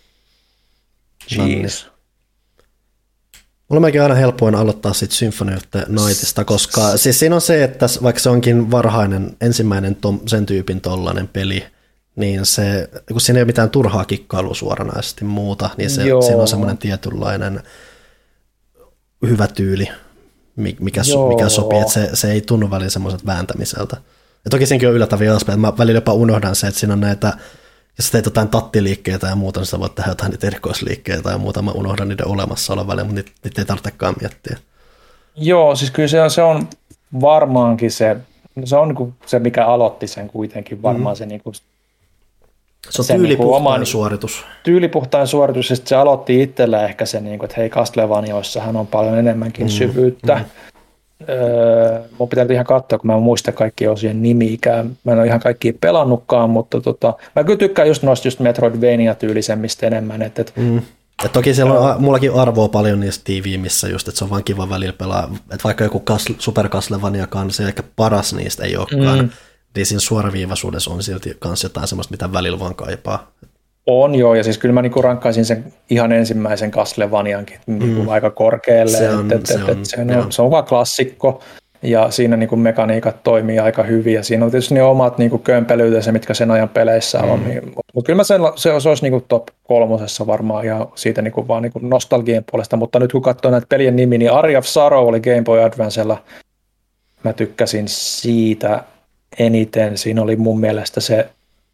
Jeez. Mulla mekin aina helpoin aloittaa siitä Symphony of the Nightista, koska siis siinä on se, että vaikka se onkin varhainen ensimmäinen tom, sen tyypin tollainen peli, niin se, kun siinä ei ole mitään turhaa kikkailua suoranaisesti muuta, niin se, siinä on semmoinen tietynlainen hyvä tyyli, mikä, mikä sopii, että se, se ei tunnu välillä semmoiset vääntämiseltä. Ja toki siinäkin on yllättäviä aspekteja. Mä välillä jopa unohdan se, että siinä on näitä, jos teet jotain tattiliikkeitä ja muuta, niin sä voit tehdä jotain niitä erikoisliikkeitä ja muuta. Mä unohdan niiden olemassaolon välillä, mutta niitä, niitä ei tarvitsekaan miettiä. Joo, siis kyllä se on, se on varmaankin se, se on niin se, mikä aloitti sen kuitenkin varmaan mm. se niin kuin, se on tyylipuhtain niin suoritus. Tyylipuhtain suoritus, ja se aloitti itsellä ehkä sen, niin kuin, että hei, Castlevaniaissahan on paljon enemmänkin mm. syvyyttä. Mm. Öö, mun pitää ihan katsoa, kun mä en muista kaikkia osien nimiikään. Mä en ole ihan kaikkia pelannutkaan, mutta tota, mä kyllä tykkään just noista just Metroidvania-tyylisemmistä enemmän. Et, et, mm. Et toki siellä on mullakin arvoa paljon niistä tiiviimmissä just, että se on vaan kiva välillä pelaa. Et vaikka joku Super Castlevaniakaan, se ehkä paras niistä ei olekaan, mm. niin siinä suoraviivaisuudessa on silti kans jotain semmoista, mitä välillä vaan kaipaa. On joo, ja siis kyllä mä niinku rankkaisin sen ihan ensimmäisen Castlevaniankin niinku mm. aika korkealle. Se on, et, et, se, on, et, se, on, se on vaan klassikko, ja siinä niinku mekaniikat toimii aika hyvin, ja siinä on tietysti ne omat niinku kömpelyytensä, mitkä sen ajan peleissä mm. on. Niin, mutta kyllä mä sen, se, se olisi niinku top kolmosessa varmaan, ja siitä niinku vaan niinku nostalgien puolesta, mutta nyt kun katsoo näitä pelien nimi, niin Area of Sorrow oli Game Boy Advancella. Mä tykkäsin siitä eniten. Siinä oli mun mielestä se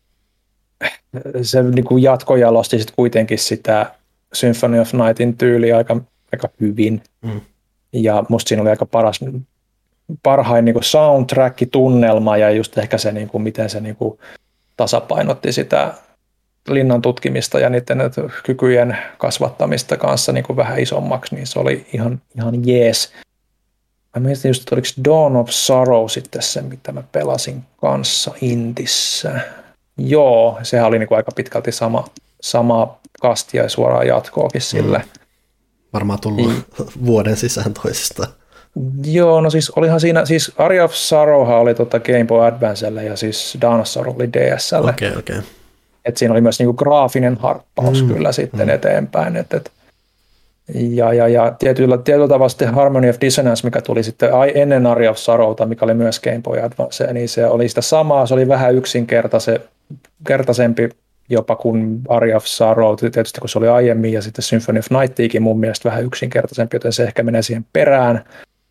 se niin kuin jatkojalosti sit kuitenkin sitä Symphony of Nightin tyyliä aika, aika hyvin. Mm. Ja musta siinä oli aika paras, parhain niin kuin soundtrack-tunnelma ja just ehkä se, niin kuin, miten se niin kuin tasapainotti sitä linnan tutkimista ja niiden kykyjen kasvattamista kanssa niin kuin vähän isommaksi, niin se oli ihan, ihan jees. Mä mietin just, että oliko Dawn of Sorrow sitten se, mitä mä pelasin kanssa Intissä. Joo, sehän oli niinku aika pitkälti sama, sama kastia ja suoraan jatkoakin sille. Mm. Varmaan tullut I... vuoden sisään toisistaan. Joo, no siis olihan siinä, siis Area of Sorrowhan oli tota Game Boy Advancelle ja siis Dawn of Sorrow oli D S:lle. Okei, okay, okei. Okay. Et siinä oli myös niinku graafinen harppaus mm. kyllä sitten mm. eteenpäin. Et, et, ja ja, ja tietyllä, tietyllä tavalla sitten Harmony of Dissonance, mikä tuli sitten ennen Area of Sorrowta, mikä oli myös Game Boy Advance, niin se oli sitä samaa, se oli vähän yksinkertaisempi jopa kuin Area of Sorrow, tietysti kun se oli aiemmin, ja sitten Symphony of Nightiikin mun mielestä vähän yksinkertaisempi, joten se ehkä menee siihen perään.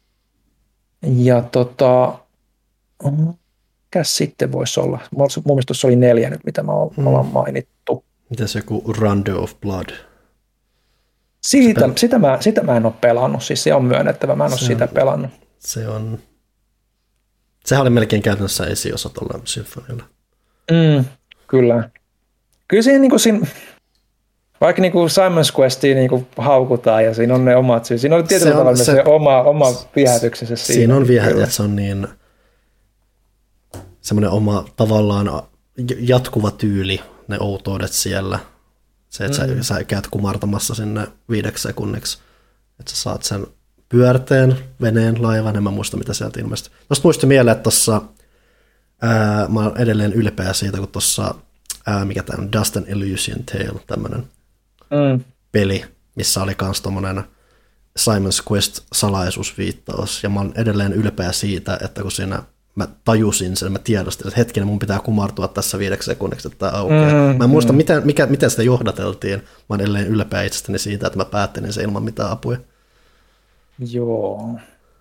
Ja tota, mikä sitten voisi olla? Mun mielestä se oli neljä nyt, mitä me ollaan mm. mainittu. Mitäs joku Rondo of Blood? Siitä, sitä, mä, sitä mä en ole pelannut, siis se on myönnettävä, mä en ole se sitä on, pelannut. Se on, sehän oli melkein käytännössä esiosa tuolla Symphonylla. Mm, kyllä. Kyllä siinä, niin kuin siinä vaikka niin kuin Simon's Questia niin kuin haukutaan ja siinä on ne omat, siinä on tietyllä tavalla se, se oma, oma viehätyksensä siinä. Siinä on viehätys, että se on niin semmoinen oma tavallaan jatkuva tyyli, ne outoudet siellä. Se, että mm. sä, sä käyt kumartamassa sinne viideksi sekunniksi, että sä saat sen pyörteen, veneen, laivan, en mä muista mitä sieltä ilmeisesti. Tuosta muistui mieleen, että tuossa, ää, mä oon edelleen ylpeä siitä, kun tuossa, ää, mikä tämä on, Dust and Illusion Tale, tämmöinen mm. peli, missä oli kans tommonen Simon's Quest-salaisuusviittaus, ja mä oon edelleen ylpeä siitä, että kun siinä mä tajusin sen, mä tiedostin, että hetkinen, mun pitää kumartua tässä viideksi sekunniksi, että tämä aukeaa. Mm, mä en muista, mm. miten, mikä, miten sitä johdateltiin. Mä oon edelleen ylpeä itsestäni siitä, että mä päättelin sen ilman mitään apuja. Joo.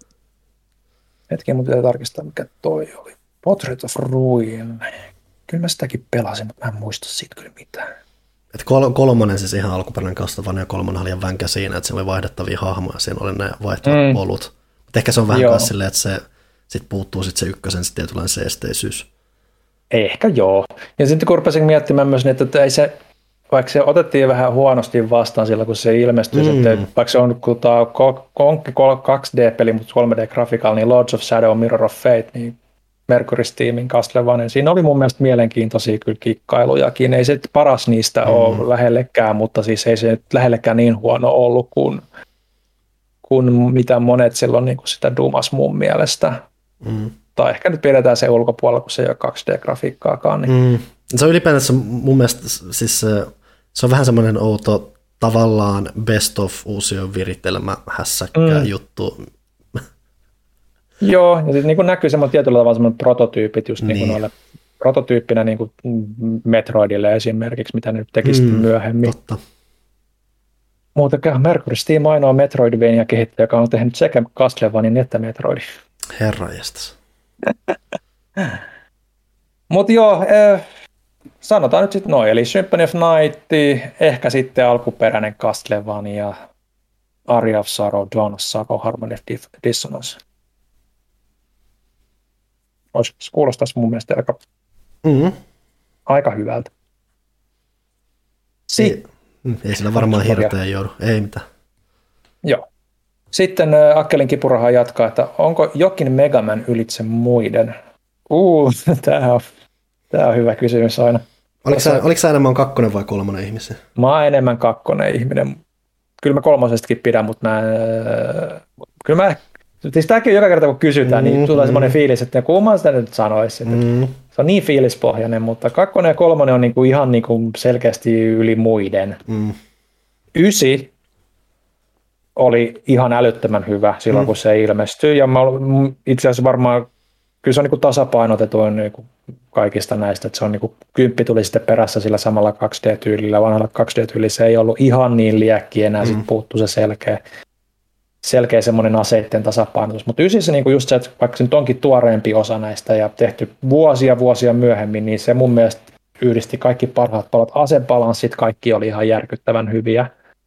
Hetken mun pitää tarkistaa, mikä toi oli. Portrait of Ruin. Kyllä mä sitäkin pelasin, mutta mä en muista siitä kyllä mitään. Et kol- kolmonen siis ihan alkuperäinen Castlevania, kolmonen oli vänkä siinä, että siinä oli vaihdettavia hahmoja, siinä oli ne vaihtuvat mm. polut. Mutta ehkä se on vähän myös silleen, että se sitten puuttuu sit se ykkösen sit tietynlainen seesteisyys. Ehkä joo. Ja sitten kun rupesin miettimään myös, että ei se, vaikka se otettiin vähän huonosti vastaan silloin, kun se ilmestyi, mm. että vaikka se on konkki kaksi D-peli, mutta kolme D-grafiikalla, niin Lords of Shadow, Mirror of Fate, niin Mercury Steamin Castlevania, siinä oli mun mielestä mielenkiintoisia kyllä kikkailujakin. Ei se paras niistä mm. ole lähellekään, mutta siis ei se lähellekään niin huono ollut kuin, kuin mitä monet silloin niin kuin sitä dumas mun mielestä. Mm. mutta ehkä nyt pidetään se ulkopuolella, kun se ei ole kaksi D-grafiikkaakaan. Niin. Mm. Se on ylipäänsä mun mielestä, siis se, se on vähän semmoinen outo tavallaan best of uusion viritelmä hässäkkä mm. juttu. Joo, ja sitten niin näkyy semmoinen tietyllä tavalla semmoinen prototyypit just niin. Niin noille, prototyyppinä niin kuin Metroidille esimerkiksi, mitä nyt teki mm, myöhemmin. Totta. Muutenkaan Mercury Steam ainoa Metroidvania-kehittäjä, joka on tehnyt sekä Castlevanian että Metroidin. Herranjestas. Mutta joo, eh, sanotaan nyt sitten noin, eli Symphony of Night, ehkä sitten alkuperäinen Castlevania, Aria of Sorrow, Dawn of Sorrow, Harmony of Dissonance. Olisi kuulostaisi mun mielestä aika, mm-hmm. aika hyvältä. Si- ei, ei sillä varmaan hirteen joudu, ei mitään. Joo. Sitten Akkelin kipuraha jatkaa, että onko jokin Megaman ylitse muiden? Uu, tämä on, tämä on hyvä kysymys aina. Oliko sä, oliko sä enemmän kakkonen vai kolmonen ihmisen? Mä oon enemmän kakkonen ihminen. Kyllä mä kolmosestakin pidän, mutta mä... Kyllä mä... Siis tämäkin on joka kerta, kun kysytään, mm, niin tulee mm. semmoinen fiilis, että kumman sitä nyt sanoisi. Mm. Se on niin fiilispohjainen, mutta kakkonen ja kolmonen on niinku ihan niinku selkeästi yli muiden. Mm. Ysi oli ihan älyttömän hyvä silloin, mm. kun se ilmestyi. Ja mä, itse asiassa varmaan, kyllä se on niinku tasapainotetuin niinku kaikista näistä, että se on niinku, kymppi tuli sitten perässä sillä samalla kaksi D-tyylillä. Vanhalla kaksi D-tyylillä se ei ollut ihan niin liekki enää, mm. sitten puuttuu se selkeä. selkeä semmoinen aseitten tasapainotus, mutta ysissä niin just se, että vaikka se nyt onkin tuoreempi osa näistä ja tehty vuosia vuosia myöhemmin, niin se mun mielestä yhdisti kaikki parhaat palat. Asebalanssit kaikki oli ihan järkyttävän hyviä.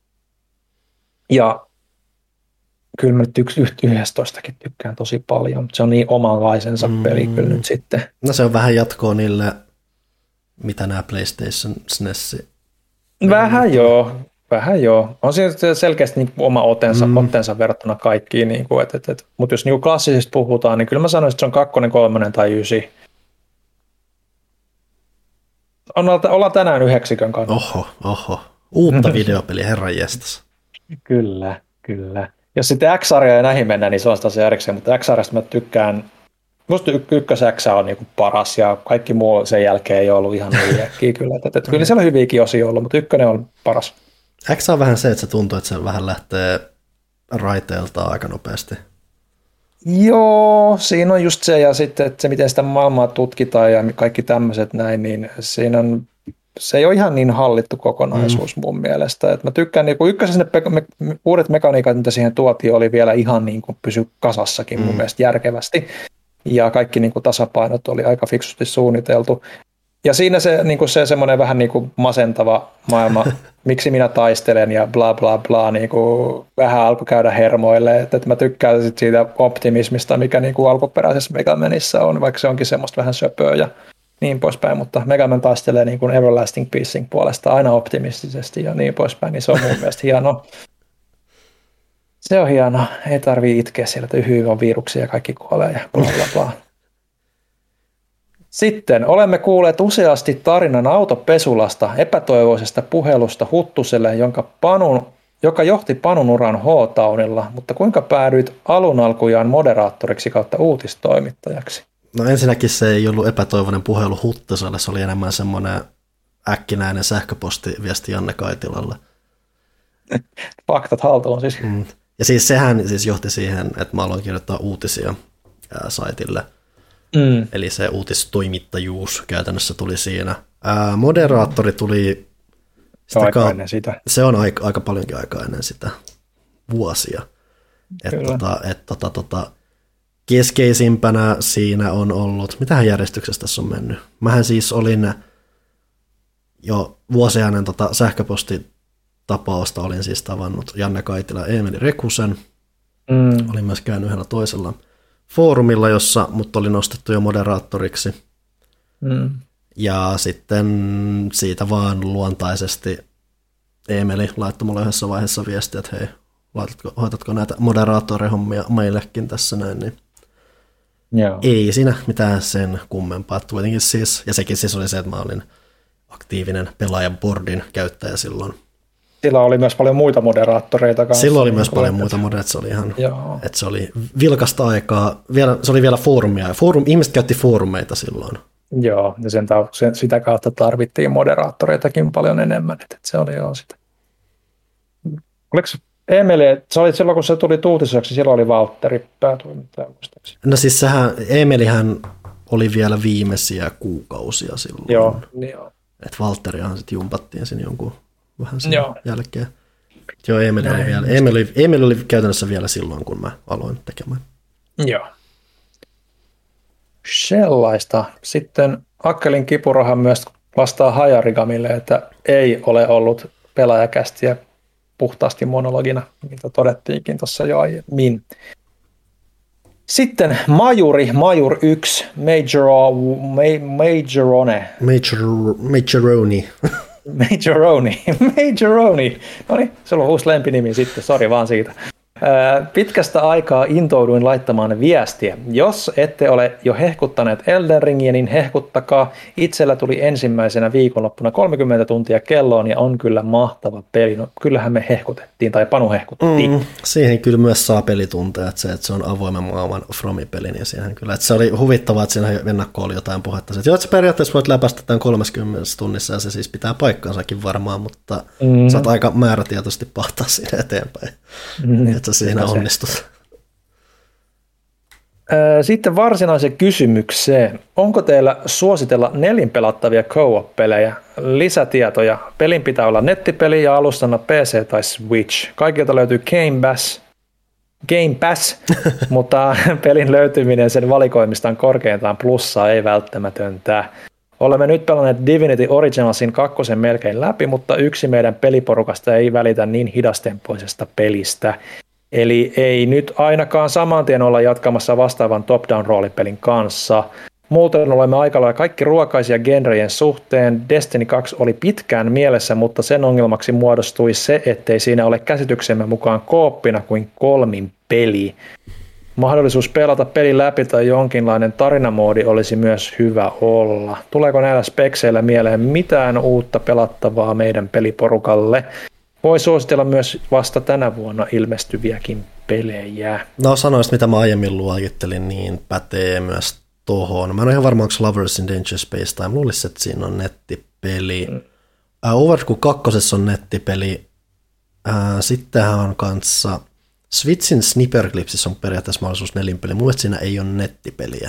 Ja kyllä mä nyt yhdestoistakin tykkään tosi paljon, mutta se on niin omanlaisensa mm. peli kyllä nyt sitten. No se on vähän jatkoa niille, mitä nämä PlayStation S N E S. Vähän joo. Vähän joo. On siinä selkeästi niin oma otensa, mm. otteensa verrattuna kaikkiin. Niin kuin, et, et, et. Mutta jos niin klassisista puhutaan, niin kyllä mä sanoisin, että se on kakkonen, kolmonen tai ysi. Ollaan tänään yhdeksikön kanssa. Oho, oho. Uutta videopeliä, herranjestas. Kyllä, kyllä. Jos sitten X-sarja ja näihin mennään, niin se on sitä erikseen, mutta X-sarjasta mä tykkään, musta ykkös-X on niin paras ja kaikki muu sen jälkeen ei ollut ihan niin liekkiä kyllä. Et, et, kyllä siellä on hyviäkin osia ollut, mutta ykkönen on paras. X on vähän se, että se tuntuu, että se vähän lähtee raiteeltaan aika nopeasti. Joo, siinä on just se, ja sitten että se, miten sitä maailmaa tutkitaan ja kaikki tämmöiset näin, niin siinä on, se ei ole ihan niin hallittu kokonaisuus mm. mun mielestä. Et mä tykkään, niin ykkösessä ne pe- me, uudet mekaniikat, mitä siihen tuotiin, oli vielä ihan niin kuin pysy kasassakin mm. mun mielestä järkevästi, ja kaikki niin kuin tasapainot oli aika fiksusti suunniteltu. Ja siinä se, niin kuin se semmoinen vähän niin kuin masentava maailma, miksi minä taistelen ja bla bla bla, niin kuin vähän alkoi käydä hermoille, että, että mä tykkään sit siitä optimismista, mikä niin kuin alkuperäisessä Megamanissa on, vaikka se onkin semmoista vähän söpöä ja niin poispäin, mutta Megaman taistelee niin kuin Everlasting Peacing puolesta aina optimistisesti ja niin poispäin, niin se on mun mielestä hienoa. Se on hienoa, ei tarvii itkeä siellä, että yhy on viruksia ja kaikki kuolee ja bla bla bla. Sitten olemme kuulleet useasti tarinan autopesulasta, epätoivoisesta puhelusta Huttuselle, jonka, Panun, joka johti Panun uran H-taunilla, mutta kuinka päädyit alun alkujaan moderaattoriksi kautta uutistoimittajaksi? No ensinnäkin se ei ollut epätoivoinen puhelu Huttuselle, se oli enemmän semmoinen äkkinäinen sähköpostiviesti Janne Kaitilalle. Faktat haltuun siis. Mm. Ja siis sehän siis johti siihen, että mä aloin kirjoittaa uutisia ää, saitille. Mm. Eli se uutistoimittajuus käytännössä tuli siinä. Ää, moderaattori tuli... Se on, aika ennen sitä. Se on aika, aika paljonkin aikaa ennen sitä, vuosia. Et tota, et tota, tota, keskeisimpänä siinä on ollut... Mitähän järjestyksessä tässä on mennyt? Mähän siis olin jo vuosia ennen tota sähköpostitapausta, olin siis tavannut Janne Kaitila ja Eemeli Rekusen. Mm. Olin myös käynyt yhdellä toisella foorumilla, jossa mut oli nostettu jo moderaattoriksi. Mm. Ja sitten siitä vaan luontaisesti Eemeli laittoi mulle yhdessä vaiheessa viestiä, että hei, laitatko, hoitatko näitä moderaattorihommia meillekin tässä näin, niin Joo. Ei siinä mitään sen kummempaa. Kuitenkin siis, ja sekin siis oli se, että mä olin aktiivinen pelaajan boardin käyttäjä silloin Silloin oli myös paljon muita moderaattoreita kanssa. Silloin oli myös paljon muita moderaattoreita, se oli ihan, Joo. että se oli vilkasta aikaa, vielä, se oli vielä foorumia, Foorum, ihmiset käytti foorumeita silloin. Joo, ja sen, sen, sitä kautta tarvittiin moderaattoreitakin paljon enemmän, että se oli jo sitä. Oliko Emeli, sä olit silloin, kun se tuli uutiseksi, silloin oli Valtteri päätoimittaja muistaakseni. No siis sehän, Emelihän oli vielä viimeisiä kuukausia silloin. Joo, niin joo. Että Valtterihan sitten jumpattiin sen jonkun vähän sen Joo. jälkeen. Joo, Emeli oli, vielä, Emeli, oli, Emeli oli käytännössä vielä silloin, kun mä aloin tekemään. Joo. Sellaista. Sitten Akkelin kipurahan myös vastaa Hajarigamille, että ei ole ollut pelaajakästiä puhtaasti monologina, mitä todettiinkin tuossa jo aiemmin. Sitten Majuri, Majur yksi, Major, Majorone. Major, Majoroni. Majoroni, Majoroni. No niin, se on uusi lempinimi sitten, sori vaan siitä. Pitkästä aikaa intouduin laittamaan viestiä. Jos ette ole jo hehkuttaneet Elden Ringiä, niin hehkuttakaa. Itsellä tuli ensimmäisenä viikonloppuna kolmekymmentä tuntia kelloon ja on kyllä mahtava peli. No, kyllähän me hehkutettiin, tai Panu hehkutettiin. Mm, siihen kyllä myös saa pelitunteja, että se, että se on avoimen maailman Fromi-peli, niin siihen kyllä. Että se oli huvittavaa, että siinä ennakkoon oli jotain puhetta. Että joo, että sä periaatteessa voit läpäistä tämän kolmekymmentä tunnissa, ja se siis pitää paikkaansakin varmaan, mutta mm. sä oot aika määrätietoisesti pahtaa siinä eteenpäin. Mm. Että siinä onnistut. Sitten varsinaiseen kysymykseen. Onko teillä suositella nelinpelattavia co-op-pelejä? Lisätietoja. Pelin pitää olla nettipeli ja alustana P C tai Switch. Kaikilta löytyy Game Pass, Game Pass mutta pelin löytyminen sen valikoimistaan korkeintaan plussaa ei välttämätöntä. Olemme nyt pelanneet Divinity Originalsin kakkosen melkein läpi, mutta yksi meidän peliporukasta ei välitä niin hidastempoisesta pelistä. Eli ei nyt ainakaan saman tien olla jatkamassa vastaavan top-down roolipelin kanssa. Muuten olemme aika lailla kaikki ruokaisia genrejen suhteen. Destiny kaksi oli pitkään mielessä, mutta sen ongelmaksi muodostui se, ettei siinä ole käsityksemme mukaan kooppina kuin kolmin peli. Mahdollisuus pelata peli läpi tai jonkinlainen tarinamoodi olisi myös hyvä olla. Tuleeko näillä spekseillä mieleen mitään uutta pelattavaa meidän peliporukalle? Voi suositella myös vasta tänä vuonna ilmestyviäkin pelejä. No sanoisit, mitä mä aiemmin luokittelin, niin pätee myös tohon. Mä en ole ihan varma, onko Lovers in Danger Space Time. Luulisin, että siinä on nettipeli. Mm. Uh, Overcooked kaksi on nettipeli. Uh, sittenhän on kanssa Switchin Snipperclipsissä on periaatteessa mahdollisuus nelinpeli. Mun mielestä siinä ei ole nettipeliä.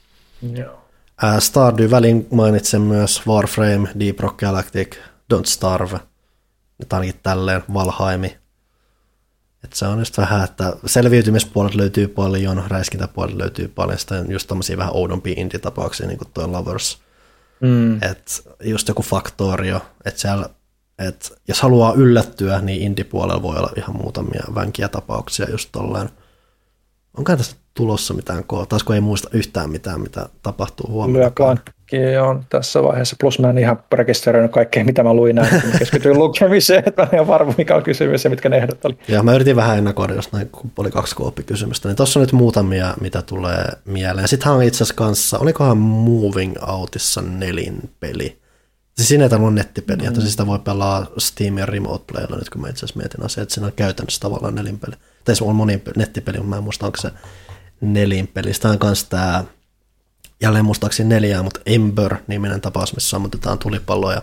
Joo. Uh, Stardew välin mainitsen myös Warframe, Deep Rock Galactic, Don't Starve. Nyt ainakin tälleen Valheimi. Että se on just vähän, että selviytymispuolet löytyy paljon, räiskintäpuolet löytyy paljon, sitten just tommosia vähän oudompia indie-tapauksia, niin kuin toi Lovers. Mm. Että just joku Factorio, että siellä, että jos haluaa yllättyä, niin indie-puolella voi olla ihan muutamia vänkiä tapauksia just tolleen. Onkohan tässä tulossa mitään koota, taas kun ei muista yhtään mitään, mitä tapahtuu huomenna. Lyöplankki on tässä vaiheessa, plus mä en ihan rekisteröinyt kaikkea, mitä mä luin näin, kun mä keskityin lukemiseen, että mä en ihan varma, mikä on kysymys ja mitkä ne ehdot oli. Ja mä yritin vähän ennakoida, jos näin, kun oli kaksi kooppikysymystä, niin tossa on nyt muutamia, mitä tulee mieleen. Sittenhän on itse asiassa kanssa, olikohan Moving Outissa nelinpeli. Siis siinä ei tarvitse nettipeliä, mm. että siis sitä voi pelaa Steam ja Remote Playlla nyt, kun mä itse asiassa mietin asiaa, että siinä on käytännössä tavallaan nelinpeli. Tai se on moni nettipeli, mutta mä en muista, onko se nelinpeli. Sitä on kanssa tämä, jälleen muistaakseni neljää, mutta Ember-niminen tapaus, missä sammutetaan tulipalloja.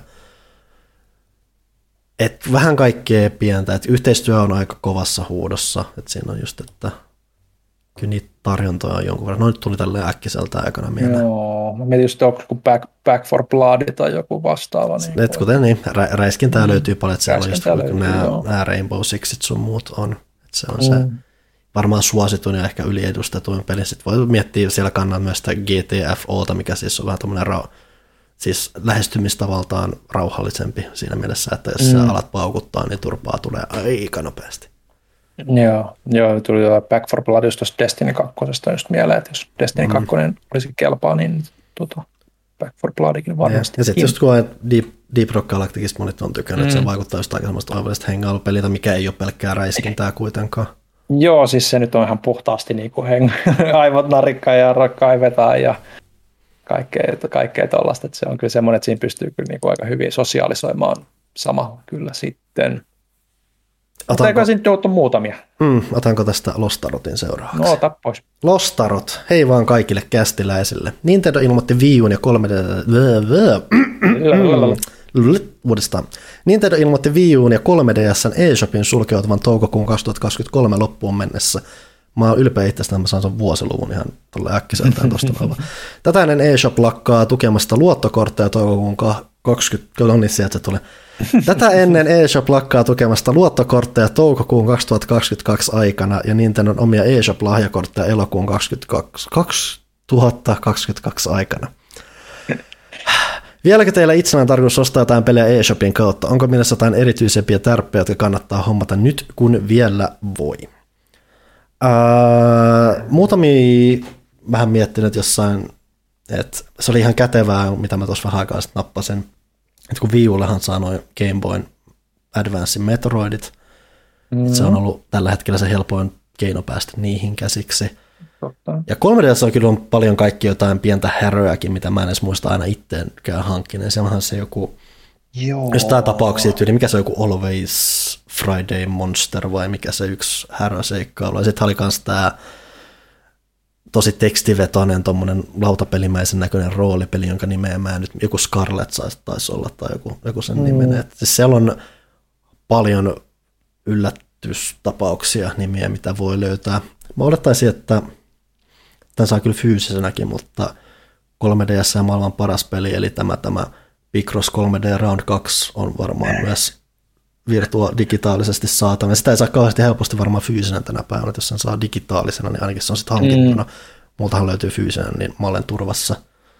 Et vähän kaikkea pientä, että yhteistyö on aika kovassa huudossa, että siinä on just, että kyllä niitä tarjontoja on jonkun verran. No nyt tuli tälleen äkkiseltä aikana mieleen. Joo, mä mietin just, onko joku back, back for Blood tai joku vastaava. Niin et kuten niin, rä, räiskintää mm. löytyy paljon, että siellä on just löytyy, nämä, nämä Rainbow Sixit sun muut on. Että se on mm. se varmaan suosituin ja ehkä yliedustetuin peli. Sitten voi miettiä siellä kannalta myös sitä G T F O:ta, mikä siis on vähän tommoinen rau, siis lähestymistavaltaan rauhallisempi siinä mielessä, että jos mm. sä alat paukuttaa, niin turpaa tulee aika nopeasti. Joo, joo, tuli Back for Blood just tuosta Destiny kaksi just mieleen, että jos Destiny mm. kaksi olisi kelpaa, niin tota, Back for Bloodikin varmasti. Ja sitten just kun Deep, Deep Rock Galacticista monet on tykännyt, mm. että se vaikuttaa just aika semmoista oivallista hengailupelitä, mikä ei ole pelkkää räiskintää kuitenkaan. Joo, siis se nyt on ihan puhtaasti niin kuin heng- aivot narikkaa ja kaivetaan ja kaikkea, kaikkea tollaista. Että se on kyllä semmoinen, että siinä pystyy kyllä niin kuin aika hyvin sosiaalisoimaan sama kyllä sitten. Mutta eikö siinä nyt muutamia? Mm, otanko tästä Lostarotin seuraavaksi? No, ota pois. Lostarot, hei vaan kaikille kästiläisille. Nintendo ilmoitti Wii U:n ja kolme D... Uudestaan. Nintendo ilmoitti Wii U:n ja kolme D S:n eShopin sulkeutuvan toukokuun kaksituhattakaksikymmentäkolme loppuun mennessä. Mä oon ylpeä itsestä, että mä saan sen vuosiluvun ihan tuolle äkkiseltään tuosta noin. Tätä ennen eShop lakkaa tukemasta luottokortteja toukokuun kaksikymmentä... No niin, sieltä se tulee. Tätä ennen eShop lakkaa tukemasta luottokortteja toukokuun kaksituhattakaksikymmentäkaksi aikana ja Nintendon omia eShop-lahjakortteja elokuun kaksituhattakaksikymmentäkaksi aikana. Vieläkö teillä itsellään tarkoitus ostaa jotain pelejä eShopin kautta? Onko mielessä jotain erityisempiä tärppejä, jotka kannattaa hommata nyt, kun vielä voi? Ää, muutamia vähän miettinyt jossain, että se oli ihan kätevää, mitä mä tuossa vähän aikaa sitten nappasin, että kun Wii Ullehan saa noin Game Boyn Advanced Metroidit, mm. se on ollut tällä hetkellä se helpoin keino päästä niihin käsiksi. Totta. Ja kolme D S on kyllä on paljon kaikki jotain pientä häröäkin, mitä mä en edes muista aina itseänkään hankkinen. Se onhan se joku, Joo. jostain tapauksia tyyli, mikä se on joku Always Friday Monster vai mikä se yksi häröseikkailu. Ja sitten oli myös tämä tosi tekstivetoinen tommonen lautapelimäisen näköinen roolipeli, jonka nimeä mä nyt, joku Scarlet taisi olla tai joku, joku sen mm. nimen. Siis siellä on paljon yllätystapauksia nimiä, mitä voi löytää. Mä odottaisin, että tämän saa kyllä fyysisenäkin, mutta kolme D S on maailman paras peli, eli tämä, tämä Picross kolme D Round kaksi on varmaan myös virtua digitaalisesti saatavana. Sitä ei saa kauheasti helposti varmaan fyysinen tänä päivänä, jos sen saa digitaalisena, niin ainakin se on sitten hankittuna. Mm. Muutahan löytyy fyysinen, niin mä olen turvassa.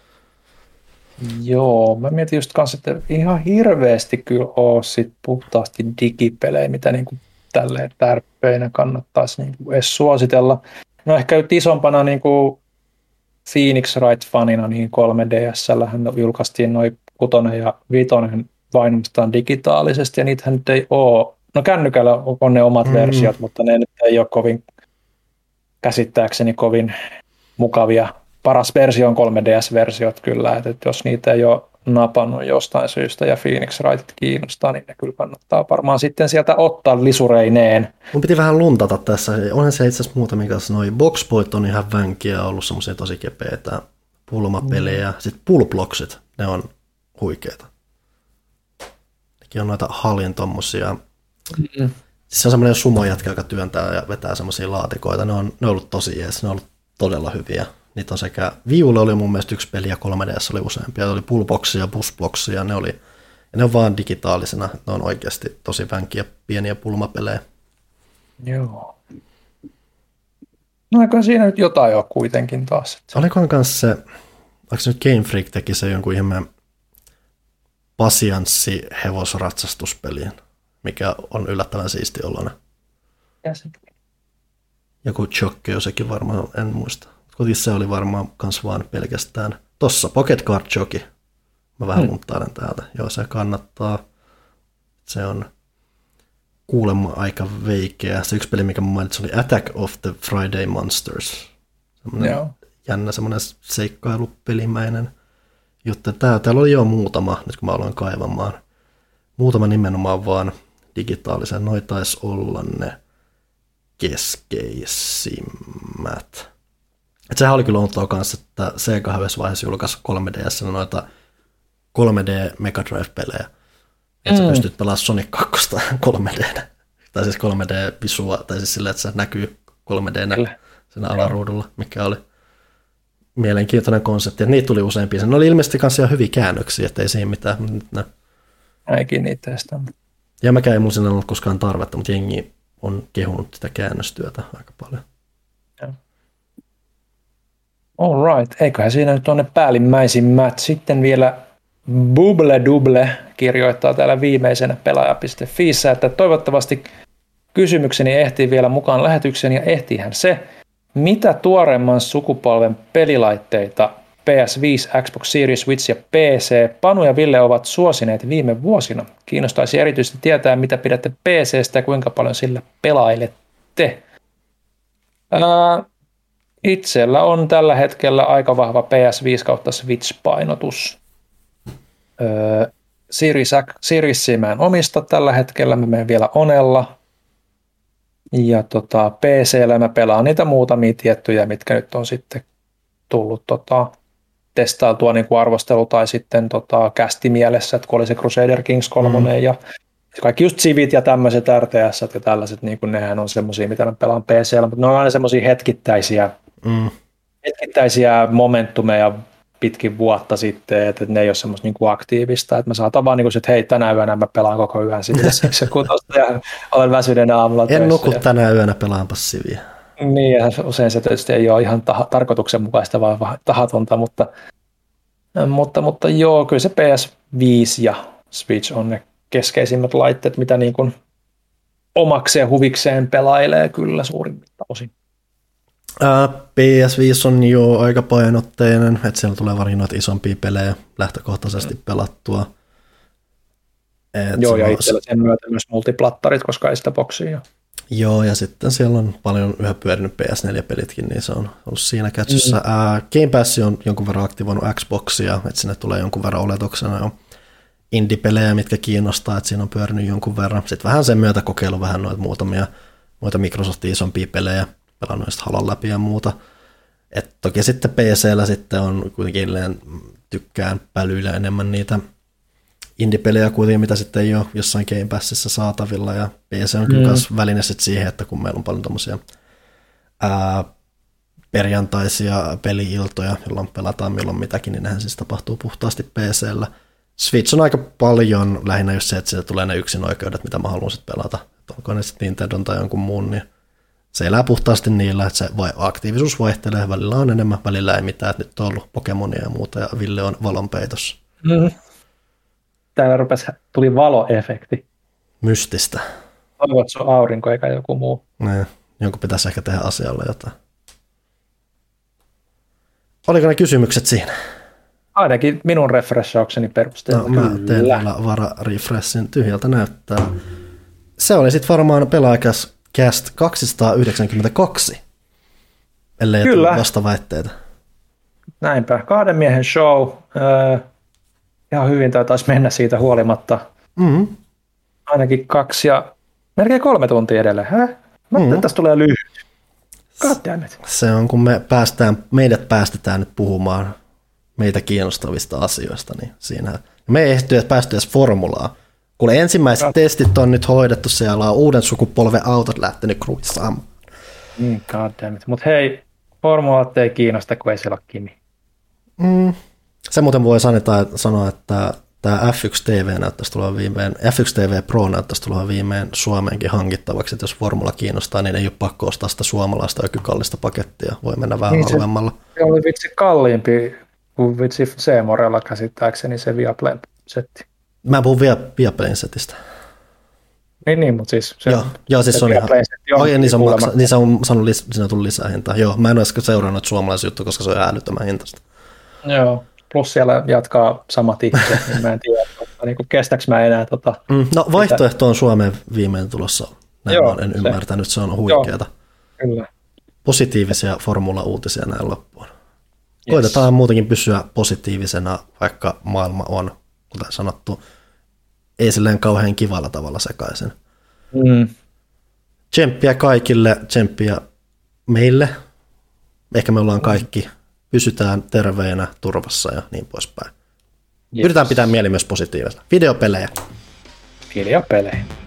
Joo, mä mietin just kanssa, että ihan hirveästi kyllä ole sit puhtaasti digipelejä, mitä niinku tälleen tärppeinä kannattaisi niinku edes suositella. No ehkä nyt isompana niinku Phoenix Wright-fanina niin kolme D S:llähän julkaistiin noin kutonen ja vitonen vain digitaalisesti, ja niitähän nyt ei ole. No kännykällä on ne omat mm. versiot, mutta ne nyt ei ole kovin, käsittääkseni kovin mukavia. Paras versio on kolme D S-versiot kyllä, että jos niitä ei ole napannut jostain syystä ja Phoenix Wrightit kiinnostaa, niin ne kyllä kannattaa varmaan sitten sieltä ottaa lisureineen. Mun piti vähän luntata tässä. Onhan se itse asiassa muutamia kanssa. Noi Boxboyt on ihan vänkiä, ollut semmoisia tosi kepeitä pulmapelejä. Mm. Sitten Pullblocksit, ne on huikeita. Nekin on noita Halin tommosia. Mm. Siis se on semmoinen sumojätkä, joka työntää ja vetää semmoisia laatikoita. Ne on, ne on ollut tosi jees, ne on ollut todella hyviä. Niitä on sekä, Wii Ulla oli mun mielestä yksi peli ja kolme D S oli useampia. Oli Pullboxia ja Busboxia, ne oli, ja ne on vaan digitaalisena. Ne on oikeasti tosi vänkiä, pieniä pulmapelejä. Joo. No eikö siinä nyt jotain ole kuitenkin taas? Että... Olikohan kanssa se, onko se nyt Game Freak teki se jonkun ihmeen pasianssi hevosratsastuspeliin, mikä on yllättävän siisti oloinen. Joku Jockey, sekin varmaan, en muista. Kuitenkin se oli varmaan kans vaan pelkästään. Tossa Pocket Card Jockey. Mä vähän lunttailen täältä. Joo, se kannattaa. Se on kuulemma aika veikeä. Se yksi peli, mikä mä mainitsin, oli Attack of the Friday Monsters. Semmoinen Joo. jännä semmoinen seikkailupelimäinen juttu. Tää, täällä oli jo muutama, nyt kun mä aloin kaivamaan. Muutama nimenomaan vaan digitaalisen. Noi taisi olla ne keskeisimmät. Et sehän oli kyllä onttoa kanssa, että Sega yhdessä vaiheessa julkaisi kolme D S noita kolme D Mega Drive-pelejä. Että mm. sä pystyt pelaamaan Sonic kaksi kolme D. Tai siis kolme D-visua, tai siis silleen, että se näkyy kolme D siinä alaruudulla, mikä oli mielenkiintoinen konsepti. Et niitä tuli useampia. Ne oli ilmeisesti kanssa ihan hyviä käännöksiä, ettei siinä mitään. Äikin niitä testannut. Ja mäkään ei mun sinne ollut koskaan tarvetta, mutta jengi on kehunut sitä käännöstyötä aika paljon. All right, eiköhän siinä nyt ole ne päällimmäisimmät. Sitten vielä Bubble Double kirjoittaa täällä viimeisenä pelaaja piste fiissä, että toivottavasti kysymykseni ehtii vielä mukaan lähetykseen, ja ehtiihän se. Mitä tuoreemman sukupolven pelilaitteita P S viisi, Xbox Series, Switch ja P C Panu ja Ville ovat suosineet viime vuosina? Kiinnostaisi erityisesti tietää, mitä pidätte P C:stä ja kuinka paljon sillä pelailette. Ää, itsellä on tällä hetkellä aika vahva P S viisi kautta Switch-painotus. Öö, Series, Series mä en omista tällä hetkellä, mä menen vielä Onella. Ja tota, P C:llä mä pelaan niitä muutamia tiettyjä, mitkä nyt on sitten tullut tota, testailtua niin kuin arvostelu tai sitten tota, kästi mielessä, että kun oli se Crusader Kings kolme mm. ja kaikki just Civit ja tämmöiset R T S ja tällaiset, niin kuin nehän on semmoisia, mitä mä pelaan P C:llä, mutta ne on aina semmoisia hetkittäisiä, mm. hetkittäisiä momentumeja pitkin vuotta sitten, että ne ei ole semmoista niin kuin aktiivista, että mä saatan vaan niin kuin, että hei, tänä yönä mä pelaan koko yön sitten se kutosta ja olen väsyneen aamulla en töissä. En nuku tänä yönä pelaanpas Civiä. Niin, ja usein se tietysti ei ole ihan ta- tarkoituksenmukaista, vaan tahatonta, mutta, mutta, mutta joo, kyllä se P S viisi ja Switch on ne keskeisimmät laitteet, mitä niin kuin omakseen huvikseen pelailee kyllä suurimmitta osin. Ää, P S viisi on jo aika painotteinen, että siellä tulee varmaan noita isompia pelejä lähtökohtaisesti mm. pelattua. Et joo, ja itsellä sen myötä myös multiplattarit, koska ei sitä boksia. Joo, ja sitten siellä on paljon yhä pyörinyt P S neljä-pelitkin, niin se on ollut siinä catchissa. Mm. Ää, Game Pass on jonkun verran aktivoinut Xboxia, että sinne tulee jonkun verran oletuksena jo indie-pelejä, mitkä kiinnostaa, että siinä on pyörinyt jonkun verran. Sitten vähän sen myötä kokeilu vähän noita muutamia muita Microsoftin isompia pelejä, pelannut just Halon läpi ja muuta. Et toki sitten P C:llä sitten on kuitenkin tykkään pälyillä enemmän niitä indie-pelejä kuitenkin, mitä sitten ei ole jossain Game Passissa saatavilla, ja P C on kyllä mm. myös väline siihen, että kun meillä on paljon tommosia ää, perjantaisia peli-iltoja, jolloin pelataan milloin mitäkin, niin nehän siis tapahtuu puhtaasti P C:llä. Switch on aika paljon lähinnä just se, että sieltä tulee ne yksinoikeudet, mitä mä haluan sitten pelata. Että onko ne sitten Nintendo tai jonkun muun, niin se elää puhtaasti niillä, että se aktiivisuus vaihtelee, välillä on enemmän, välillä ei mitään, että nyt on ollut Pokemonia ja muuta, ja Ville on valonpeitossa. Mm. Täällä rupesi, tuli valoefekti. Mystistä. Toivon, että se on aurinko eikä joku muu. Ne, jonkun pitäisi ehkä tehdä asialle jotain. Oliko ne kysymykset siinä? Ainakin minun refreshaukseni perusteella. No, mä teen vielä vara-refreshin, tyhjältä näyttää. Se oli sitten varmaan Pelaajakäs Cast kaksisataayhdeksänkymmentäkaksi, ellei Kyllä. ole vastaväitteitä. Näinpä. Kahden miehen show. Öö, ihan hyvin taisi mennä siitä huolimatta. Mm-hmm. Ainakin kaksi ja melkein kolme tuntia edelleen. Hä? Mä mm-hmm. että tästä tulee lyhyt. Goddammit. Se on, kun me päästään, meidät päästetään nyt puhumaan meitä kiinnostavista asioista, niin siinä me ei ehty edes päästy edes formulaan. Kun ensimmäiset God. testit on nyt hoidettu, siellä on uuden sukupolven autot lähtenyt kruissaamaan. Mm, goddammit. Mutta hei, formulat ei kiinnosta, kun ei siellä ole Kimi. Mm. Se muuten voi sanoa, että tämä F yksi T V näyttäisi tulla viimein, F yksi T V Pro näyttäisi tulla viimein Suomeenkin hankittavaksi, että jos formula kiinnostaa, niin ei ole pakko ostaa sitä suomalaista jokin kallista pakettia, voi mennä vähän niin halvemmalla. Se oli vitsi kalliimpi kuin vitsi C-Morella käsittääkseni se Viaplay-setti. Mä puhun Via, Viaplayn setistä. Niin, niin, mutta siis se, joo, joo, siis se on ihan, oh, niin se on, maksa, niin se on sanonut, lis, siinä on tullut lisää hintaa. Joo, mä en ole äsken seurannut suomalaisen juttu, koska se on älyttömän hintasta. Joo, plus siellä jatkaa samat ihmiset, niin mä en tiedä, mutta niin kestääkö mä enää tota... Mm, no vaihtoehto on Suomeen viimein tulossa, näin joo, en se. ymmärtänyt, se on huikeata. Joo, kyllä. Positiivisia formula-uutisia näin loppuun. Yes. Koitetaan muutenkin pysyä positiivisena, vaikka maailma on, kuten sanottu, ei silleen kauhean kivalla tavalla sekaisin. Mm. Tsemppiä kaikille, tsemppiä meille. Ehkä me ollaan kaikki, pysytään terveenä, turvassa ja niin poispäin. Yes. Yritetään pitää mieli myös positiivisena. Videopelejä. Videopelejä.